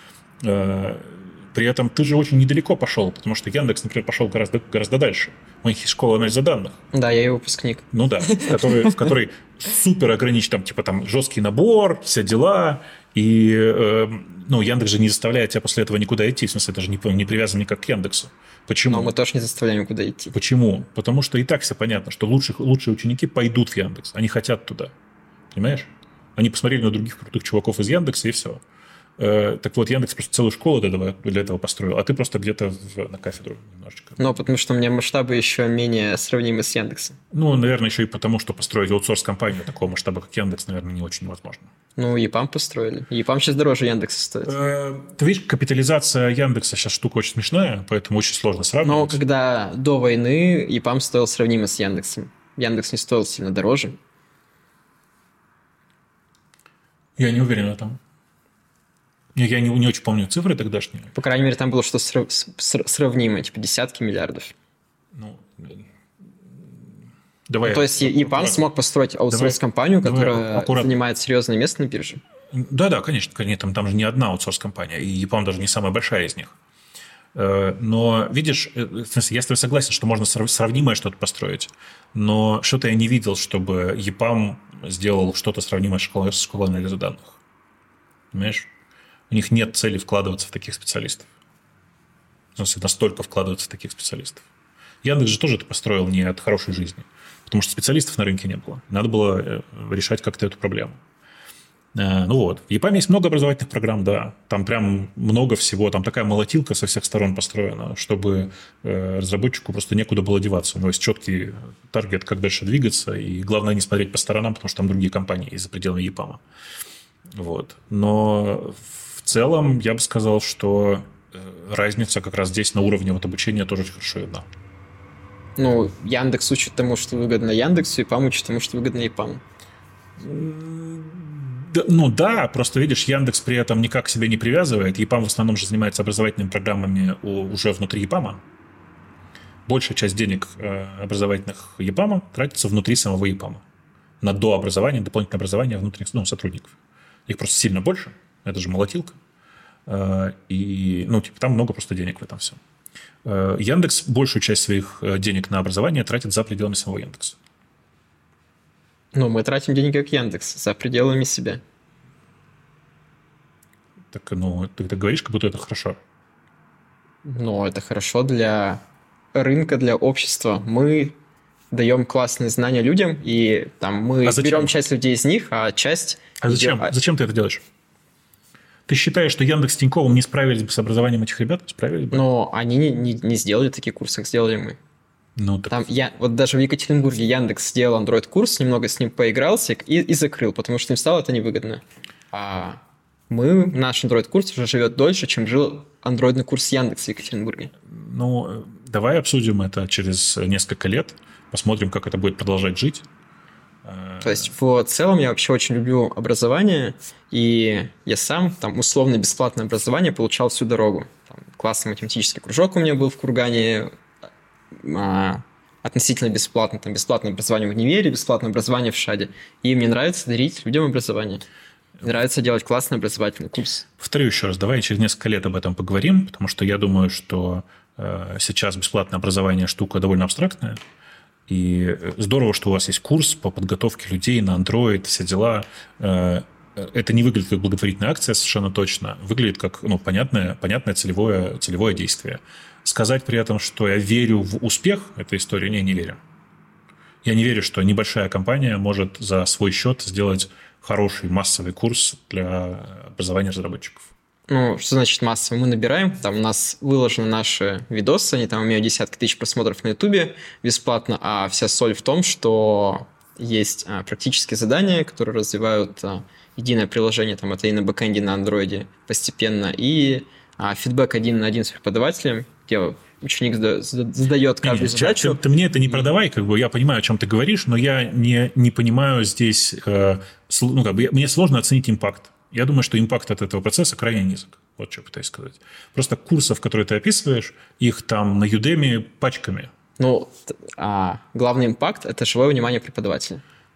При этом ты же очень недалеко пошел, потому что Яндекс, например, пошел гораздо, гораздо дальше. У них есть школа анализа данных. Да, я его выпускник. Ну да, в которой, в которой супер ограничен, там, типа, там, жесткий набор, все дела, и, э, ну, Яндекс же не заставляет тебя после этого никуда идти, в смысле, это же не, не привязано никак к Яндексу. Почему? Но мы тоже не заставляем никуда идти. Почему? Потому что и так все понятно, что лучшие, лучшие ученики пойдут в Яндекс, они хотят туда, понимаешь? Они посмотрели на других крутых чуваков из Яндекса, и все. Так вот, Яндекс просто целую школу для этого, для этого построил, а ты просто где-то в, на кафедру немножечко. Ну, потому что у меня масштабы еще менее сравнимы с Яндексом. Ну, наверное, еще и потому, что построить аутсорс-компанию такого масштаба, как Яндекс, наверное, не очень невозможно. Ну, ЕПАМ построили. ЕПАМ сейчас дороже Яндекса стоит. Ты видишь, капитализация Яндекса сейчас штука очень смешная, поэтому очень сложно сравнивать. Но когда до войны ЕПАМ стоил сравнимо с Яндексом. Яндекс не стоил сильно дороже. Я не уверен в этом. Я не, не очень помню цифры тогдашние. По крайней мере, там было что-то срав... сравнимое, типа десятки миллиардов. Ну, давай. Ну, то есть ЕПАМ смог построить аутсорс-компанию, которая давай, занимает серьезное место на бирже? Да-да, конечно, конечно там, там же не одна аутсорс-компания, и ЕПАМ даже не самая большая из них. Но, видишь, в смысле, я с тобой согласен, что можно сравнимое что-то построить, но что-то я не видел, чтобы ЕПАМ сделал что-то сравнимое с школой, с школой анализа данных. Понимаешь? У них нет цели вкладываться в таких специалистов. В смысле, настолько вкладываться в таких специалистов. Яндекс же тоже это построил не от хорошей жизни, потому что специалистов на рынке не было. Надо было решать как-то эту проблему. Ну вот. В ЕПАМе есть много образовательных программ, да. Там прям много всего. Там такая молотилка со всех сторон построена, чтобы разработчику просто некуда было деваться. У него есть четкий таргет, как дальше двигаться, и главное не смотреть по сторонам, потому что там другие компании есть за пределами ЕПАМа. Вот. Но в целом я бы сказал, что разница как раз здесь на уровне вот обучения тоже очень хорошо видна. Ну, Яндекс учит тому, что выгодно Яндексу, ЕПАМ учит тому, что выгодно ЕПАМу. Ну да, просто видишь, Яндекс при этом никак к себе не привязывает. ЕПАМ в основном же занимается образовательными программами уже внутри ЕПАМа. Большая часть денег образовательных ЕПАМа тратится внутри самого ЕПАМа на дообразование, дополнительное образование внутренних ну, сотрудников. Их просто сильно больше. Это же молотилка. И, ну, типа, там много просто денег в этом всем. Яндекс большую часть своих денег на образование тратит за пределами самого Яндекса. Ну, мы тратим деньги как Яндекс, за пределами себя. Так, ну, ты так говоришь, как будто это хорошо. Ну, это хорошо для рынка, для общества. Мы даем классные знания людям, и там мы а берем часть людей из них, а часть... А зачем? Идет... Зачем ты это делаешь? Ты считаешь, что Яндекс с Тиньковым не справились бы с образованием этих ребят? Справились бы? Но они не, не, не сделали такие курсы, как сделали мы. Ну, так... Там я, вот даже в Екатеринбурге Яндекс сделал Android-курс, немного с ним поигрался и, и закрыл, потому что им стало это невыгодно. А мы, наш Android-курс уже живет дольше, чем жил андроидный курс Яндекса в Екатеринбурге. Ну, давай обсудим это через несколько лет, посмотрим, как это будет продолжать жить. То есть, в целом, я вообще очень люблю образование, и я сам, там, условно бесплатное образование получал всю дорогу. Там, классный математический кружок у меня был в Кургане, а, относительно бесплатно, там, бесплатное образование в универе, бесплатное образование в ШАДе. И мне нравится дарить людям образование. Мне нравится делать классный образовательный курс. Повторю еще раз, давай через несколько лет об этом поговорим, потому что я думаю, что э, сейчас бесплатное образование штука довольно абстрактная. И здорово, что у вас есть курс по подготовке людей на Android, все дела. Это не выглядит как благотворительная акция совершенно точно. Выглядит как ну, понятное, понятное целевое, целевое действие. Сказать при этом, что я верю в успех этой истории, не, не верю. Я не верю, что небольшая компания может за свой счет сделать хороший массовый курс для образования разработчиков. Ну, что значит массово? Мы набираем, там у нас выложены наши видосы, они там имеют десятки тысяч просмотров на Ютубе бесплатно, а вся соль в том, что есть а, практические задания, которые развивают а, единое приложение, там это и на бэкэнде, и на андроиде постепенно, и а, фидбэк один на один с преподавателем, где ученик задает каждую Нет, задачу. Ты, ты мне это не продавай, как бы я понимаю, о чем ты говоришь, но я не, не понимаю здесь, э, ну, как бы, мне сложно оценить импакт. Я думаю, что импакт от этого процесса крайне низок. Вот что пытаюсь сказать. Просто курсов, которые ты описываешь, их там на Udemy пачками. Ну, а главный импакт – это живое внимание преподавателя.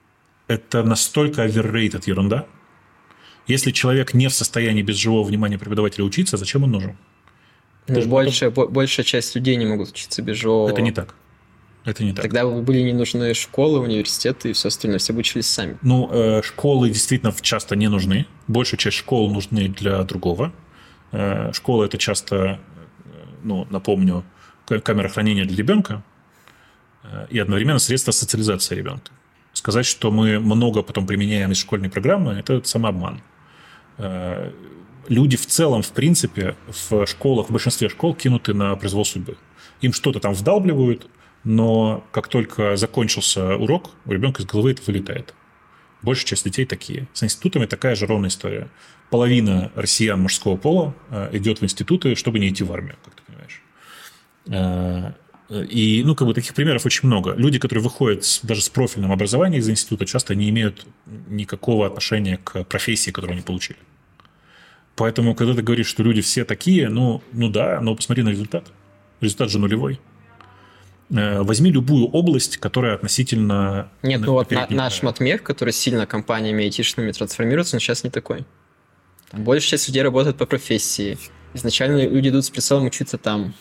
это настолько overrated ерунда. Если человек не в состоянии без живого внимания преподавателя учиться, зачем он нужен? Ну, большая, потом... большая часть людей не могут учиться без живого. Это не так. Это не так. Тогда бы были не нужны школы, университеты и все остальное. Все бы учились сами. Ну, э, школы действительно часто не нужны. Большая часть школ нужны для другого. Э, школа – это часто, ну, напомню, камера хранения для ребенка э, и одновременно средство социализации ребенка. Сказать, что мы много потом применяем из школьной программы – это самообман. Э, люди в целом, в принципе, в школах, в большинстве школ кинуты на произвол судьбы. Им что-то там вдалбливают, но как только закончился урок, у ребенка из головы это вылетает. Большая часть детей такие. С институтами такая же ровная история. Половина россиян мужского пола идет в институты, чтобы не идти в армию, как ты понимаешь. И, ну, как бы таких примеров очень много. Люди, которые выходят с, даже с профильным образованием из института, часто не имеют никакого отношения к профессии, которую они получили. Поэтому, когда ты говоришь, что люди все такие, ну, ну да, но посмотри на результат. Результат же нулевой. Возьми любую область, которая относительно... Нет, ну вот на, наш матмех, который сильно компаниями айтишными трансформируется, он сейчас не такой. Там большая часть людей работает по профессии. Изначально люди идут с прицелом учиться там.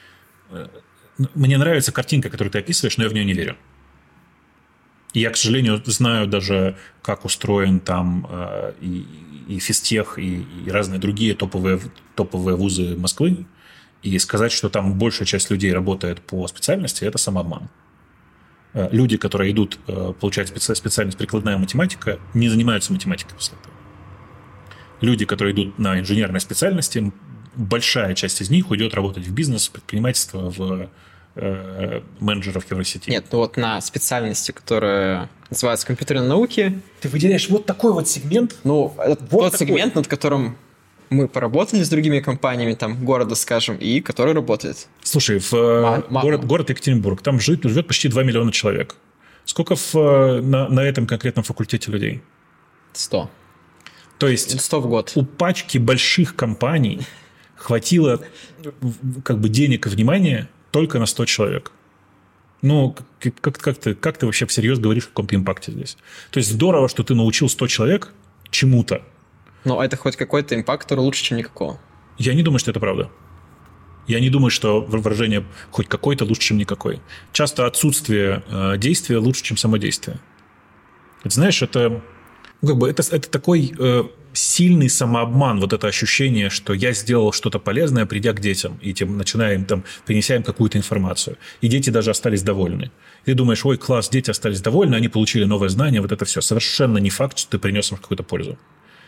Мне нравится картинка, которую ты описываешь, но я в нее не верю. Я, к сожалению, знаю даже, как устроен там и, и физтех, и, и разные другие топовые, топовые вузы Москвы. И сказать, что там большая часть людей работает по специальности, это самообман. Люди, которые идут получать специальность прикладная математика, не занимаются математикой после этого. Люди, которые идут на инженерные специальности, большая часть из них уйдет работать в бизнес, в предпринимательство, в э, менеджеров в Евросети. Нет, ну вот на специальности, которая называется компьютерные науки... Ты выделяешь вот такой вот сегмент? Ну, это вот тот такой сегмент, над которым... Мы поработали с другими компаниями, там, города, скажем, и который работает. Слушай, в Ма- город, город Екатеринбург, там живет, живет почти два миллиона человек. Сколько в, на, на этом конкретном факультете людей? Сто. То есть сто в год. У пачки больших компаний хватило как бы денег и внимания только на сто человек. Ну, как, как, ты, как ты вообще всерьез говоришь о каком-то импакте здесь? То есть здорово, что ты научил сто человек чему-то. Но это хоть какой-то импакт, который лучше, чем никакого. Я не думаю, что это правда. Я не думаю, что выражение хоть какой-то лучше, чем никакой. Часто отсутствие э, действия лучше, чем само действие. Это, знаешь, это, ну, как бы, это, это такой э, сильный самообман, вот это ощущение, что я сделал что-то полезное, придя к детям, и тем начинаем, там, принеся им какую-то информацию. И дети даже остались довольны. И ты думаешь, ой, класс, дети остались довольны, они получили новое знание, вот это все. Совершенно не факт, что ты принес им какую-то пользу.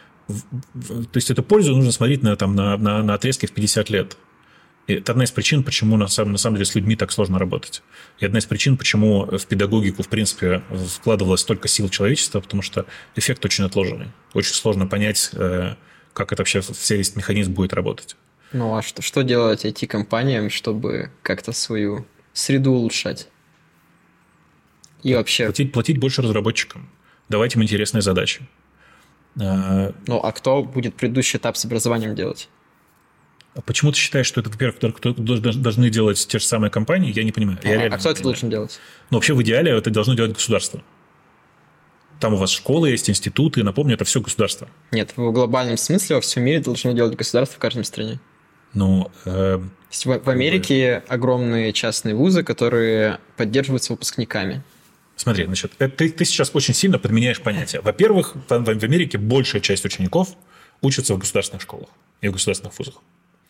То есть эту пользу нужно смотреть на, там, на, на, на отрезке в пятьдесят лет. И это одна из причин, почему на самом, на самом деле с людьми так сложно работать. И одна из причин, почему в педагогику, в принципе, вкладывалось столько сил человечества, потому что эффект очень отложенный. Очень сложно понять, как это вообще все весь механизм будет работать. Ну а что, что делать ай ти-компаниям, чтобы как-то свою среду улучшать? И вообще... Платить, платить больше разработчикам. Давать им интересные задачи. Ну, а кто будет предыдущий этап с образованием делать? А почему ты считаешь, что это, во-первых, кто должны делать те же самые компании? Я не понимаю. А, Я а кто это должен делать? Ну, вообще, в идеале это должно делать государство. Там у вас школы есть, институты. Напомню, это все государство. Нет, в глобальном смысле во всем мире должно делать государство в каждой стране. Ну, э, в, в Америке бы... огромные частные вузы, которые поддерживаются выпускниками. Смотри, значит, ты, ты сейчас очень сильно подменяешь понятия. Во-первых, в, в Америке большая часть учеников учатся в государственных школах и в государственных вузах.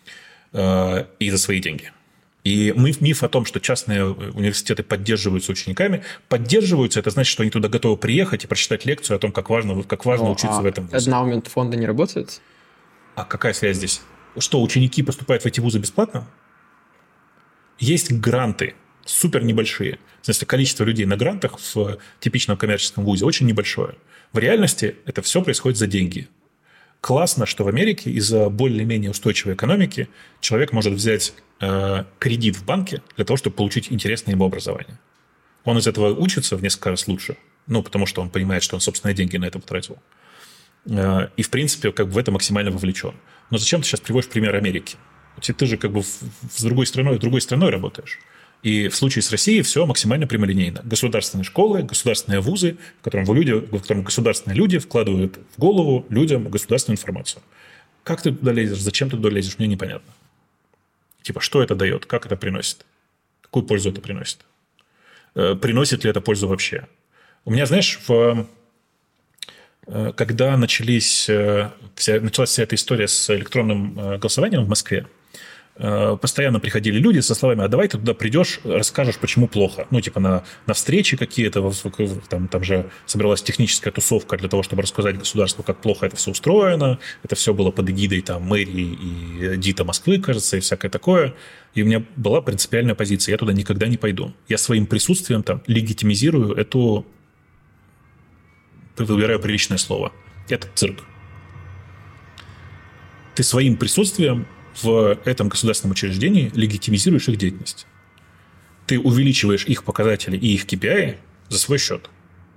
Э, и за свои деньги. И миф о том, что частные университеты поддерживаются учениками, поддерживаются, это значит, что они туда готовы приехать и прочитать лекцию о том, как важно, как важно ну, учиться а в этом вузе. Эндаумент фонда не работает? А какая связь здесь? Что, ученики поступают в эти вузы бесплатно? Есть гранты, супер небольшие. В смысле, количество людей на грантах в типичном коммерческом вузе очень небольшое. В реальности это все происходит за деньги. Классно, что в Америке из-за более-менее устойчивой экономики человек может взять э, кредит в банке для того, чтобы получить интересное ему образование. Он из этого учится в несколько раз лучше, ну, потому что он понимает, что он собственные деньги на это потратил. Э, и, в принципе, как бы в это максимально вовлечен. Но зачем ты сейчас приводишь пример Америки? Ты же как бы с другой страной, с другой страной работаешь. И в случае с Россией все максимально прямолинейно. Государственные школы, государственные вузы, в котором, люди, в котором государственные люди вкладывают в голову людям государственную информацию. Как ты туда лезешь, зачем ты туда лезешь, мне непонятно. Типа, что это дает, как это приносит, какую пользу это приносит, приносит ли это пользу вообще. У меня, знаешь, в... когда начались, вся, началась вся эта история с электронным голосованием в Москве, постоянно приходили люди со словами: а давай ты туда придешь, расскажешь, почему плохо. Ну, типа на, на встречи какие-то, там, там же собиралась техническая тусовка для того, чтобы рассказать государству, как плохо это все устроено. Это все было под эгидой там, мэрии и ДИТа Москвы, кажется, и всякое такое. И у меня была принципиальная позиция: я туда никогда не пойду. Я своим присутствием там легитимизирую эту, выбираю приличное слово, этот цирк. Ты своим присутствием в этом государственном учреждении легитимизируешь их деятельность. Ты увеличиваешь их показатели и их кей пи ай за свой счет.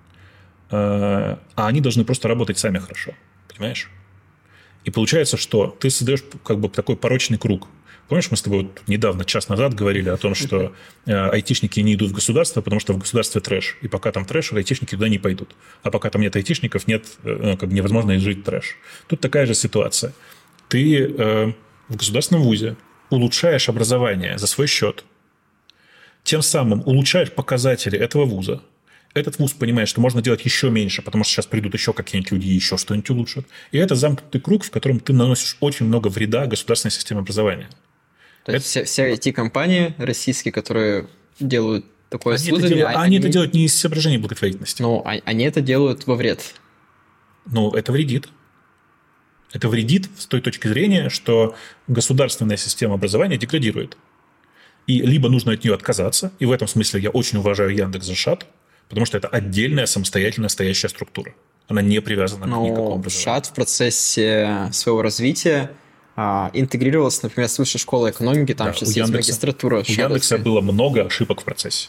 А они должны просто работать сами хорошо. Понимаешь? И получается, что ты создаешь как бы такой порочный круг. Помнишь, мы с тобой вот недавно, час назад, говорили о том, что айтишники не идут в государство, потому что в государстве трэш. И пока там трэш, айтишники туда не пойдут. А пока там нет айтишников, нет, ну, как бы невозможно изжить трэш. Тут такая же ситуация. Ты э, в государственном вузе улучшаешь образование за свой счет, тем самым улучшаешь показатели этого вуза. Этот вуз понимает, что можно делать еще меньше, потому что сейчас придут еще какие-нибудь люди и еще что-нибудь улучшат. И это замкнутый круг, в котором ты наносишь очень много вреда государственной системе образования. То есть это... все, все ай ти-компании российские, которые делают такое они обслуживание... Это делают, они, они это делают не из соображений благотворительности. Но они это делают во вред. Ну, это вредит. Это вредит с той точки зрения, что государственная система образования деградирует. И либо нужно от нее отказаться, и в этом смысле я очень уважаю Яндекс.Зашат, потому что это отдельная самостоятельно стоящая структура. Она не привязана Но к никакому образованию. ШАТ в процессе своего развития а, интегрировался, например, с Высшей школой экономики, там да, сейчас есть Яндекса, магистратура. У Яндекса было много ошибок в процессе.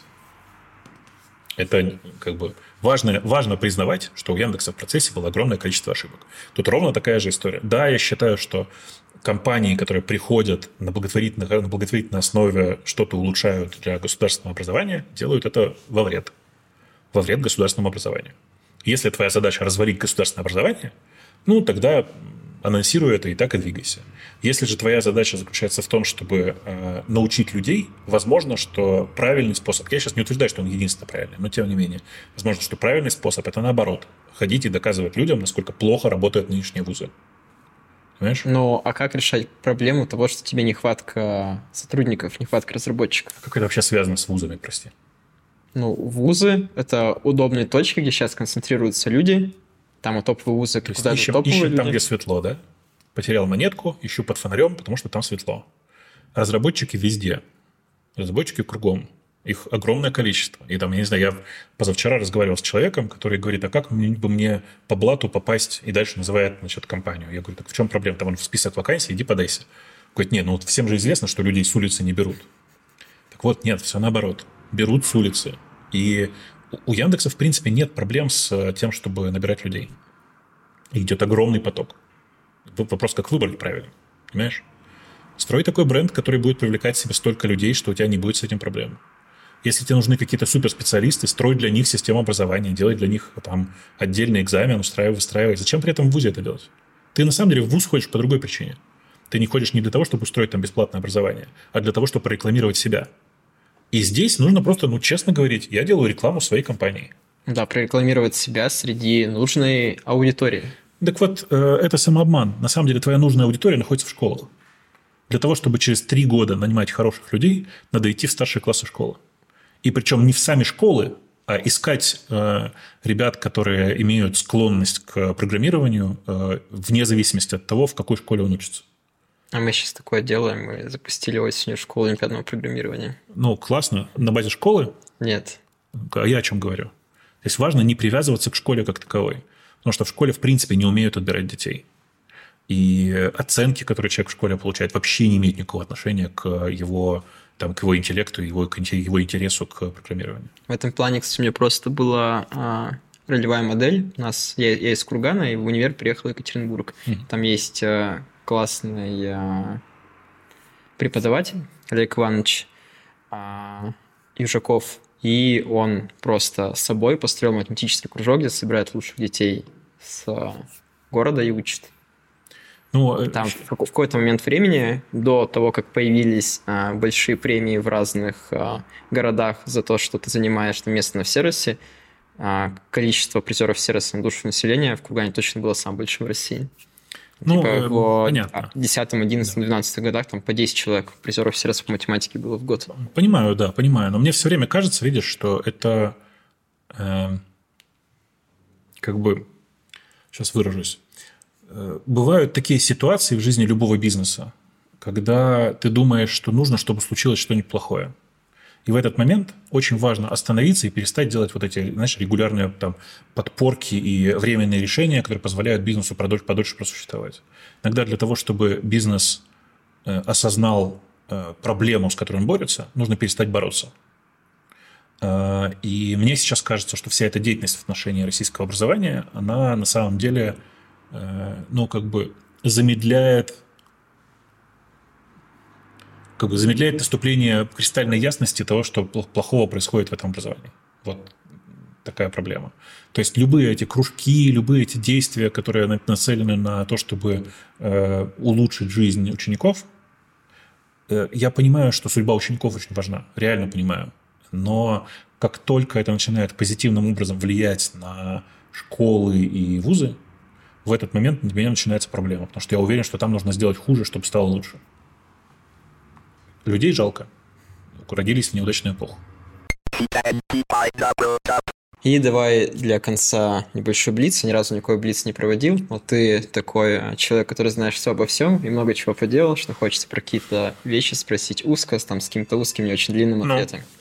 Это как бы важно, важно признавать, что у Яндекса в процессе было огромное количество ошибок. Тут ровно такая же история. Да, я считаю, что компании, которые приходят на благотворительной, на благотворительной основе, что-то улучшают для государственного образования, делают это во вред. Во вред государственному образованию. Если твоя задача развалить государственное образование, ну, тогда анонсируй это и так и двигайся. Если же твоя задача заключается в том, чтобы э, научить людей, возможно, что правильный способ, я сейчас не утверждаю, что он единственно правильный, но тем не менее, возможно, что правильный способ – это наоборот, ходить и доказывать людям, насколько плохо работают нынешние вузы. Понимаешь? Ну, а как решать проблему того, что тебе нехватка сотрудников, нехватка разработчиков? Как это вообще связано с вузами, прости? Ну, вузы – это удобные точки, где сейчас концентрируются люди. Там и топовые вузы, то куда есть ищем, топовые ищем люди. там, где светло, да? Потерял монетку, ищу под фонарем, потому что там светло. Разработчики везде. Разработчики кругом. Их огромное количество. И там, я не знаю, я позавчера разговаривал с человеком, который говорит: а как мне, бы мне по блату попасть? И дальше называет, значит, компанию. Я говорю: так в чем проблема? Там он в список вакансий, иди подайся. Говорит: нет, ну вот всем же известно, что людей с улицы не берут. Так вот, нет, все наоборот. Берут с улицы. И у Яндекса, в принципе, нет проблем с тем, чтобы набирать людей. И идет огромный поток. Вопрос, как выбрать правильно. Понимаешь? Строй такой бренд, который будет привлекать в себе столько людей, что у тебя не будет с этим проблем. Если тебе нужны какие-то суперспециалисты, строй для них систему образования, делай для них там отдельный экзамен, устраивай, выстраивай. Зачем при этом в вузе это делать? Ты на самом деле в вуз ходишь по другой причине. Ты не ходишь не для того, чтобы устроить там бесплатное образование, а для того, чтобы прорекламировать себя. И здесь нужно просто, ну, честно говорить, я делаю рекламу своей компании. Да, прорекламировать себя среди нужной аудитории. Так вот, это самообман. На самом деле твоя нужная аудитория находится в школах. Для того, чтобы через три года нанимать хороших людей, надо идти в старшие классы школы. И причем не в сами школы, а искать э, ребят, которые имеют склонность к программированию э, вне зависимости от того, в какой школе он учится. А мы сейчас такое делаем. Мы запустили осенью школу олимпиадного программирования. Ну, классно. На базе школы? Нет. А я о чем говорю? Здесь важно не привязываться к школе как таковой. Потому что в школе, в принципе, не умеют отбирать детей. И оценки, которые человек в школе получает, вообще не имеют никакого отношения к его, там, к его интеллекту, его, к его интересу к программированию. В этом плане, кстати, у меня просто была а, ролевая модель. У нас, я, я из Кургана, и в универ приехал в Екатеринбург. Mm-hmm. Там есть а, классный а, преподаватель Олег Иванович. А, Южаков, и он просто с собой построил математический кружок, где собирает лучших детей с города и учит. Ну, Там в какой-то момент времени, до того, как появились а, большие премии в разных а, городах за то, что ты занимаешь там место в сервисе, а, количество призеров сервиса на душу населения в Кургане точно было самым большим в России. Ну, типа в понятно. десятом, одиннадцатом, двенадцатом годах там по десять человек призеров сервиса по математике было в год. Понимаю, да, понимаю. Но мне все время кажется, видишь, что это э, как бы, сейчас выражусь, э, бывают такие ситуации в жизни любого бизнеса, когда ты думаешь, что нужно, чтобы случилось что-нибудь плохое. И в этот момент очень важно остановиться и перестать делать вот эти, знаешь, регулярные там, подпорки и временные решения, которые позволяют бизнесу подольше, подольше просуществовать. Иногда для того, чтобы бизнес э, осознал э, проблему, с которой он борется, нужно перестать бороться. Э, и мне сейчас кажется, что вся эта деятельность в отношении российского образования, она на самом деле, э, ну, как бы замедляет как бы замедляет наступление кристальной ясности того, что плохого происходит в этом образовании. Вот такая проблема. То есть любые эти кружки, любые эти действия, которые нацелены на то, чтобы э, улучшить жизнь учеников, э, я понимаю, что судьба учеников очень важна, реально понимаю. Но как только это начинает позитивным образом влиять на школы и вузы, в этот момент для меня начинается проблема, потому что я уверен, что там нужно сделать хуже, чтобы стало лучше. Людей жалко. Родились в неудачную эпоху. И давай для конца небольшой блиц. Я ни разу никакой блиц не проводил. Вот ты такой человек, который знаешь все обо всем и много чего поделал, что хочется про какие-то вещи спросить узко, там, с каким-то узким, не очень длинным ответом. No.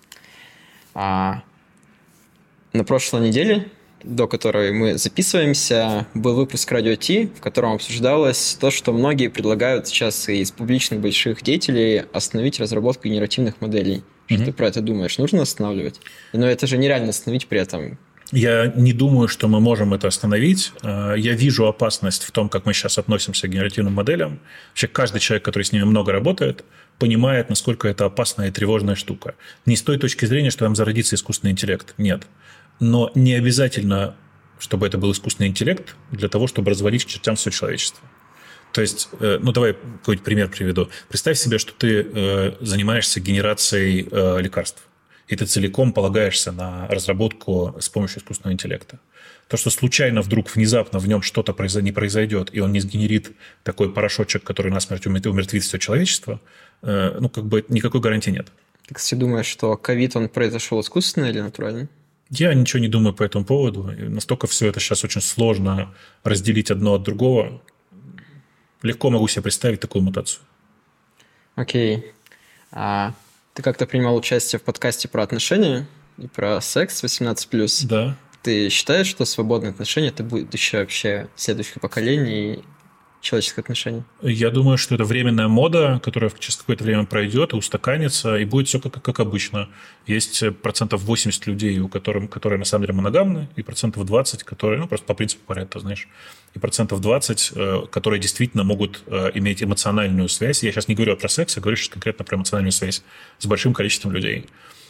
А, на прошлой неделе, до которой мы записываемся, был выпуск Радио Ти, в котором обсуждалось то, что многие предлагают сейчас из публичных больших деятелей остановить разработку генеративных моделей. Что mm-hmm. ты про это думаешь? Нужно останавливать? Но это же нереально остановить при этом. Я не думаю, что мы можем это остановить. Я вижу опасность в том, как мы сейчас относимся к генеративным моделям. Вообще каждый человек, который с ними много работает, понимает, насколько это опасная и тревожная штука. Не с той точки зрения, что там зародится искусственный интеллект. Нет. Но не обязательно, чтобы это был искусственный интеллект, для того, чтобы развалить к чертям все человечество. То есть, ну, давай какой-нибудь пример приведу. Представь себе, что ты занимаешься генерацией лекарств, и ты целиком полагаешься на разработку с помощью искусственного интеллекта. То, что случайно вдруг внезапно в нем что-то не произойдет, и он не сгенерит такой порошочек, который насмерть умертвит все человечество, ну, как бы никакой гарантии нет. Ты, кстати, думаешь, что ковид, он произошел искусственно или натурально? Я ничего не думаю по этому поводу. Настолько все это сейчас очень сложно разделить одно от другого. Легко могу себе представить такую мутацию. Окей. А ты как-то принимал участие в подкасте про отношения и про секс восемнадцать плюс. Да. Ты считаешь, что свободные отношения – это будущее вообще следующих поколений человеческих отношений? Я думаю, что это временная мода, которая через какое-то время пройдет и устаканится, и будет все как, как обычно. Есть процентов восемьдесят людей, у которых, которые на самом деле моногамны, и процентов двадцать, которые, ну, просто по принципу Паретто, знаешь, и процентов двадцать, которые действительно могут иметь эмоциональную связь. Я сейчас не говорю про секс, я говорю сейчас конкретно про эмоциональную связь с большим количеством людей.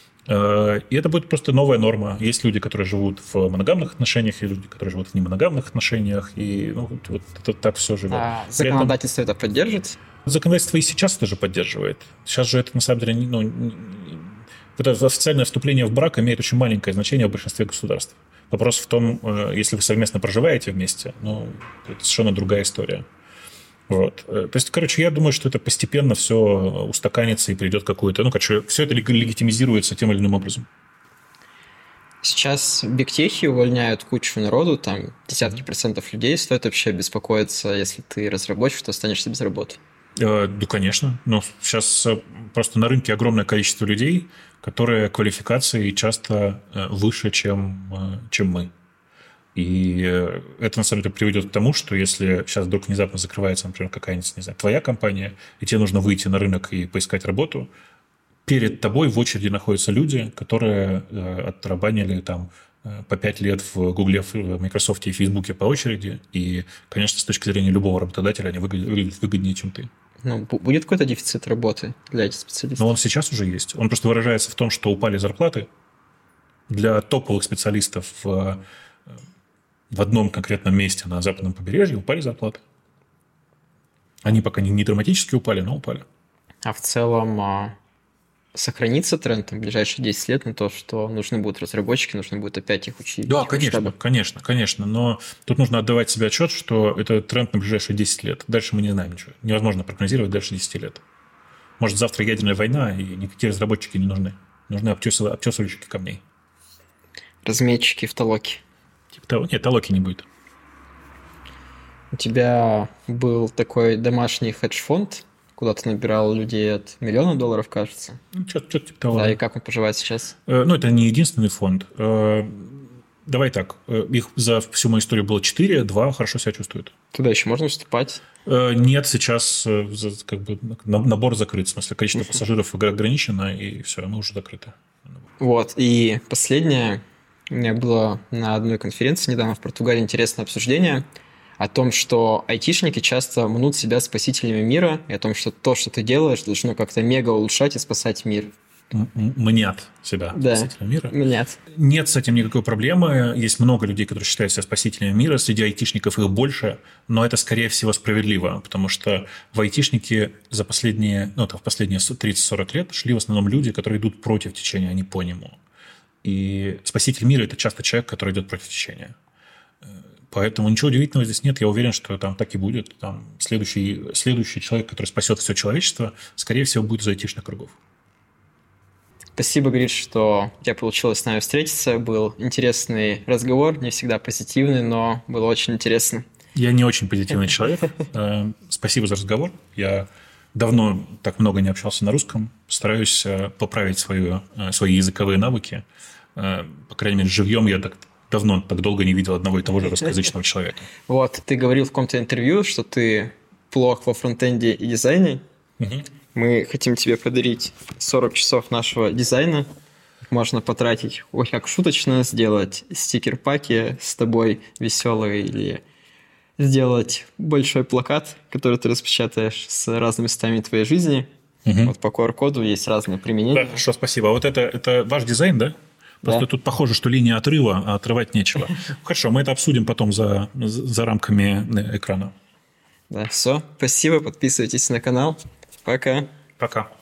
И это будет просто новая норма. Есть люди, которые живут в моногамных отношениях, и люди, которые живут в немоногамных отношениях, и ну, вот это так все живет. А законодательство этом... это поддержит? Законодательство и сейчас это же поддерживает. Сейчас же это, на самом деле, ну, это официальное вступление в брак имеет очень маленькое значение в большинстве государств. Вопрос в том, если вы совместно проживаете вместе, ну, это совершенно другая история. Вот. То есть, короче, я думаю, что это постепенно все устаканится и придет какую-то... Ну, короче, все это легитимизируется тем или иным образом. Сейчас бигтехи увольняют кучу народу, там десятки процентов людей. Стоит вообще беспокоиться, если ты разработчик, то останешься без работы? Да, конечно. Но сейчас просто на рынке огромное количество людей, которые квалификацией часто выше, чем, чем мы. И это, на самом деле, приведет к тому, что если сейчас вдруг внезапно закрывается, например, какая-нибудь, не знаю, твоя компания, и тебе нужно выйти на рынок и поискать работу, перед тобой в очереди находятся люди, которые отрабанили там по пять лет в Гугле, в Microsoft и Фейсбуке по очереди, и, конечно, с точки зрения любого работодателя они выглядят выгоднее, чем ты. Ну, будет какой-то дефицит работы для этих специалистов? Но он сейчас уже есть. Он просто выражается в том, что упали зарплаты для топовых специалистов в, в одном конкретном месте на западном побережье, упали зарплаты. Они пока не, не драматически упали, но упали. А в целом а, сохранится тренд в ближайшие десять лет на то, что нужны будут разработчики, нужно будет опять их учить? Да, конечно, чтобы... конечно, конечно. Но тут нужно отдавать себе отчет, что это тренд на ближайшие десять лет. Дальше мы не знаем ничего. Невозможно прогнозировать дальше десять лет. Может, завтра ядерная война, и никакие разработчики не нужны. Нужны обтесыв... обтесывальщики камней. Разметчики в толоке. Типа того. Нет, толоки не будет. У тебя был такой домашний хедж-фонд, куда ты набирал людей от миллиона долларов, кажется. Ну, что-то типа того. Да, и как он поживает сейчас? Э, ну, это не единственный фонд. Э, давай так. Э, их за всю мою историю было четыре, два хорошо себя чувствуют. Туда еще можно вступать? Э, нет, сейчас э, как бы набор закрыт. В смысле, количество пассажиров ограничено, и все, мы уже закрыты. Вот, и последнее. У меня было на одной конференции недавно в Португалии интересное обсуждение о том, что айтишники часто мнут себя спасителями мира, и о том, что то, что ты делаешь, должно как-то мега улучшать и спасать мир. Мнят себя да, спасителями мира. Мнят. Нет с этим никакой проблемы. Есть много людей, которые считают себя спасителями мира. Среди айтишников их больше, но это, скорее всего, справедливо, потому что в айтишники за последние, ну, там, в последние тридцать-сорок лет шли в основном люди, которые идут против течения, а не по нему. И спаситель мира – это часто человек, который идет против течения. Поэтому ничего удивительного здесь нет. Я уверен, что там так и будет. Там следующий, следующий человек, который спасет все человечество, скорее всего, будет из айтишных кругов. Спасибо, Гриш, что у тебя получилось с нами встретиться. Был интересный разговор, не всегда позитивный, но было очень интересно. Я не очень позитивный человек. Спасибо за разговор. Я давно так много не общался на русском. Стараюсь поправить свою, свои языковые навыки. По крайней мере, живьем я так давно, так долго не видел одного и того же русскоязычного человека. Вот, ты говорил в каком-то интервью, что ты плох во фронтенде и дизайне. Угу. Мы хотим тебе подарить сорок часов нашего дизайна. Можно потратить, ой, как шуточно, сделать стикер-паки с тобой веселые или сделать большой плакат, который ты распечатаешь с разными местами твоей жизни. Угу. Вот по ку ар-коду есть разные применения. Да, хорошо, спасибо. А вот это, это ваш дизайн, да? Просто да. Тут похоже, что линия отрыва, а отрывать нечего. Хорошо, мы это обсудим потом за, за рамками экрана. Да, все. Спасибо, подписывайтесь на канал. Пока. Пока.